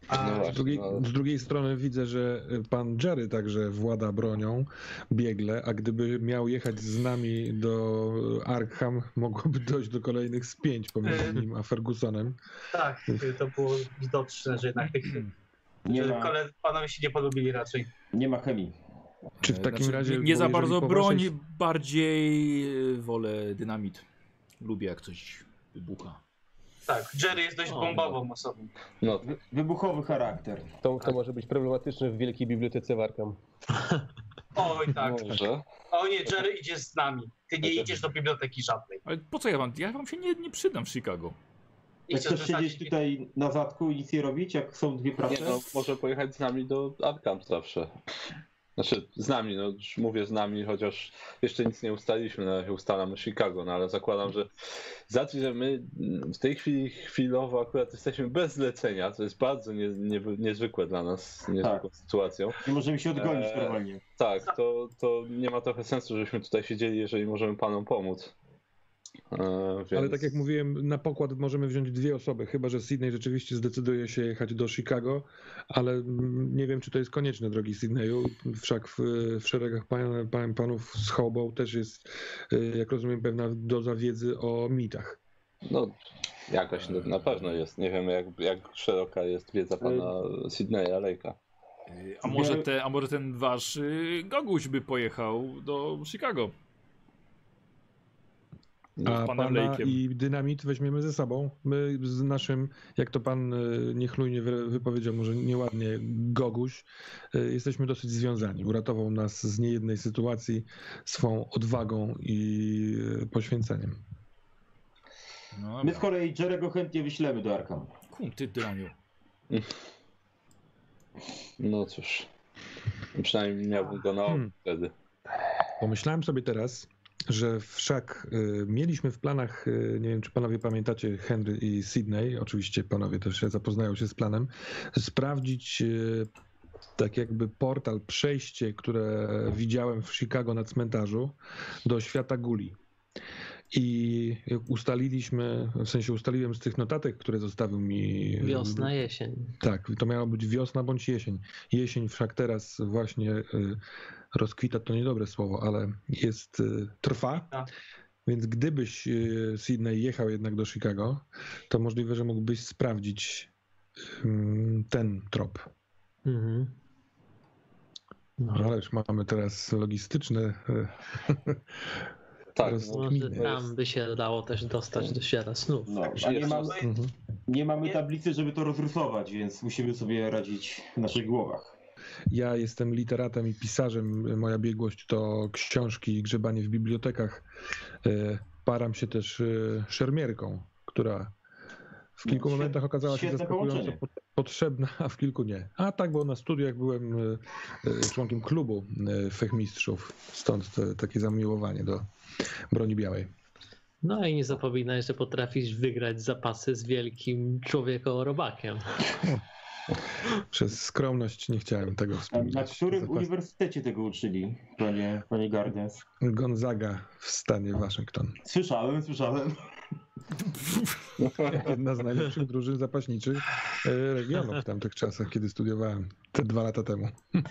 Z drugiej strony widzę, że pan Jerry także włada bronią biegle, a gdyby miał jechać z nami do Arkham, mogłoby dojść do kolejnych spięć pomiędzy nim a Fergusonem. Tak, to było widoczne, że jednak panowie się nie polubili raczej. Nie ma chemii. Czy w takim razie... Nie za bardzo broń, bardziej wolę dynamit. Lubię jak coś wybucha. Tak, Jerry jest dość bombową osobą. No. Wybuchowy charakter. To może być problematyczne w wielkiej bibliotece w Arkham. Oj tak. Może. O nie, Jerry idzie z nami. Ty nie idziesz do biblioteki żadnej. Ale po co ja wam się nie przydam w Chicago. Jak chcesz siedzieć tutaj na zadku i nic nie robić, jak są dwie prace? Nie, no, może pojechać z nami do Arkham zawsze. Znaczy z nami, no już mówię z nami, chociaż jeszcze nic nie ustaliliśmy, na razie ustalamy Chicago, no ale zakładam, że z racji, że my w tej chwili chwilowo akurat jesteśmy bez zlecenia, co jest bardzo niezwykłe dla nas, niezwykłą sytuacją. Nie możemy się odgonić normalnie. Tak, to nie ma trochę sensu, żebyśmy tutaj siedzieli, jeżeli możemy panom pomóc. Więc... Ale tak jak mówiłem, na pokład możemy wziąć 2 osoby, chyba że Sydney rzeczywiście zdecyduje się jechać do Chicago, ale nie wiem, czy to jest konieczne, drogi Sydneyu. Wszak w szeregach panów z Hobo też jest, jak rozumiem, pewna doza wiedzy o mitach. No, jakoś na pewno jest. Nie wiem, jak szeroka jest wiedza pana Sydneya Lake'a. A może ten wasz Goguś by pojechał do Chicago? A pana i dynamit weźmiemy ze sobą. My z naszym, jak to pan niechlujnie wypowiedział, może nieładnie, Goguś, jesteśmy dosyć związani. Uratował nas z niejednej sytuacji swą odwagą i poświęceniem. No, my z kolei Jerego chętnie wyślemy do Arkham. Ty draniu. No cóż, przynajmniej miałbym go na wtedy. Pomyślałem sobie teraz, że wszak mieliśmy w planach, nie wiem czy panowie pamiętacie, Henry i Sydney, oczywiście panowie też zapoznają się z planem, sprawdzić tak jakby portal, przejście, które widziałem w Chicago na cmentarzu do świata Guli. I ustaliliśmy, w sensie ustaliłem z tych notatek, które zostawił mi... Wiosna, jesień. Tak, to miała być wiosna bądź jesień. Jesień wszak teraz właśnie rozkwita, to niedobre słowo, ale trwa. Więc gdybyś, Sydney, jechał jednak do Chicago, to możliwe, że mógłbyś sprawdzić ten trop. Mhm. No. Ale już mamy teraz logistyczne... Tak, może tam by się dało też dostać do świata snów. No, a nie mamy tablicy, żeby to rozrysować, więc musimy sobie radzić w naszych głowach. Ja jestem literatem i pisarzem. Moja biegłość to książki i grzebanie w bibliotekach. Param się też szermierką, która w kilku momentach okazała się zaskakująco potrzebna, a w kilku nie. A tak, bo na studiach byłem członkiem klubu fechmistrzów, stąd takie zamiłowanie do broni białej. No i nie zapominaj, że potrafisz wygrać zapasy z wielkim człowiekorobakiem. Przez skromność nie chciałem tego wspomnieć. Na którym uniwersytecie tego uczyli, panie Gardens? Gonzaga w stanie Waszyngton. Słyszałem. Jedna z najlepszych drużyn zapaśniczych regionu w tamtych czasach, kiedy studiowałem, te 2 lata temu.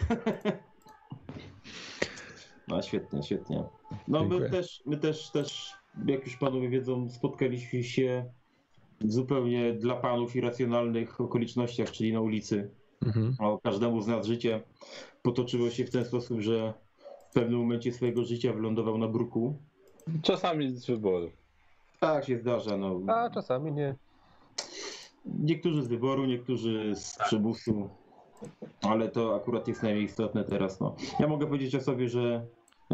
No świetnie. No my też, jak już panowie wiedzą, spotkaliśmy się zupełnie dla panów irracjonalnych okolicznościach, czyli na ulicy. O każdemu z nas życie potoczyło się w ten sposób, że w pewnym momencie swojego życia wylądował na bruku. Czasami z wyboru. Tak się zdarza. No. A czasami nie. Niektórzy z wyboru, niektórzy z przymusu, ale to akurat jest najmniej istotne teraz. No. Ja mogę powiedzieć o sobie, że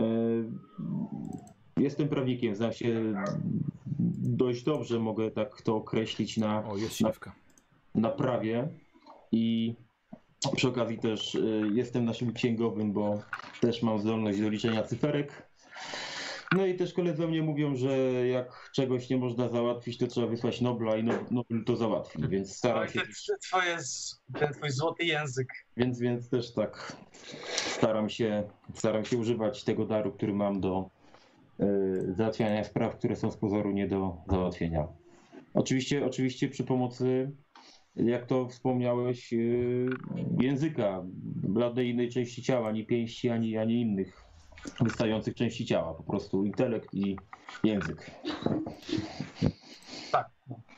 jestem prawnikiem, znam się dość dobrze, mogę tak to określić na prawie i przy okazji też jestem naszym księgowym, bo też mam zdolność do liczenia cyferek. No i też koledzy mnie mówią, że jak czegoś nie można załatwić, to trzeba wysłać Nobla i Nobel to załatwi, więc staram się... Ten twój złoty język. Więc też tak staram się używać tego daru, który mam do załatwiania spraw, które są z pozoru nie do załatwienia. Oczywiście przy pomocy jak to wspomniałeś, języka, żadnej innej części ciała, ani pięści, ani innych wystających części ciała. Po prostu intelekt i język. Tak.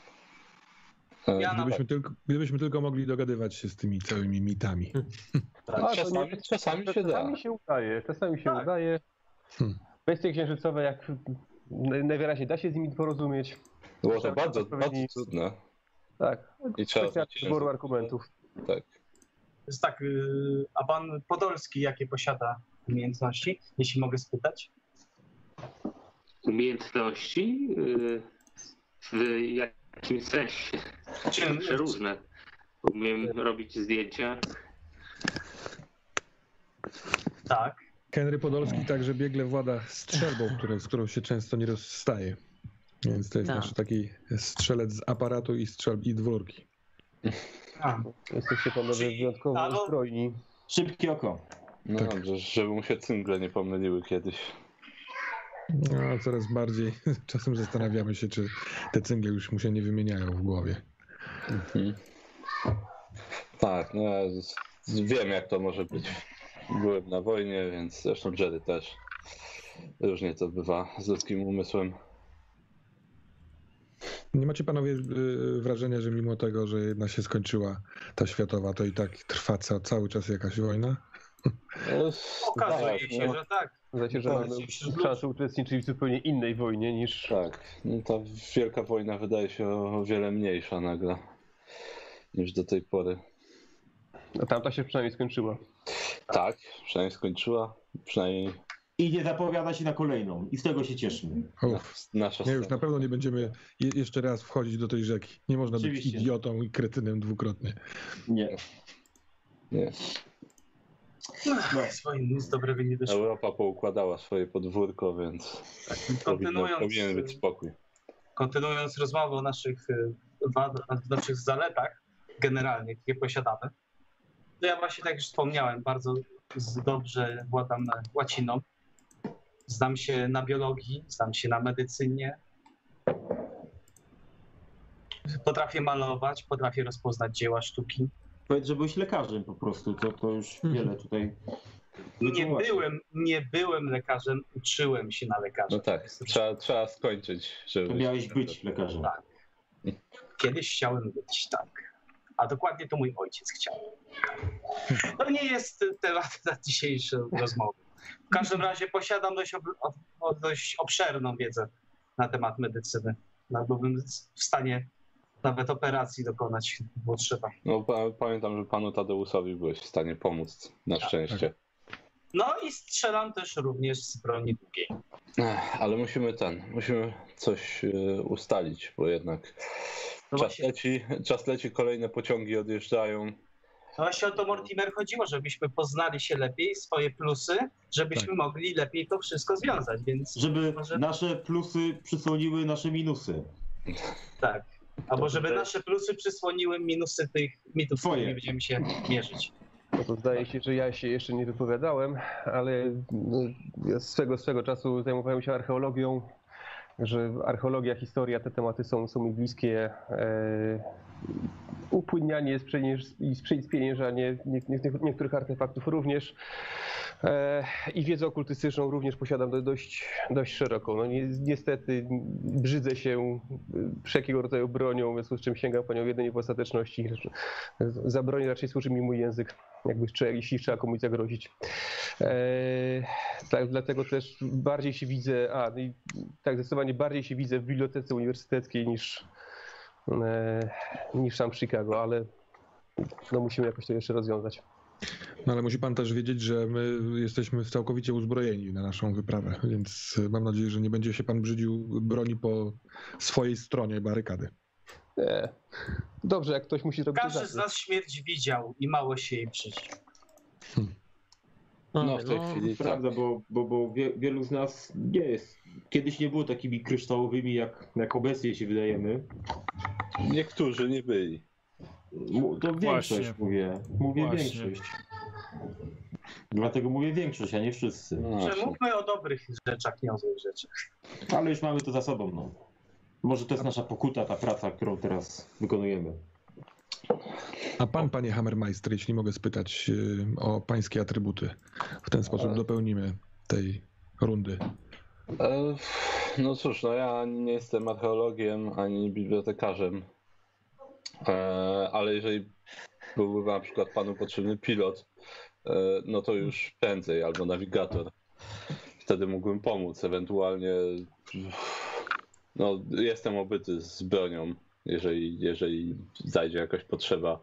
Gdybyśmy tylko mogli dogadywać się z tymi całymi mitami. Tak. Czasami się da. Czasami się udaje. Kwestie księżycowe, jak najwyraźniej da się z nimi porozumieć. Było to bardzo trudne. Tak. I trzeba wyboru argumentów. Tak. Jest tak, a pan Podolski jakie posiada umiejętności, jeśli mogę spytać? Umiejętności? W jakim sensie? Przeróżne. Umiem robić zdjęcia. Tak. Henry Podolski także biegle włada strzelbą, z którą się często nie rozstaje. Więc to jest nasz taki strzelec z aparatu i dwórki. Jesteście panowie wyjątkowo zbrojni. Szybkie oko. No tak. Dobrze, żeby mu się cyngle nie pomyliły kiedyś. No, coraz bardziej. Czasem zastanawiamy się, czy te cyngle już mu się nie wymieniają w głowie. Tak, no ja wiem, jak to może być. Byłem na wojnie, więc zresztą Jerry też. Różnie to bywa z ludzkim umysłem. Nie macie panowie wrażenia, że mimo tego, że jedna się skończyła ta światowa, to i tak trwa cały czas jakaś wojna? Okazuje się, że tak. Znaczy, że mamy szansę uczestniczyć w zupełnie innej wojnie niż... Tak, no ta wielka wojna wydaje się o wiele mniejsza nagle niż do tej pory. A tamta się przynajmniej skończyła. Tak, przynajmniej skończyła, przynajmniej... I nie zapowiada się na kolejną i z tego się cieszymy. Nie, już na pewno nie będziemy jeszcze raz wchodzić do tej rzeki. Nie można Oczywiście. być idiotą i kretynem dwukrotnie. Nie. Nic dobrego nie wyszło. Europa poukładała swoje podwórko, więc powinien być spokój. Kontynuując rozmowę o naszych zaletach generalnie, jakie posiadamy, to ja właśnie, tak jak już wspomniałem, bardzo dobrze władam łaciną. Znam się na biologii, znam się na medycynie. Potrafię malować, potrafię rozpoznać dzieła sztuki. Powiedz, że byłeś lekarzem po prostu, to już wiele tutaj... Nie byłem lekarzem, uczyłem się na lekarza. No tak, trzeba skończyć. To miałeś być lekarzem. Tak. Kiedyś chciałem być, tak. A dokładnie to mój ojciec chciał. To nie jest temat na dzisiejszą rozmowę. W każdym razie posiadam dość obszerną wiedzę na temat medycyny. Byłbym w stanie nawet operacji dokonać, bo trzeba. No pamiętam, że panu Tadeusowi byłeś w stanie pomóc, na szczęście. No i strzelam też również z broni długiej. Ale musimy coś ustalić, bo jednak czas leci, kolejne pociągi odjeżdżają. No właśnie o to, Mortimer, chodziło, żebyśmy poznali się lepiej, swoje plusy, żebyśmy mogli lepiej to wszystko związać, więc... Żeby nasze plusy przysłoniły nasze minusy. Tak. Albo żeby nasze plusy przysłoniły minusy tych mitów, z którymi będziemy się mierzyć. No to zdaje się, że ja się jeszcze nie wypowiadałem, ale ja swego czasu zajmowałem się archeologią, że archeologia, historia, te tematy są mi bliskie. Upłynnianie i spieniężanie niektórych artefaktów również. I wiedzę okultystyczną również posiadam dość szeroką. No niestety brzydzę się wszelkiego rodzaju bronią, w związku z czym sięgam po nią jedynie w ostateczności. Za broń raczej służy mi mój język, jeśli trzeba komuś zagrozić. Tak, dlatego też bardziej się widzę, zdecydowanie bardziej się widzę w bibliotece uniwersyteckiej niż sam w Chicago, ale musimy jakoś to jeszcze rozwiązać. No ale musi pan też wiedzieć, że my jesteśmy całkowicie uzbrojeni na naszą wyprawę, więc mam nadzieję, że nie będzie się pan brzydził broni po swojej stronie barykady. Nie. Dobrze, jak ktoś musi robić. Każdy z nas śmierć widział i mało się jej brzydzi. No w tej chwili prawda, bo wielu z nas nie jest. Kiedyś nie było takimi kryształowymi, jak obecnie się wydajemy. Niektórzy nie byli. To większość mówię większość. Dlatego mówię większość, a nie wszyscy. Mówmy o dobrych rzeczach, nie o złych rzeczach. Ale już mamy to za sobą, no. Może to jest nasza pokuta, ta praca, którą teraz wykonujemy. A pan, panie Hammermeister, jeśli mogę spytać o pańskie atrybuty. W ten sposób dopełnimy tej rundy. No cóż, no ja ani nie jestem archeologiem, ani bibliotekarzem, ale jeżeli byłby na przykład panu potrzebny pilot, no to już prędzej, albo nawigator. Wtedy mógłbym pomóc, ewentualnie no, jestem obyty z bronią, jeżeli zajdzie jakaś potrzeba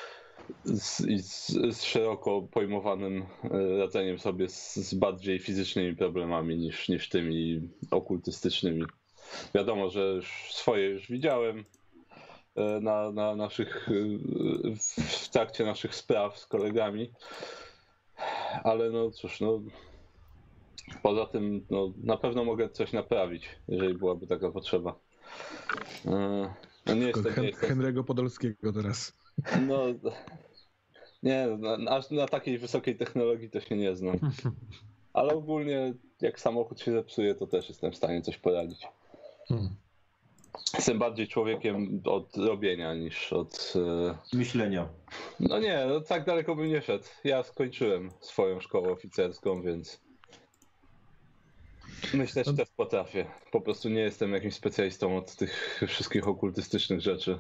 z szeroko pojmowanym radzeniem sobie z bardziej fizycznymi problemami niż tymi okultystycznymi. Wiadomo, że swoje już widziałem na naszych, w trakcie naszych spraw z kolegami, ale no cóż, no poza tym no, na pewno mogę coś naprawić, jeżeli byłaby taka potrzeba. No, nie jestem Henry'ego Podolskiego teraz. No, nie, aż na takiej wysokiej technologii to się nie znam. Ale ogólnie jak samochód się zepsuje, to też jestem w stanie coś poradzić. Jestem bardziej człowiekiem od robienia niż od... myślenia. No nie, no tak daleko bym nie szedł. Ja skończyłem swoją szkołę oficerską, więc myślę, że też potrafię. Po prostu nie jestem jakimś specjalistą od tych wszystkich okultystycznych rzeczy.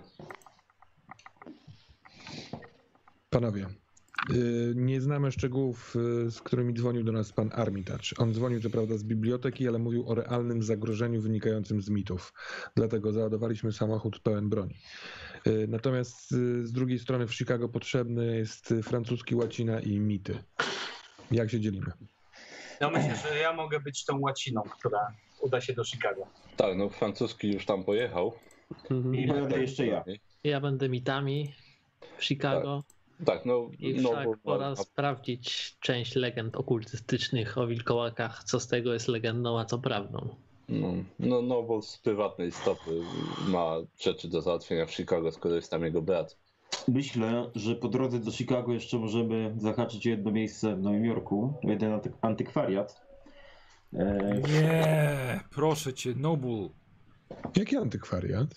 Panowie, nie znamy szczegółów, z którymi dzwonił do nas pan Armitage. On dzwonił co prawda z biblioteki, ale mówił o realnym zagrożeniu wynikającym z mitów. Dlatego załadowaliśmy samochód pełen broni. Natomiast z drugiej strony w Chicago potrzebny jest francuski, łacina i mity. Jak się dzielimy? Ja myślę, że ja mogę być tą łaciną, która uda się do Chicago. Tak, no francuski już tam pojechał. I będę jeszcze ja. Ja będę mitami w Chicago. Tak, no... I wszak pora sprawdzić część legend okultystycznych o wilkołakach, co z tego jest legendą, a co prawdą. No bo z prywatnej stopy ma rzeczy do załatwienia w Chicago, skoro jest tam jego brat. Myślę, że po drodze do Chicago jeszcze możemy zahaczyć o jedno miejsce w Nowym Jorku, jeden antykwariat. Nie, proszę cię, Noble. Jaki antykwariat?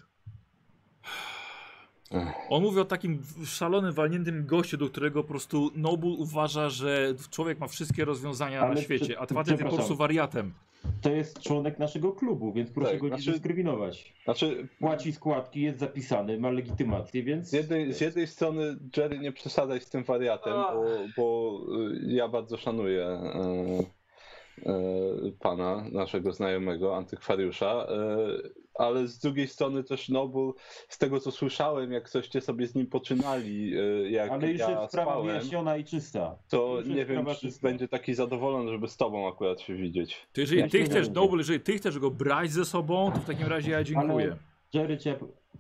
On mówi o takim szalonym, walniętym gościu, do którego po prostu Noble uważa, że człowiek ma wszystkie rozwiązania na świecie, a facet jest po prostu wariatem. To jest członek naszego klubu, więc proszę go nie dyskryminować. Płaci składki, jest zapisany, ma legitymację, więc... Z jednej strony, Jerry, nie przesadzaj z tym wariatem, bo ja bardzo szanuję pana, naszego znajomego, antykwariusza, ale z drugiej strony też Noble, z tego co słyszałem, jak coście sobie z nim poczynali, jak ale już ja jest sprawa spałem, wyjaśniona i czysta. to nie wiem, czy będzie taki zadowolony, żeby z tobą akurat się widzieć. To jeżeli ty chcesz, Noble, jeżeli ty chcesz go brać ze sobą, to w takim razie ja dziękuję. Ale Jerry cię...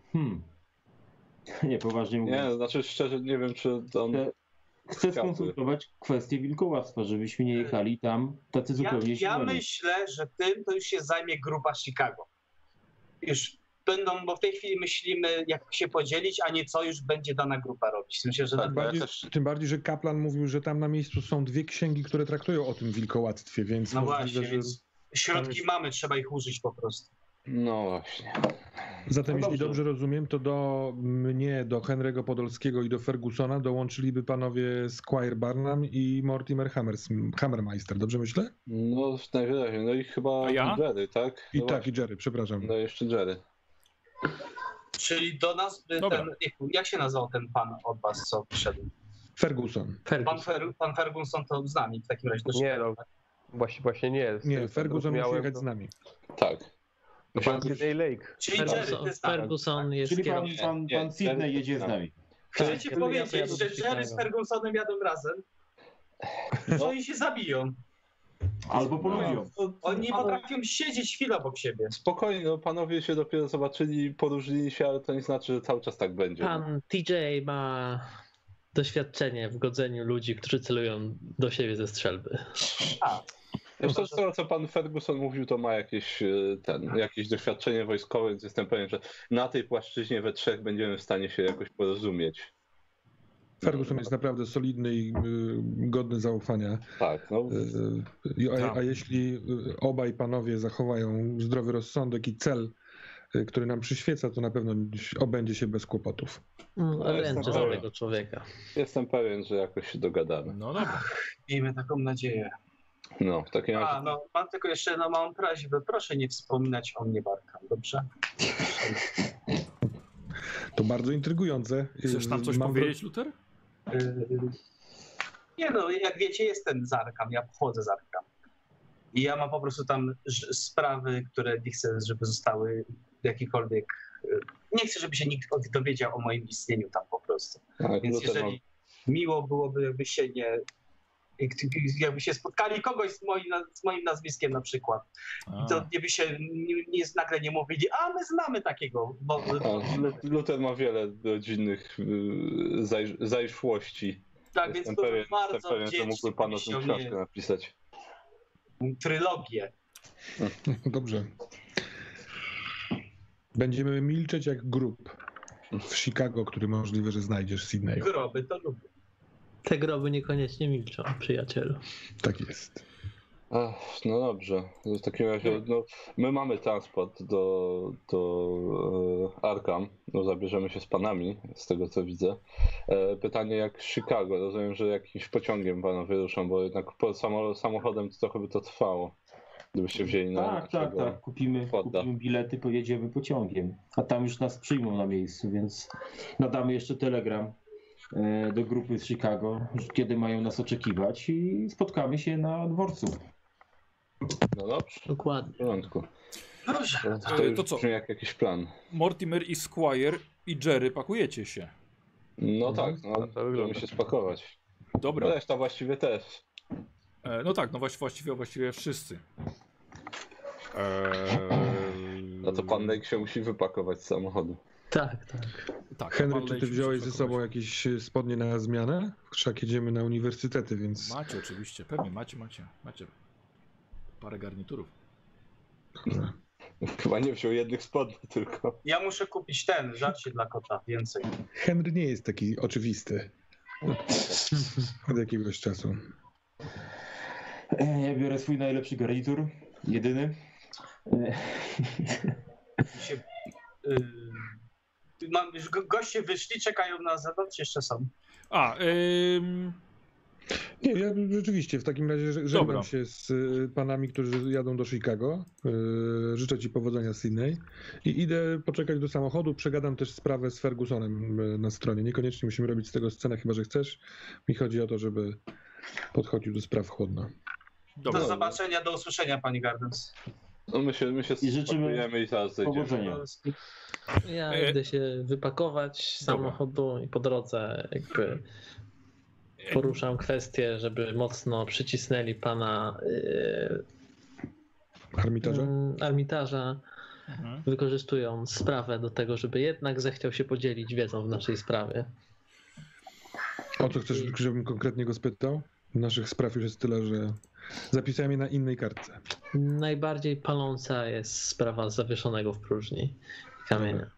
Nie, poważnie mówię. Nie, znaczy szczerze nie wiem, czy on... Chcę skonsultować kwestię wilkołactwa, żebyśmy nie jechali tam tacy zupełnie Ja myślę, że tym to już się zajmie grupa Chicago. Już będą, bo w tej chwili myślimy, jak się podzielić, a nie co już będzie dana grupa robić. Myślę, że tym bardziej, że kaplan mówił, że tam na miejscu są 2 księgi, które traktują o tym wilkołactwie, więc... No właśnie, więc środki mamy, trzeba ich użyć po prostu. No właśnie. Zatem jeśli dobrze rozumiem, to do mnie, do Henry'ego Podolskiego i do Fergusona dołączyliby panowie Squire Barnum i Mortimer Hammermeister, dobrze myślę? No najwyraźniej, no i chyba Jerry, tak? No i Jerry, przepraszam. No jeszcze Jerry. Czyli do nas by jak się nazywał ten pan od was, co przyszedł? Ferguson. Pan Ferguson to z nami w takim razie. Nie, no właśnie nie. Nie, Ferguson musi jechać z nami. Tak. Lake. Czyli Jerry, Ferguson jest czyli pan Sydney jedzie z nami. Chcecie powiedzieć, że Jerry z Fergusonem jadą razem? To oni się zabiją. Albo polubią. Oni nie potrafią siedzieć chwilę obok siebie. Spokojnie, no panowie się dopiero zobaczyli, poróżnili się, ale to nie znaczy, że cały czas tak będzie. Pan TJ ma doświadczenie w godzeniu ludzi, którzy celują do siebie ze strzelby. Zresztą z tego, co pan Ferguson mówił, to ma jakieś doświadczenie wojskowe, więc jestem pewien, że na tej płaszczyźnie we trzech będziemy w stanie się jakoś porozumieć. Ferguson jest naprawdę solidny i godny zaufania. Tak. No. A jeśli obaj panowie zachowają zdrowy rozsądek i cel który nam przyświeca, to na pewno obędzie się bez kłopotów. Ręczę za tego człowieka. Jestem pewien, że jakoś się dogadamy. No dobra. Miejmy taką nadzieję. No, w takim razie... No, mam tylko jeszcze jedną małą prośbę. Proszę nie wspominać o mnie, Barkan, dobrze? To bardzo intrygujące. Chcesz tam coś powiedzieć, Luther? Nie no, jak wiecie, jestem z Arkham, ja pochodzę z Arkham. I ja mam po prostu tam sprawy, które nie chcę, żeby zostały jakikolwiek... Nie chcę, żeby się nikt dowiedział o moim istnieniu tam po prostu. Więc jeżeli miło byłoby, jakby się spotkali kogoś z moim nazwiskiem na przykład. I to nagle nie mówili, a my znamy takiego. Luther ma wiele rodzinnych zajszłości. Tak, więc to bardzo pewien, że mógłby pan o tym książkę napisać. Trylogię. Dobrze. Będziemy milczeć jak grób w Chicago, który możliwe, że znajdziesz w Sydneyu. Groby to lubię. Te groby niekoniecznie milczą, przyjacielu. Tak jest. No dobrze. W takim razie my mamy transport do Arkham. No, zabierzemy się z panami, z tego co widzę. Pytanie jak Chicago. Rozumiem, że jakimś pociągiem panowie ruszą, bo jednak samochodem to trochę by to trwało. Gdybyście wzięli na... Tak. Kupimy bilety, pojedziemy pociągiem. A tam już nas przyjmą na miejscu, więc nadamy jeszcze telegram do grupy z Chicago, kiedy mają nas oczekiwać i spotkamy się na dworcu. No dobrze. Dokładnie. W porządku. Dobrze. To co? Brzmi jak jakiś plan. Mortimer i Squire i Jerry pakujecie się. No tak, możemy się spakować. Dobra. No reszta właściwie też. No tak, no właściwie wszyscy. No to pan Lake się musi wypakować z samochodu. Tak. Henry, czy ty wziąłeś ze sobą jakieś spodnie na zmianę? Wszak jedziemy na uniwersytety, więc... Macie oczywiście, pewnie macie parę garniturów. Dobrze. Chyba nie wziął jednych spodni tylko. Ja muszę kupić żarcie dla kota, więcej. Henry nie jest taki oczywisty. Od jakiegoś czasu. Ja biorę swój najlepszy garnitur, jedyny. Już goście wyszli, czekają na zewnątrz, jeszcze są. Nie, ja rzeczywiście w takim razie żegnam się z panami, którzy jadą do Chicago. Życzę ci powodzenia z Sydney i idę poczekać do samochodu. Przegadam też sprawę z Fergusonem na stronie. Niekoniecznie musimy robić z tego scenę, chyba że chcesz. Mi chodzi o to, żeby podchodził do spraw chłodno. Do zobaczenia, do usłyszenia, pani Gardens. No my się spakujemy i zaraz powodzenia. Ja idę się wypakować z samochodu i po drodze jakby poruszam kwestię, żeby mocno przycisnęli pana Armitarza, wykorzystując sprawę do tego, żeby jednak zechciał się podzielić wiedzą w naszej sprawie. O co chcesz, żebym konkretnie go spytał? Naszych spraw już jest tyle, że zapisałem je na innej kartce. Najbardziej paląca jest sprawa zawieszonego w próżni kamienia.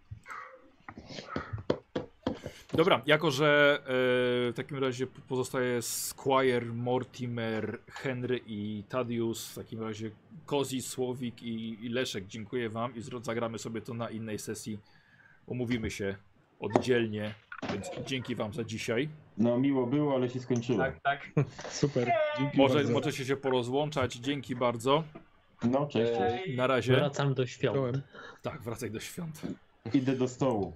Dobra, jako że w takim razie pozostaje Squire, Mortimer, Henry i Thaddeus, w takim razie Kozi, Słowik i Leszek, dziękuję wam i zagramy sobie to na innej sesji. Umówimy się oddzielnie, więc dzięki wam za dzisiaj. No miło było, ale się skończyło. Tak. Super. Dzięki Możecie się porozłączać, dzięki bardzo. No, cześć. Na razie. Wracam do świąt. Tak, wracaj do świąt. Idę do stołu.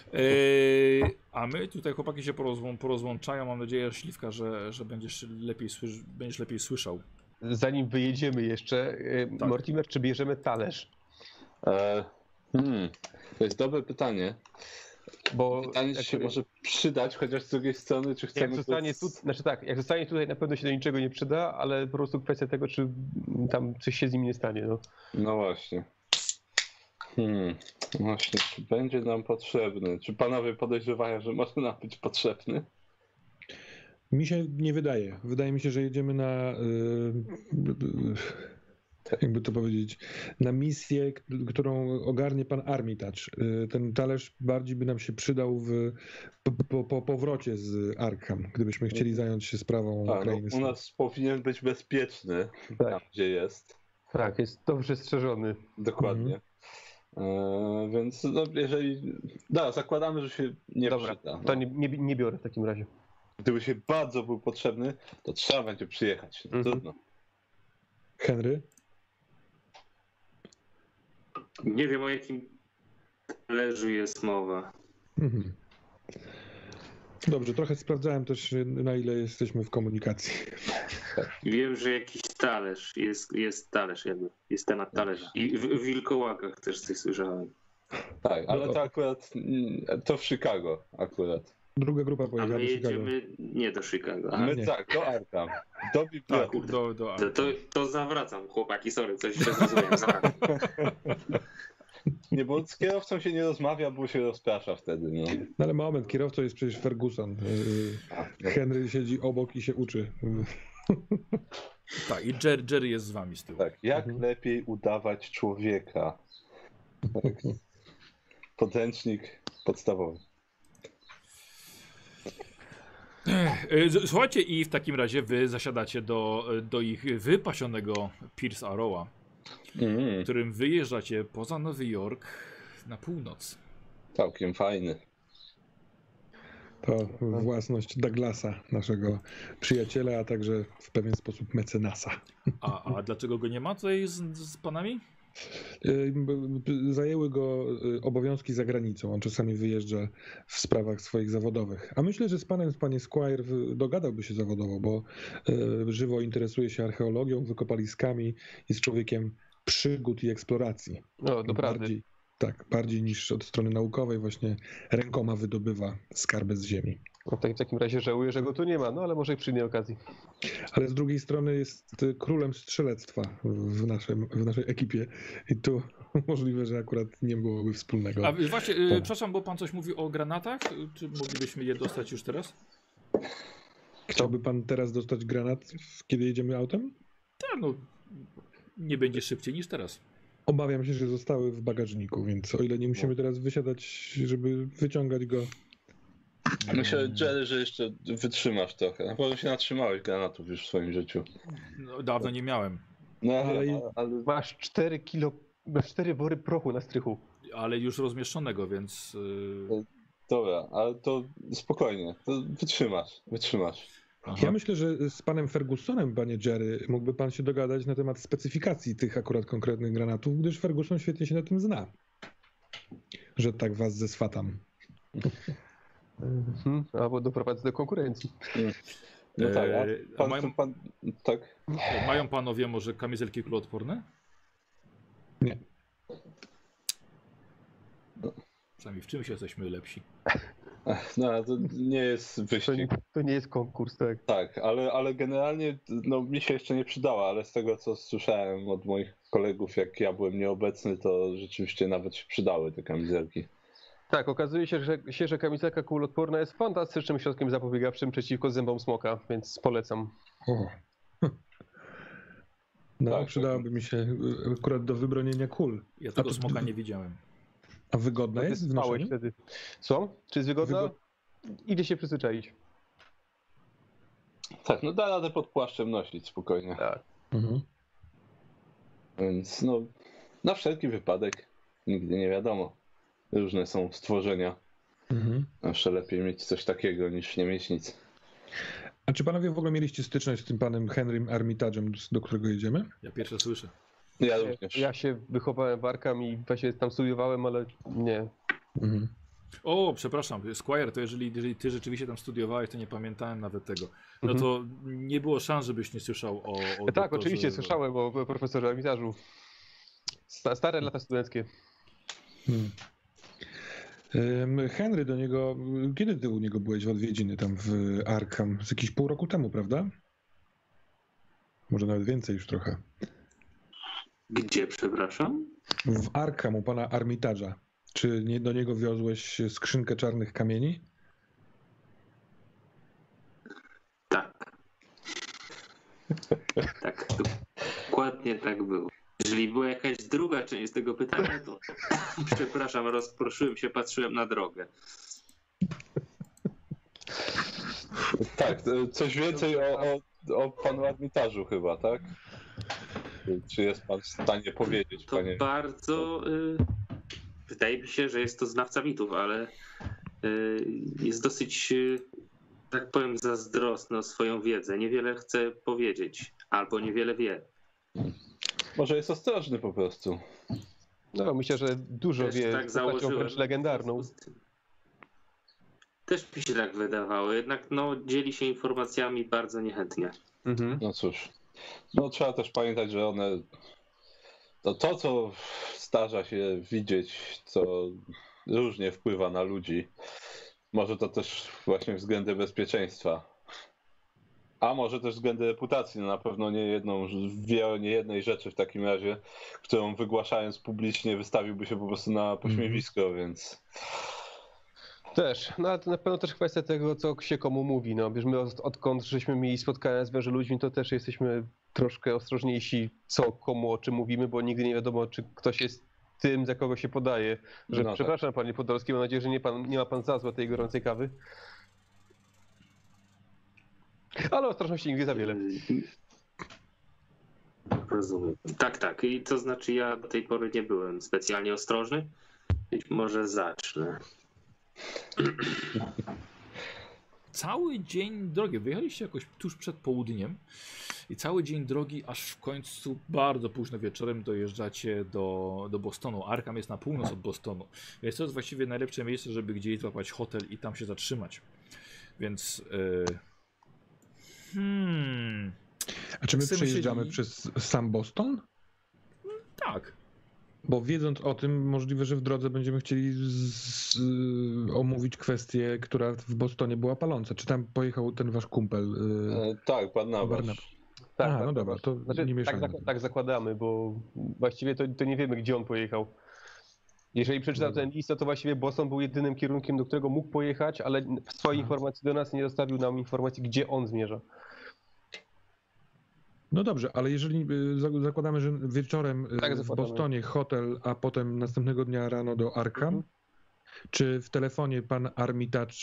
A my tutaj chłopaki się porozłączają. Mam nadzieję, Śliwka, że będziesz lepiej słyszał. Zanim wyjedziemy jeszcze, Tak. Mortimer, czy bierzemy talerz? To jest dobre pytanie. Bo pytanie, czy się może przydać, chociaż z drugiej strony, czy chcemy... Jak zostanie tutaj, na pewno się do niczego nie przyda, ale po prostu kwestia tego, czy tam coś się z nim nie stanie. No właśnie. Właśnie, czy będzie nam potrzebny? Czy panowie podejrzewają, że może nam być potrzebny? Mi się nie wydaje. Wydaje mi się, że jedziemy na, jakby to powiedzieć, na misję, którą ogarnie pan Armitage. Ten talerz bardziej by nam się przydał po powrocie z Arkham, gdybyśmy chcieli zająć się sprawą krainy. U nas powinien być bezpieczny, tam gdzie jest. Tak, jest dobrze strzeżony. Dokładnie. Więc no, jeżeli... zakładamy, że się nie przyda. To nie biorę w takim razie. Gdyby się bardzo był potrzebny, to trzeba będzie przyjechać. Trudno. Henry? Nie wiem, o jakim talerzu jest mowa. Mhm. Dobrze, trochę sprawdzałem też, na ile jesteśmy w komunikacji. Wiem, że jakiś talerz, jest talerz jakby, jest temat talerza. I w wilkołakach też coś słyszałem. Tak, ale to akurat, to w Chicago akurat. Druga grupa A pojechała my do Chicago. jedziemy nie do Chicago. Do Arkham, do biblioteki. Do Arkham. To zawracam, chłopaki, sorry, coś źle zrozumiałem. Nie, bo z kierowcą się nie rozmawia, bo się rozprasza wtedy. No, no ale moment, kierowcą jest przecież Ferguson. Henry siedzi obok i się uczy. Tak, i Jerry jest z wami z tyłu. Tak, jak lepiej udawać człowieka. Tak. Podręcznik podstawowy. Słuchajcie, i w takim razie wy zasiadacie do ich wypasionego Pierce Arrowa, którym wyjeżdżacie poza Nowy Jork na północ. Całkiem fajny. To własność Douglasa, naszego przyjaciela, a także w pewien sposób mecenasa. A dlaczego go nie ma tutaj z panami? Zajęły go obowiązki za granicą. On czasami wyjeżdża w sprawach swoich zawodowych. A myślę, że z panem, panie Squire, dogadałby się zawodowo, bo żywo interesuje się archeologią, wykopaliskami, jest człowiekiem przygód i eksploracji. No, doprawdy. Bardziej niż od strony naukowej, właśnie rękoma wydobywa skarby z ziemi. No, w takim razie żałuję, że go tu nie ma, no ale może i przy innej okazji. Ale z drugiej strony jest królem strzelectwa w naszej ekipie i tu możliwe, że akurat nie byłoby wspólnego. A właśnie, przepraszam, bo pan coś mówi o granatach? Czy moglibyśmy je dostać już teraz? Chciałby pan teraz dostać granat, kiedy jedziemy autem? Tak, no nie będzie szybciej niż teraz. Obawiam się, że zostały w bagażniku, więc o ile nie musimy teraz wysiadać, żeby wyciągać go. Myślę, Jerry, że jeszcze wytrzymasz trochę. Na pewno się natrzymałeś granatów już w swoim życiu. No, dawno nie miałem. No, ale masz 4 wory prochu na strychu. Ale już rozmieszczonego, więc... Dobra, ale to spokojnie, to wytrzymasz. Aha. Ja myślę, że z panem Fergusonem, panie Jerry, mógłby pan się dogadać na temat specyfikacji tych akurat konkretnych granatów, gdyż Ferguson świetnie się na tym zna. Że tak was zeswatam. Albo doprowadzę do konkurencji. No tak, tak. Mają panowie może kamizelki kuloodporne? Nie. Przynajmniej w czymś jesteśmy lepsi. No, to nie jest wyścig. To nie jest konkurs, tak. Tak, ale generalnie no, mi się jeszcze nie przydała, ale z tego co słyszałem od moich kolegów, jak ja byłem nieobecny, to rzeczywiście nawet się przydały te kamizelki. Tak, okazuje się, że kamizelka kuloodporna jest fantastycznym środkiem zapobiegawczym przeciwko zębom smoka, więc polecam. O. No, tak, przydałoby mi się akurat do wybronienia kul. Ja tego smoka nie widziałem. A wygodna jest w noszeniu? Wtedy. Co? Czy jest wygodna? Idzie się przyzwyczaić. Tak, no da radę pod płaszczem nosić spokojnie. Tak. Więc no, na wszelki wypadek nigdy nie wiadomo. Różne są stworzenia. Jeszcze lepiej mieć coś takiego niż nie mieć nic. A czy panowie w ogóle mieliście styczność z tym panem Henrym Armitage'em, do którego jedziemy? Ja pierwsze słyszę. Ja również. Ja się wychowałem w Arkham i właśnie tam studiowałem, ale nie. O, przepraszam, Squire, to jeżeli ty rzeczywiście tam studiowałeś, to nie pamiętałem nawet tego. No to nie było szans, żebyś nie słyszał o Tak, doktorze... oczywiście słyszałem o profesorze Armitażu. Stare lata studenckie. Henry do niego, kiedy ty u niego byłeś w odwiedziny tam w Arkham? Z jakieś pół roku temu, prawda? Może nawet więcej już trochę. Gdzie, przepraszam? W Arkham u pana Armitage'a. Czy nie do niego wiozłeś skrzynkę czarnych kamieni? Tak. Tak, dokładnie tak było. Jeżeli była jakaś druga część tego pytania, to przepraszam, rozproszyłem się, patrzyłem na drogę. Tak, coś więcej o panu Armitażu chyba, tak? Czy jest pan w stanie powiedzieć, to panie? Bardzo wydaje mi się, że jest to znawca mitów, ale jest dosyć, tak powiem, zazdrosny o swoją wiedzę. Niewiele chce powiedzieć, albo niewiele wie. Może jest ostrożny po prostu. No, myślę, że dużo Też wie, tak postacią założyłem. wręcz legendarną. Też mi się tak wydawało, jednak no, dzieli się informacjami bardzo niechętnie. Mhm. No cóż, no trzeba też pamiętać, że one, to co zdarza się widzieć, co różnie wpływa na ludzi, może to też właśnie względy bezpieczeństwa, a może też względy reputacji. No na pewno nie jednej rzeczy w takim razie, którą wygłaszając publicznie wystawiłby się po prostu na pośmiewisko, więc... Też, no ale to na pewno też kwestia tego, co się komu mówi. No, wiesz, my odkąd żeśmy mieli spotkania z węże ludźmi, to też jesteśmy troszkę ostrożniejsi, co komu o czym mówimy, bo nigdy nie wiadomo, czy ktoś jest tym, za kogo się podaje. Że No przepraszam, panie Podolski, mam nadzieję, że nie ma pan za złe tej gorącej kawy. Ale ostrożności nigdy za wiele. Rozumiem. Tak. I to znaczy ja do tej pory nie byłem specjalnie ostrożny. Być może zacznę. Cały dzień drogi, wyjechaliście jakoś tuż przed południem i cały dzień drogi, aż w końcu bardzo późno wieczorem dojeżdżacie do Bostonu. Arkham jest na północ od Bostonu, więc to jest właściwie najlepsze miejsce, żeby gdzieś złapać hotel i tam się zatrzymać. Więc... A czy my Chcemy przejeżdżamy siedzieć- przez sam Boston? Tak. Bo wiedząc o tym, możliwe, że w drodze będziemy chcieli omówić kwestię, która w Bostonie była paląca. Czy tam pojechał ten wasz kumpel? Tak, Barnabasz. Tak, no dobra, to znaczy, nie mieszamy. tak zakładamy, bo właściwie to nie wiemy, gdzie on pojechał. Jeżeli przeczytał ten list, to właściwie Boston był jedynym kierunkiem, do którego mógł pojechać, ale w swojej informacji do nas nie zostawił nam informacji, gdzie on zmierza. No dobrze, ale jeżeli zakładamy, że wieczorem Tak, w zakładamy. Bostonie hotel, a potem następnego dnia rano do Arkham, czy w telefonie pan Armitage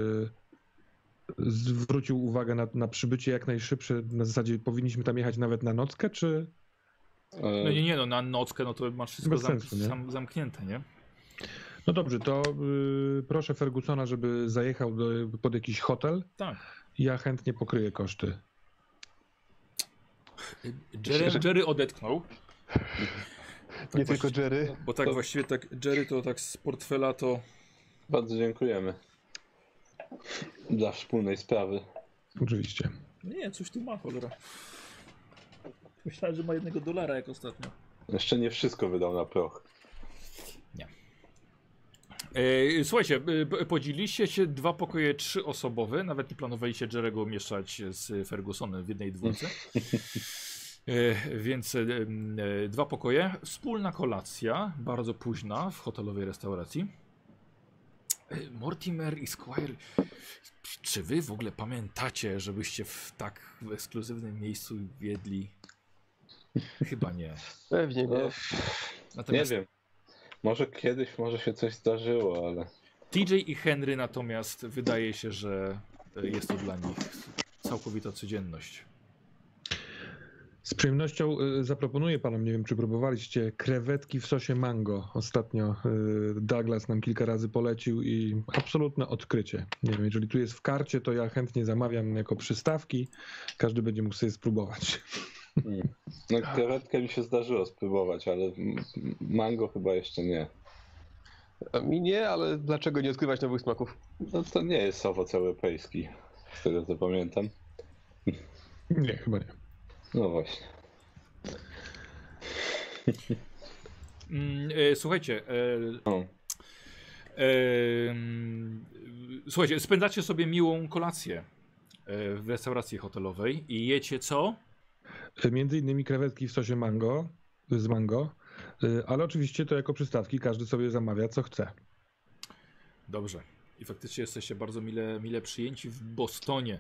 zwrócił uwagę na przybycie jak najszybsze, na zasadzie powinniśmy tam jechać nawet na nockę, czy... No nie, no na nockę no to masz wszystko Bez sensu, nie? zamknięte, nie? No dobrze, to proszę Fergusona, żeby zajechał pod jakiś hotel. Tak. Ja chętnie pokryję koszty. Jerry odetchnął. Nie tylko Jerry. Bo tak właściwie tak Jerry to tak z portfela to... Bardzo dziękujemy. Dla wspólnej sprawy. Oczywiście. Nie, coś tu ma, cholera. Myślałem, że ma $1 jak ostatnio. Jeszcze nie wszystko wydał na proch. Nie. Słuchajcie, podzieliliście się 2 pokoje 3-osobowe. Nawet nie planowaliście Jerry'ego umieszczać z Fergusonem w jednej dwójce. Więc 2 pokoje. Wspólna kolacja, bardzo późna w hotelowej restauracji. Mortimer i Squire, czy wy w ogóle pamiętacie, żebyście w tak ekskluzywnym miejscu jedli? Chyba nie. Pewnie nie. Natomiast Nie wiem. Może kiedyś, może się coś zdarzyło, ale... TJ i Henry natomiast wydaje się, że jest to dla nich całkowita codzienność. Z przyjemnością zaproponuję panom, nie wiem czy próbowaliście, krewetki w sosie mango. Ostatnio Douglas nam kilka razy polecił i absolutne odkrycie. Nie wiem, jeżeli tu jest w karcie, to ja chętnie zamawiam jako przystawki. Każdy będzie mógł sobie spróbować. No krewetkę mi się zdarzyło spróbować, ale mango chyba jeszcze nie. A mi nie, ale dlaczego nie odkrywać nowych smaków? No to nie jest owoc europejski, z tego co pamiętam. Nie, chyba nie. No właśnie. Słuchajcie, słuchajcie, spędzacie sobie miłą kolację w restauracji hotelowej i jecie co? Między innymi krewetki w sosie mango, z mango, ale oczywiście to jako przystawki każdy sobie zamawia co chce. Dobrze. I faktycznie jesteście bardzo mile przyjęci w Bostonie.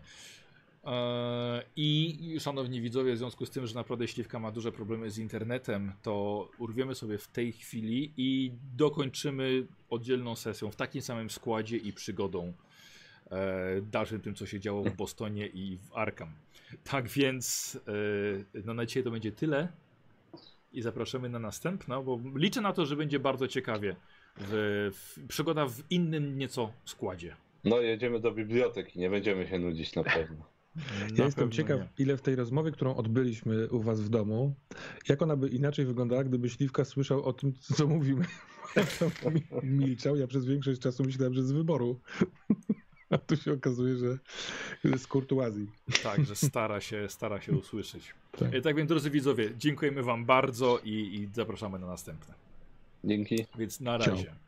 I szanowni widzowie, w związku z tym, że naprawdę Śliwka ma duże problemy z internetem, to urwiemy sobie w tej chwili i dokończymy oddzielną sesją w takim samym składzie i przygodą dalszym tym, co się działo w Bostonie i w Arkham. Tak więc no na dzisiaj to będzie tyle i zapraszamy na następną, bo liczę na to, że będzie bardzo ciekawie. Przygoda w innym nieco składzie. No jedziemy do biblioteki, nie będziemy się nudzić na pewno. Ja jestem ciekaw, ile w tej rozmowie, którą odbyliśmy u was w domu, jak ona by inaczej wyglądała, gdyby Śliwka słyszał o tym, co mówimy. Milczał, ja przez większość czasu myślałem, że z wyboru. A tu się okazuje, że z kurtuazji. Tak, że stara się usłyszeć. Tak więc, drodzy widzowie, dziękujemy wam bardzo i zapraszamy na następne. Dzięki. Więc na razie. Ciao.